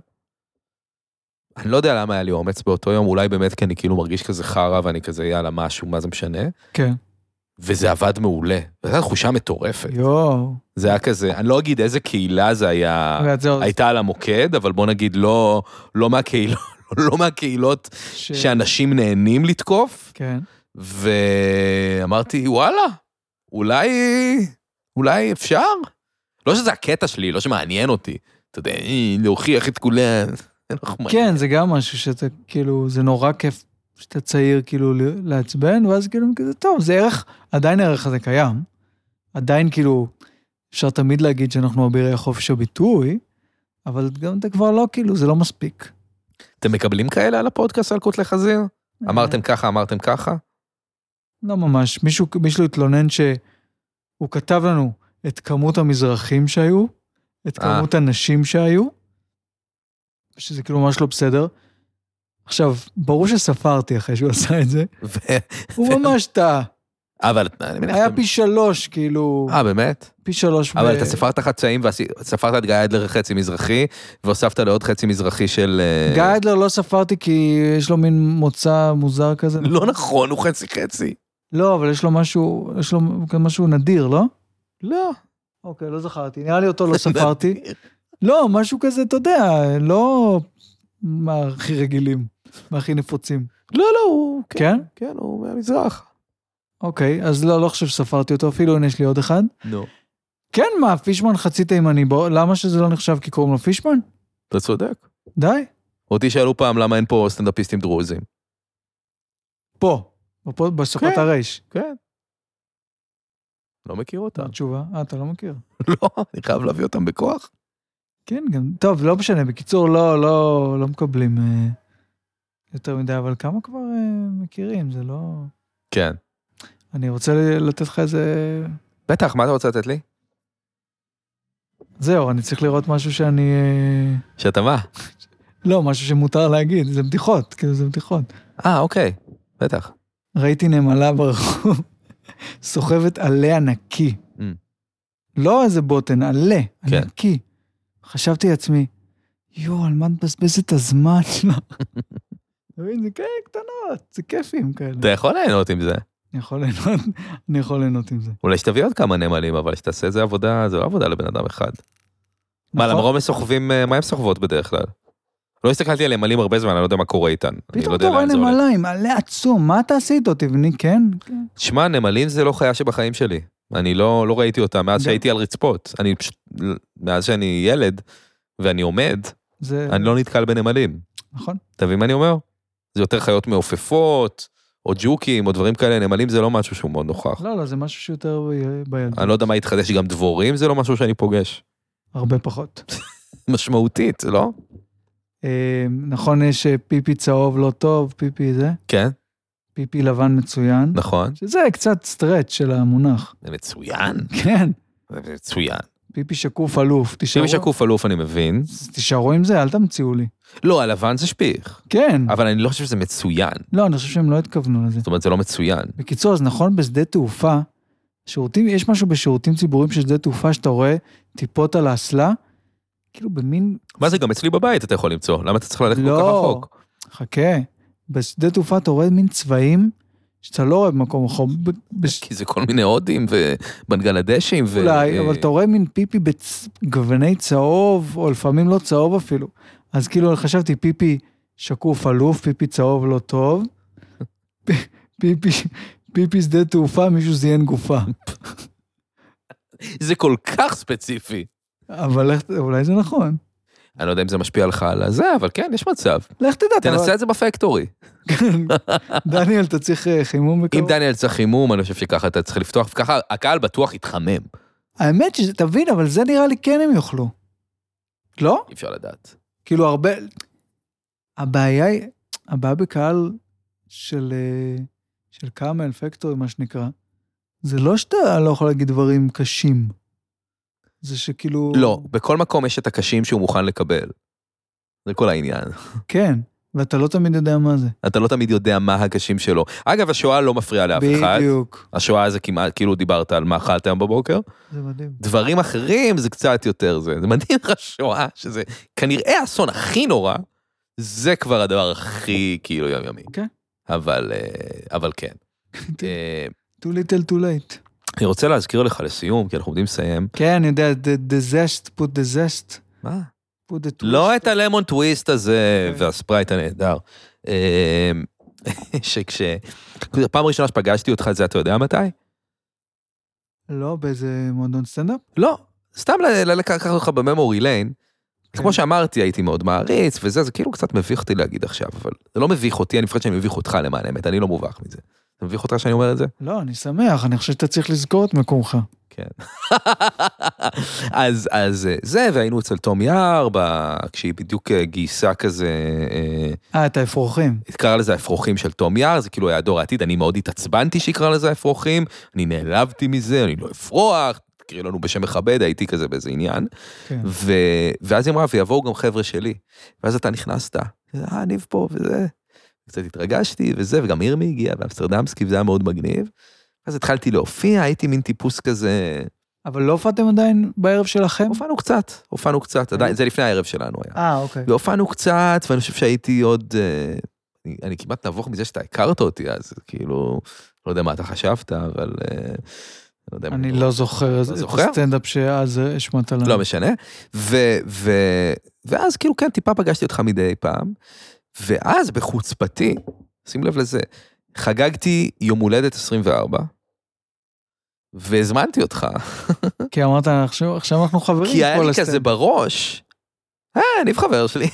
אני לא יודע למה היה לי אומץ באותו יום, אולי באמת כי אני כאילו מרגיש כזה חרה, ואני כזה, יאללה, משהו, מה זה משנה?
כן.
וזה עבד מעולה. וזו הייתה תחושה מטורפת.
יואו.
זה היה כזה, אני לא אגיד איזה קהילה זה היה, הייתה על המוקד, אבל בוא נגיד, לא, לא מהקהילות, לא מהקהילות ש... שאנשים נהנים לתקוף.
כן.
ואמרתי, וואלה, אולי, אולי אפשר? לא שזה הקטע שלי, לא שמעניין אותי. אתה יודע, להוכיח את כולם.
כן, זה גם משהו שאתה, כאילו, זה נורא כיף שאתה צעיר, כאילו, לעצבן, ואז כאילו, כזה, טוב, זה ערך, עדיין הערך הזה קיים. עדיין, כאילו, אפשר תמיד להגיד שאנחנו אבירי חופש הביטוי, אבל גם אתה כבר לא, כאילו, זה לא מספיק.
אתם מקבלים כאלה על הפודקאסט על קוטלי חזיר? אמרתם ככה, אמרתם ככה?
לא ממש. מישהו, מישהו התלונן שהוא כתב לנו את כמות המזרחים שהיו, את כמות הנשים שהיו, שזה כאילו ממש לא בסדר. עכשיו, ברור שספרתי אחרי שהוא עשה את זה, הוא ממש טעה.
אבל
היה פי שלוש, כאילו...
אה, באמת?
פי שלוש.
אבל אתה ספרת חצאים, וספרת את גיא אדלר חצי מזרחי, והוספת לעוד חצי מזרחי של...
גיא אדלר לא ספרתי, כי יש לו מין מוצא מוזר כזה.
לא נכון, הוא חצי חצי.
לא, אבל יש לו משהו, יש לו משהו נדיר, לא?
לא.
אוקיי, לא זכרתי. נראה לי אותו לא ספרתי. לא, משהו כזה, אתה יודע, לא מה הכי רגילים, מה הכי נפוצים.
לא, לא, הוא...
כן?
כן, הוא מהמזרח.
אוקיי, אז לא, לא חושב שספרתי אותו, אפילו אם יש לי עוד אחד.
לא.
כן, מה, פישמן חצי תימני, בוא, למה שזה לא נחשב כי קוראים לו פישמן?
אתה צודק.
די.
אותי שאלו פעם למה אין פה סטנדאפיסטים דרוזים.
פה, פה בסופת הרייש.
כן. לא מכיר אותם.
מה התשובה? אה, אתה לא מכיר.
לא, אני חייב להביא אותם בכוח.
כן, גם, טוב, לא משנה, בקיצור, לא, לא, לא מקבלים אה, יותר מדי, אבל כמה כבר אה, מכירים, זה לא...
כן.
אני רוצה לתת לך איזה...
בטח, מה אתה רוצה לתת לי?
זהו, אני צריך לראות משהו שאני... אה...
שאתה מה?
לא, משהו שמותר להגיד, זה בדיחות, כאילו זה בדיחות.
אה, אוקיי, בטח.
ראיתי נמלה ברחוב, סוחבת עלה ענקי.
Mm.
לא איזה בוטן, עלה,
כן.
ענקי. חשבתי לעצמי, יו, על מה תבזבז את הזמן שלה? זה כאלה קטנות, זה כיפים כאלה.
אתה יכול ליהנות עם זה.
אני יכול ליהנות, אני יכול ליהנות עם זה.
אולי שתביא עוד כמה נמלים, אבל שתעשה איזה עבודה, זה לא עבודה לבן אדם אחד. מה, למרום סוחבים, מה הם סוחבות בדרך כלל? לא הסתכלתי על נמלים הרבה זמן, אני לא יודע מה קורה איתן.
פתאום אתה רואה נמלה עם עלה עצום, מה אתה עשית אותי? תבני, כן?
שמע, נמלים זה לא חיה שבחיים שלי. אני לא, לא ראיתי אותה מאז שהייתי על רצפות. אני פשוט, מאז שאני ילד, ואני עומד,
זה...
אני לא נתקל בנמלים.
נכון.
אתה מבין מה אני אומר? זה יותר חיות מעופפות, או ג'וקים, או דברים כאלה. נמלים זה לא משהו שהוא מאוד נוכח.
לא, לא, זה משהו שיותר בילדות.
אני לא יודע מה יתחדש, גם דבורים זה לא משהו שאני פוגש.
הרבה פחות.
משמעותית, לא?
נכון, יש פיפי צהוב לא טוב, פיפי זה?
כן.
פיפי לבן מצוין.
נכון.
שזה קצת סטרץ' של המונח.
זה מצוין.
כן.
זה מצוין.
פיפי שקוף אלוף.
פיפי שקוף אלוף אני מבין.
תישארו עם זה, אל תמציאו לי.
לא, הלבן זה שפיך.
כן.
אבל אני לא חושב שזה מצוין.
לא, אני חושב שהם לא התכוונו לזה.
זאת אומרת, זה לא מצוין.
בקיצור, אז נכון, בשדה תעופה, שירותים, יש משהו בשירותים ציבוריים של שדה תעופה, שאתה רואה טיפות על האסלה, כאילו במין...
מה זה, גם אצלי בבית אתה יכול למצוא? למה אתה צריך ללכת כל כך רחוק?
חכה. בשדה תעופה אתה רואה מין צבעים, שאתה לא רואה במקום רחוק.
כי זה כל מיני הודים ובנגלדשים.
אולי, אבל אתה רואה מין פיפי בגווני צהוב, או לפעמים לא צהוב אפילו. אז כאילו חשבתי פיפי שקוף אלוף, פיפי צהוב לא טוב, פיפי, פיפי שדה תעופה, מישהו זיין גופה.
זה כל כך ספציפי.
אבל אולי זה נכון.
אני לא יודע אם זה משפיע לך על זה, אבל כן, יש מצב.
לך תדע.
תנסה את זה בפקטורי.
דניאל, אתה צריך חימום בקרוב?
אם דניאל צריך חימום, אני חושב שככה אתה צריך לפתוח, וככה הקהל בטוח יתחמם.
האמת שתבין, אבל זה נראה לי כן הם יוכלו. לא?
אי אפשר לדעת.
כאילו הרבה... הבעיה היא, הבעיה בקהל של, של קאמל, פקטורי, מה שנקרא, זה לא שאתה לא יכול להגיד דברים קשים. זה שכאילו...
לא, בכל מקום יש את הקשים שהוא מוכן לקבל. זה כל העניין.
כן, ואתה לא תמיד יודע מה זה.
אתה לא תמיד יודע מה הקשים שלו. אגב, השואה לא מפריעה לאף אחד.
בדיוק.
השואה זה כמעט, כאילו דיברת על מה אכלת היום בבוקר.
זה מדהים.
דברים אחרים זה קצת יותר זה. זה מדהים לך שואה, שזה כנראה האסון הכי נורא, זה כבר הדבר הכי כאילו יומיומי.
כן.
אבל, אבל כן.
too little too late.
אני רוצה להזכיר לך לסיום, כי אנחנו עומדים לסיים.
כן, אני יודע, the zest, put the zest.
מה?
put the twist.
לא את הלמון טוויסט הזה, והספרייט הנהדר. שכש... פעם ראשונה שפגשתי אותך, זה אתה יודע מתי?
לא, באיזה מועדון סטנדאפ?
לא, סתם לקחת אותך בממורי ליין. כמו שאמרתי, הייתי מאוד מעריץ, וזה, זה כאילו קצת מביך אותי להגיד עכשיו, אבל זה לא מביך אותי, אני מפחד שאני מביך אותך למען האמת, אני לא מובך מזה. אתה מביך אותך שאני אומר את זה?
לא, אני שמח, אני חושב שאתה צריך לזכור את מקומך.
כן. אז, אז זה, והיינו אצל תום יער, כשהיא בדיוק גייסה כזה...
אה, את האפרוחים.
התקרא לזה האפרוחים של תום יער, זה כאילו היה דור העתיד, אני מאוד התעצבנתי שיקרא לזה האפרוחים, אני נעלבתי מזה, אני לא אפרוח, תקראי לנו בשם מכבד, הייתי כזה באיזה עניין.
כן.
ו... ואז היא אמרה, ויבואו גם חבר'ה שלי. ואז אתה נכנסת, אה, ניב פה וזה. קצת התרגשתי וזה, וגם ירמי הגיע, ואמסטרדמסקי, וזה היה מאוד מגניב. אז התחלתי להופיע, הייתי מין טיפוס כזה...
אבל לא הופעתם עדיין בערב שלכם?
הופענו קצת, הופענו קצת, עדיין, זה לפני הערב שלנו היה.
אה, אוקיי.
והופענו קצת, ואני חושב שהייתי עוד... אני, אני כמעט נבוך מזה שאתה הכרת אותי, אז כאילו, לא יודע מה אתה חשבת, אבל... לא יודע
אני לא זוכר את הסטנדאפ שאז השמעת לנו.
לא משנה. ו, ו, ואז כאילו כן, טיפה פגשתי אותך מדי פעם, ואז בחוצפתי, שים לב לזה, חגגתי יום הולדת עשרים וארבע, והזמנתי אותך.
כי אמרת, עכשיו, עכשיו אנחנו חברים.
כי היה לי כזה בראש, אה, אני חבר שלי.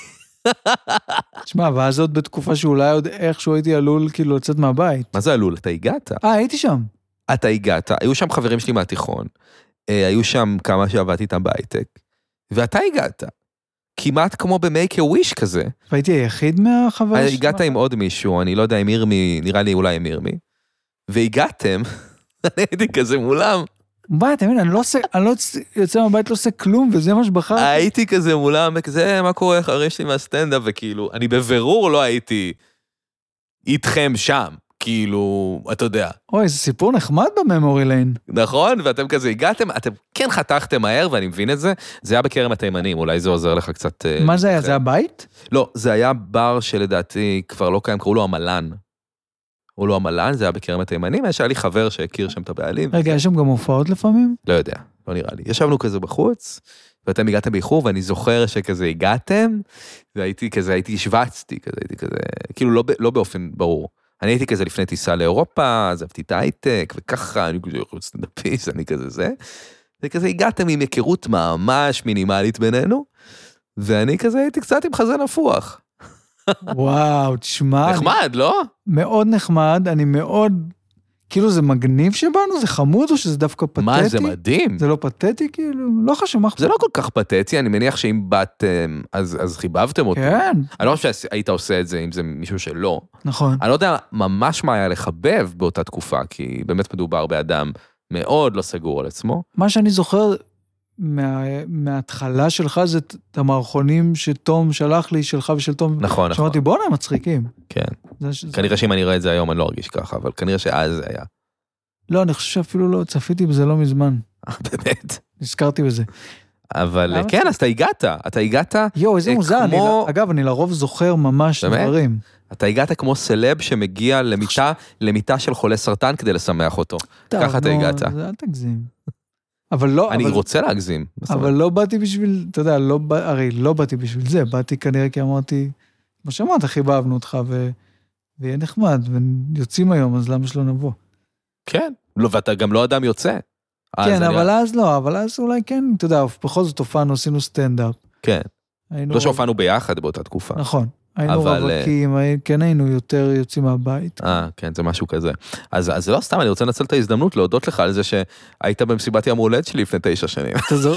תשמע, ואז עוד בתקופה שאולי עוד איכשהו הייתי עלול כאילו לצאת מהבית.
מה זה עלול? אתה הגעת?
אה, הייתי שם.
אתה הגעת, היו שם חברים שלי מהתיכון, היו שם כמה שעבדתי איתם בהייטק, ואתה הגעת. כמעט כמו ב-Make a Wish כזה.
והייתי היחיד מהחבר שלך?
הגעת עם עוד מישהו, אני לא יודע, עם ירמי, נראה לי אולי עם ירמי. והגעתם, אני הייתי כזה מולם.
מה, אתה מבין, אני לא עושה, אני לא יוצא מהבית, לא עושה כלום, וזה מה שבחרתי.
הייתי כזה מולם, וכזה, מה קורה, חברים שלי מהסטנדאפ, וכאילו, אני בבירור לא הייתי איתכם שם, כאילו, אתה יודע.
אוי, זה סיפור נחמד בממורי ליין.
נכון, ואתם כזה הגעתם, אתם כן חתכתם מהר, ואני מבין את זה, זה היה בכרם התימנים, אולי זה עוזר לך קצת...
מה זה היה, זה הבית?
לא, זה היה בר שלדעתי כבר לא קיים, קראו לו המלן. קראו לו המלן, זה היה בכרם התימנים, יש לי חבר שהכיר שם את הבעלים.
רגע, יש שם גם הופעות לפעמים?
לא יודע, לא נראה לי. ישבנו כזה בחוץ, ואתם הגעתם באיחור, ואני זוכר שכזה הגעתם, והייתי כזה, הייתי שווצתי, כזה, הייתי כזה, כאילו לא, לא באופן ברור. אני הייתי כזה לפני טיסה לאירופה, עזבתי את ההייטק, וככה, אני כזה יכול סטנדאפיסט, אני כזה זה. וכזה הגעתם עם היכרות ממש מינימלית בינינו, ואני כזה הייתי קצת עם חזה נפוח.
וואו, תשמע.
נחמד, לא?
מאוד נחמד, אני מאוד, כאילו זה מגניב שבאנו, זה חמוד או שזה דווקא פתטי?
מה, זה מדהים.
זה לא פתטי כאילו? לא חשוב, מה
זה לא כל כך פתטי, אני מניח שאם באתם, אז, אז חיבבתם אותו.
כן.
אני לא חושב שהיית עושה את זה, אם זה מישהו שלא.
נכון.
אני לא יודע ממש מה היה לחבב באותה תקופה, כי באמת מדובר באדם מאוד לא סגור על עצמו.
מה שאני זוכר מה, מההתחלה שלך זה את המערכונים שתום שלח לי, שלך ושל תום.
נכון, נכון.
שאמרתי, בוא נהיה מצחיקים.
כן.
זה,
כנראה
זה...
שאם אני רואה את זה היום, אני לא ארגיש ככה, אבל כנראה שאז זה היה.
לא, אני חושב שאפילו לא, צפיתי בזה לא מזמן.
באמת.
נזכרתי בזה.
אבל כן, אז אתה הגעת, אתה הגעת...
יו, איזה מוזר, אני, אגב, אני לרוב זוכר ממש דברים.
אתה הגעת כמו סלב שמגיע למיטה, למיטה של חולה סרטן כדי לשמח אותו. ככה אתה הגעת.
אל תגזים. אבל לא...
אני רוצה להגזים.
אבל לא באתי בשביל, אתה יודע, הרי לא באתי בשביל זה, באתי כנראה כי אמרתי, מה שאמרת, חיבבנו אותך, ויהיה נחמד, ויוצאים היום, אז למה שלא נבוא?
כן, ואתה גם לא אדם יוצא.
כן, אבל אז לא, אבל אז אולי כן, אתה יודע, בכל זאת הופענו, עשינו סטנדאפ.
כן, לא שהופענו ביחד באותה תקופה.
נכון, היינו רווקים, כן היינו יותר יוצאים מהבית.
אה, כן, זה משהו כזה. אז זה לא סתם, אני רוצה לנצל את ההזדמנות להודות לך על זה שהיית במסיבת יום ההולדת שלי לפני תשע שנים.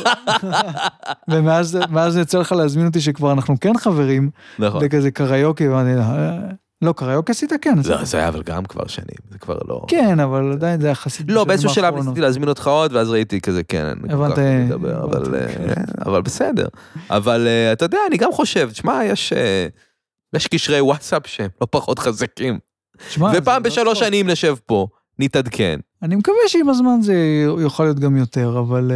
ומאז יצא לך להזמין אותי שכבר אנחנו כן חברים, וכזה קריוקי, ואני... לא, קריוקי עשית כן.
לא, זה היה אבל גם כבר שנים, זה כבר לא...
כן, אבל עדיין זה היה חסיד...
לא, באיזשהו שלב ניסיתי להזמין אותך עוד, ואז ראיתי כזה, כן, אני כל כך מדבר, אבל בסדר. אבל אתה יודע, אני גם חושב, תשמע, יש קשרי וואטסאפ שהם לא פחות חזקים. ופעם בשלוש שנים נשב פה, נתעדכן.
אני מקווה שעם הזמן זה יוכל להיות גם יותר, אבל...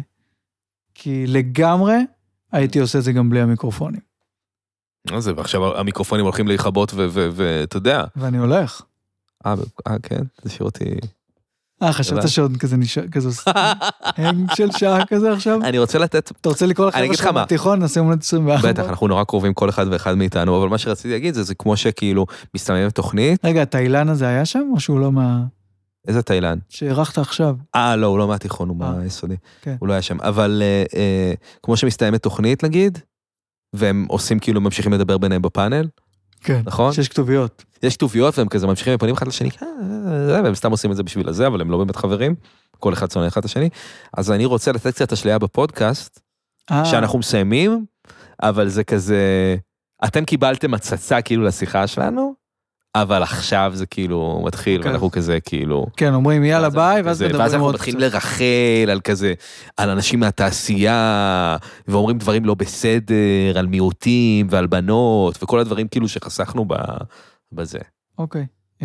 כי לגמרי הייתי עושה את זה גם בלי המיקרופונים.
אז זה, ועכשיו המיקרופונים הולכים להיחבות, ואתה יודע.
ואני הולך.
אה, כן, זה שיר אותי...
אה, חשבת שעוד כזה נשאר, כזה הנג של שעה כזה עכשיו?
אני רוצה לתת...
אתה רוצה לקרוא לחבר'ה שלך בתיכון, נעשה מונת עשרים ואחת?
בטח, אנחנו נורא קרובים כל אחד ואחד מאיתנו, אבל מה שרציתי להגיד זה, זה כמו שכאילו מסתממת תוכנית.
רגע, התאילן הזה היה שם, או שהוא לא מה...
איזה תאילן?
שהערכת עכשיו.
אה, לא, הוא לא מהתיכון, הוא מהיסודי. הוא לא היה שם. אבל כמו שמסתיימת תוכנית, נגיד, והם עושים כאילו, ממשיכים לדבר ביניהם בפאנל.
כן,
נכון?
שיש כתוביות.
יש כתוביות, והם כזה ממשיכים ופונים אחד לשני, והם סתם עושים את זה בשביל הזה, אבל הם לא באמת חברים, כל אחד שונא אחד השני. אז אני רוצה לתת קצת אשליה בפודקאסט, שאנחנו מסיימים, אבל זה כזה, אתם קיבלתם הצצה כאילו לשיחה שלנו, אבל עכשיו זה כאילו מתחיל, ואנחנו כזה כאילו...
כן, אומרים יאללה ביי, ואז מדברים עוד קצת.
ואז אנחנו מתחילים לרחל על כזה, על אנשים מהתעשייה, ואומרים דברים לא בסדר, על מיעוטים ועל בנות, וכל הדברים כאילו שחסכנו בזה.
אוקיי.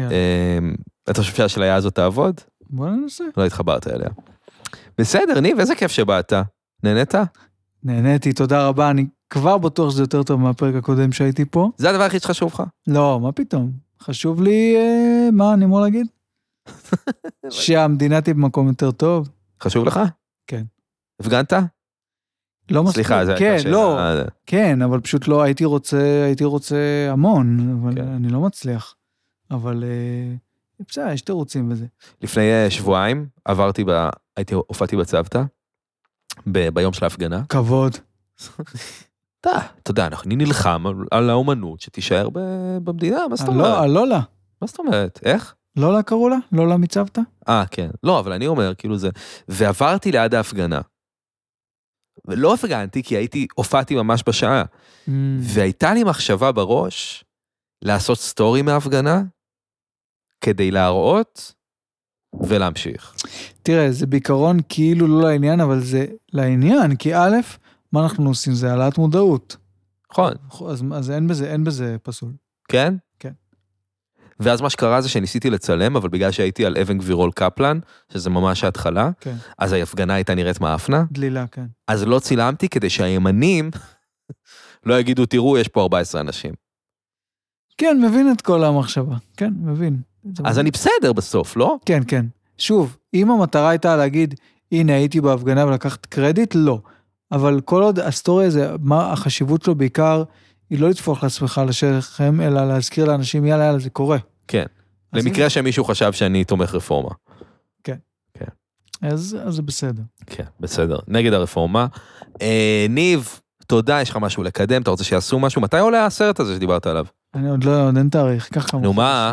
אתה חושב שהשאלה הזאת תעבוד?
בוא ננסה.
לא התחברת אליה. בסדר, ניב, איזה כיף שבאת. נהנית?
נהניתי, תודה רבה. אני כבר בטוח שזה יותר טוב מהפרק הקודם שהייתי פה.
זה הדבר הכי שחשוב לך?
לא, מה פתאום? חשוב לי, מה אני אמור להגיד? שהמדינה תהיה במקום יותר טוב.
חשוב לך?
כן.
הפגנת?
לא מספיק.
סליחה, זה
כן, לא, כן, אבל פשוט לא, הייתי רוצה, הייתי רוצה המון, אבל אני לא מצליח. אבל בסדר, יש תירוצים וזה.
לפני שבועיים עברתי, ב... הייתי, הופעתי בצוותא, ב... ביום של ההפגנה.
כבוד.
אתה, אתה יודע, אני נלחם על, על האומנות שתישאר ב... במדינה, מה זאת אומרת?
הלולה.
מה זאת אומרת? איך?
לולה קראו לה? לולה מצוותא?
אה, כן. לא, אבל אני אומר, כאילו זה, ועברתי ליד ההפגנה. ולא הפגנתי, כי הייתי, הופעתי ממש בשעה. Mm. והייתה לי מחשבה בראש, לעשות סטורי מההפגנה, כדי להראות, ולהמשיך.
תראה, זה בעיקרון כאילו לא לעניין, אבל זה לעניין, כי א', מה אנחנו עושים? זה העלאת מודעות.
נכון.
אז, אז אין בזה, אין בזה פסול.
כן?
כן.
ואז מה שקרה זה שניסיתי לצלם, אבל בגלל שהייתי על אבן גבירול קפלן, שזה ממש ההתחלה,
כן.
אז ההפגנה הייתה נראית מאפנה.
דלילה, כן.
אז לא צילמתי כדי שהימנים לא יגידו, תראו, יש פה ארבעה עשר אנשים.
כן, מבין את כל המחשבה. כן, מבין.
אז אני בסדר בסוף, לא?
כן, כן. שוב, אם המטרה הייתה להגיד, הנה הייתי בהפגנה ולקחת קרדיט, לא. אבל כל עוד הסטוריה הזה, מה החשיבות שלו בעיקר, היא לא לטפוח לעצמך לשכם, אלא להזכיר לאנשים, יאללה, יאללה, זה קורה.
כן. למקרה שמישהו חשב שאני תומך רפורמה.
כן.
כן.
אז, אז זה בסדר.
כן, בסדר. נגד הרפורמה. אה, ניב, תודה, יש לך משהו לקדם, אתה רוצה שיעשו משהו? מתי עולה הסרט הזה שדיברת עליו?
אני עוד לא, עוד אין תאריך, ככה.
נו מה?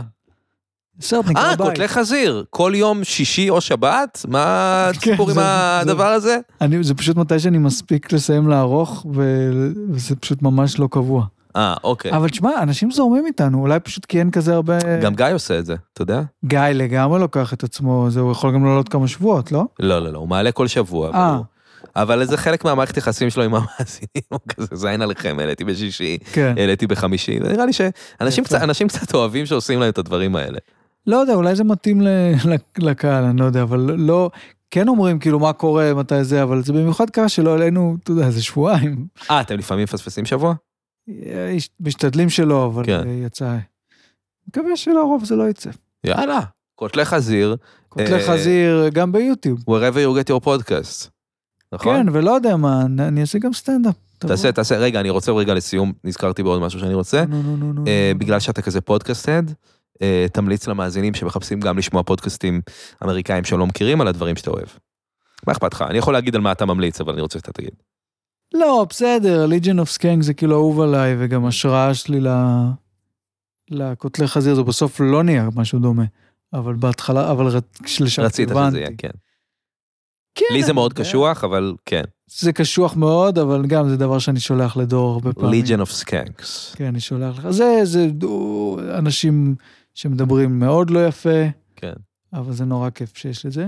סרט נקרא בית.
אה, קוטלי חזיר, כל יום שישי או שבת? מה הסיפור עם הדבר הזה?
אני, זה פשוט מתי שאני מספיק לסיים לערוך, וזה פשוט ממש לא קבוע.
אה, אוקיי.
אבל תשמע, אנשים זורמים איתנו, אולי פשוט כי אין כזה הרבה...
גם גיא עושה את זה, אתה יודע?
גיא לגמרי לוקח את עצמו, זה הוא יכול גם לעלות כמה שבועות, לא?
לא, לא, לא, הוא מעלה כל שבוע.
אה.
אבל זה חלק מהמערכת יחסים שלו עם המאזינים, הוא כזה זין עליכם, העליתי בשישי, העליתי בחמישי, ונראה לי שאנשים קצת אוהבים שעושים להם את הדברים האלה.
לא יודע, אולי זה מתאים לקהל, אני לא יודע, אבל לא, כן אומרים כאילו מה קורה, מתי זה, אבל זה במיוחד קרה שלא עלינו, אתה יודע, זה שבועיים.
אה, אתם לפעמים מפספסים שבוע?
משתדלים שלא, אבל יצא. מקווה שלרוב זה לא יצא.
יאללה, קוטלי חזיר.
קוטלי חזיר, גם ביוטיוב.
wherever you get your podcast. נכון?
כן, ולא יודע מה, אני אעשה גם סטנדאפ.
תעשה, תעשה, רגע, אני רוצה רגע לסיום, נזכרתי בעוד משהו שאני רוצה. בגלל שאתה כזה פודקאסט-הד, תמליץ למאזינים שמחפשים גם לשמוע פודקאסטים אמריקאים שלא מכירים על הדברים שאתה אוהב. מה אכפת לך? אני יכול להגיד על מה אתה ממליץ, אבל אני רוצה שאתה תגיד.
לא, בסדר, Legion of Skank זה כאילו אהוב עליי, וגם השראה שלי לקוטלי חזיר, זה בסוף לא נהיה משהו דומה, אבל בהתחלה, אבל לשם
רצית שזה יהיה, כן. לי זה מאוד קשוח, אבל כן.
זה קשוח מאוד, אבל גם זה דבר שאני שולח לדור הרבה פעמים.
Legion of Skanks.
כן, אני שולח לך. זה, זה אנשים שמדברים מאוד לא יפה,
כן.
אבל זה נורא כיף שיש לזה.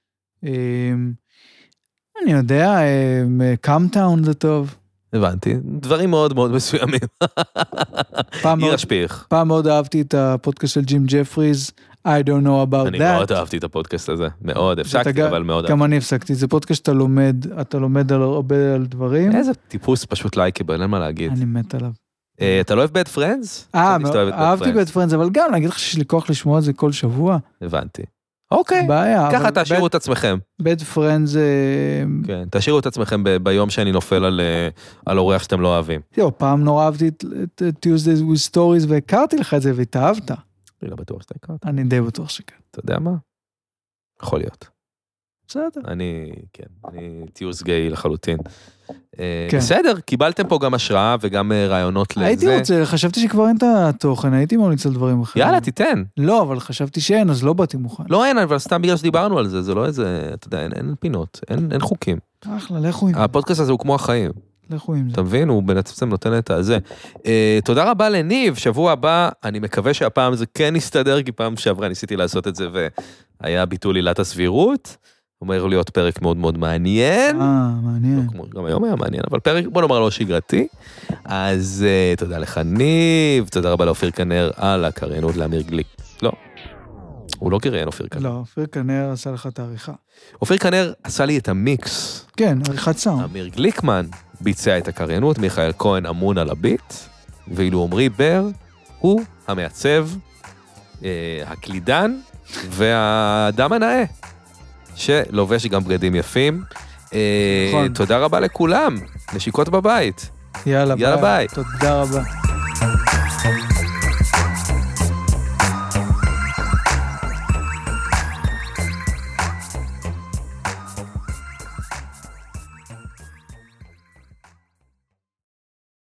אני יודע, קאמטאון זה טוב.
הבנתי, דברים מאוד מאוד מסוימים. עיר השפיך.
פעם מאוד אהבתי את הפודקאסט של ג'ים ג'פריז, I don't know about that.
אני מאוד אהבתי את הפודקאסט הזה, מאוד, הפסקתי, אבל מאוד אהבתי.
גם אני הפסקתי, זה פודקאסט שאתה לומד, אתה לומד הרבה על דברים.
איזה טיפוס פשוט לייקבל, אין מה להגיד.
אני מת עליו.
אתה לא אוהב בד פרנדס?
אה, אהבתי בד פרנדס, אבל גם להגיד לך שיש לי כוח לשמוע את זה כל שבוע.
הבנתי. אוקיי, ככה תשאירו את עצמכם.
בד פרנדס...
כן, תשאירו את עצמכם ביום שאני נופל על אורח שאתם לא אוהבים.
תראו, פעם נורא אהבתי את Tuesdays with Stories, והכרתי לך את זה והתאהבת.
אני לא בטוח שאתה הכרת.
אני די בטוח שכן.
אתה יודע מה? יכול להיות.
בסדר.
אני, כן, אני טיוס גיי לחלוטין. בסדר, קיבלתם פה גם השראה וגם רעיונות לזה.
הייתי רוצה, חשבתי שכבר אין את התוכן, הייתי ממליץ על דברים אחרים.
יאללה, תיתן.
לא, אבל חשבתי שאין, אז לא באתי מוכן.
לא אין, אבל סתם בגלל שדיברנו על זה, זה לא איזה, אתה יודע, אין פינות, אין חוקים.
אחלה, לכו עם זה.
הפודקאסט הזה הוא כמו החיים.
לכו עם זה.
אתה מבין? הוא בעצם נותן את הזה. תודה רבה לניב, שבוע הבא, אני מקווה שהפעם זה כן יסתדר, כי פעם שעברה ניסיתי לעשות את זה, והיה ביטול עילת הסבירות. אומר להיות פרק מאוד מאוד מעניין.
אה, מעניין.
גם היום היה מעניין, אבל פרק, בוא נאמר, לא שגרתי. אז תודה לך ניב, תודה רבה לאופיר כנר על הקריינות לאמיר גליק. לא, הוא לא קריין אופיר כנר.
לא, אופיר כנר עשה לך את העריכה.
אופיר כנר עשה לי את המיקס.
כן, עריכת סאונד.
אמיר גליקמן ביצע את הקריינות, מיכאל כהן אמון על הביט, ואילו עמרי בר הוא המעצב, הקלידן והאדם הנאה. שלובש גם בגדים יפים. נכון. תודה רבה לכולם. נשיקות בבית.
יאללה,
יאללה ביי.
תודה רבה.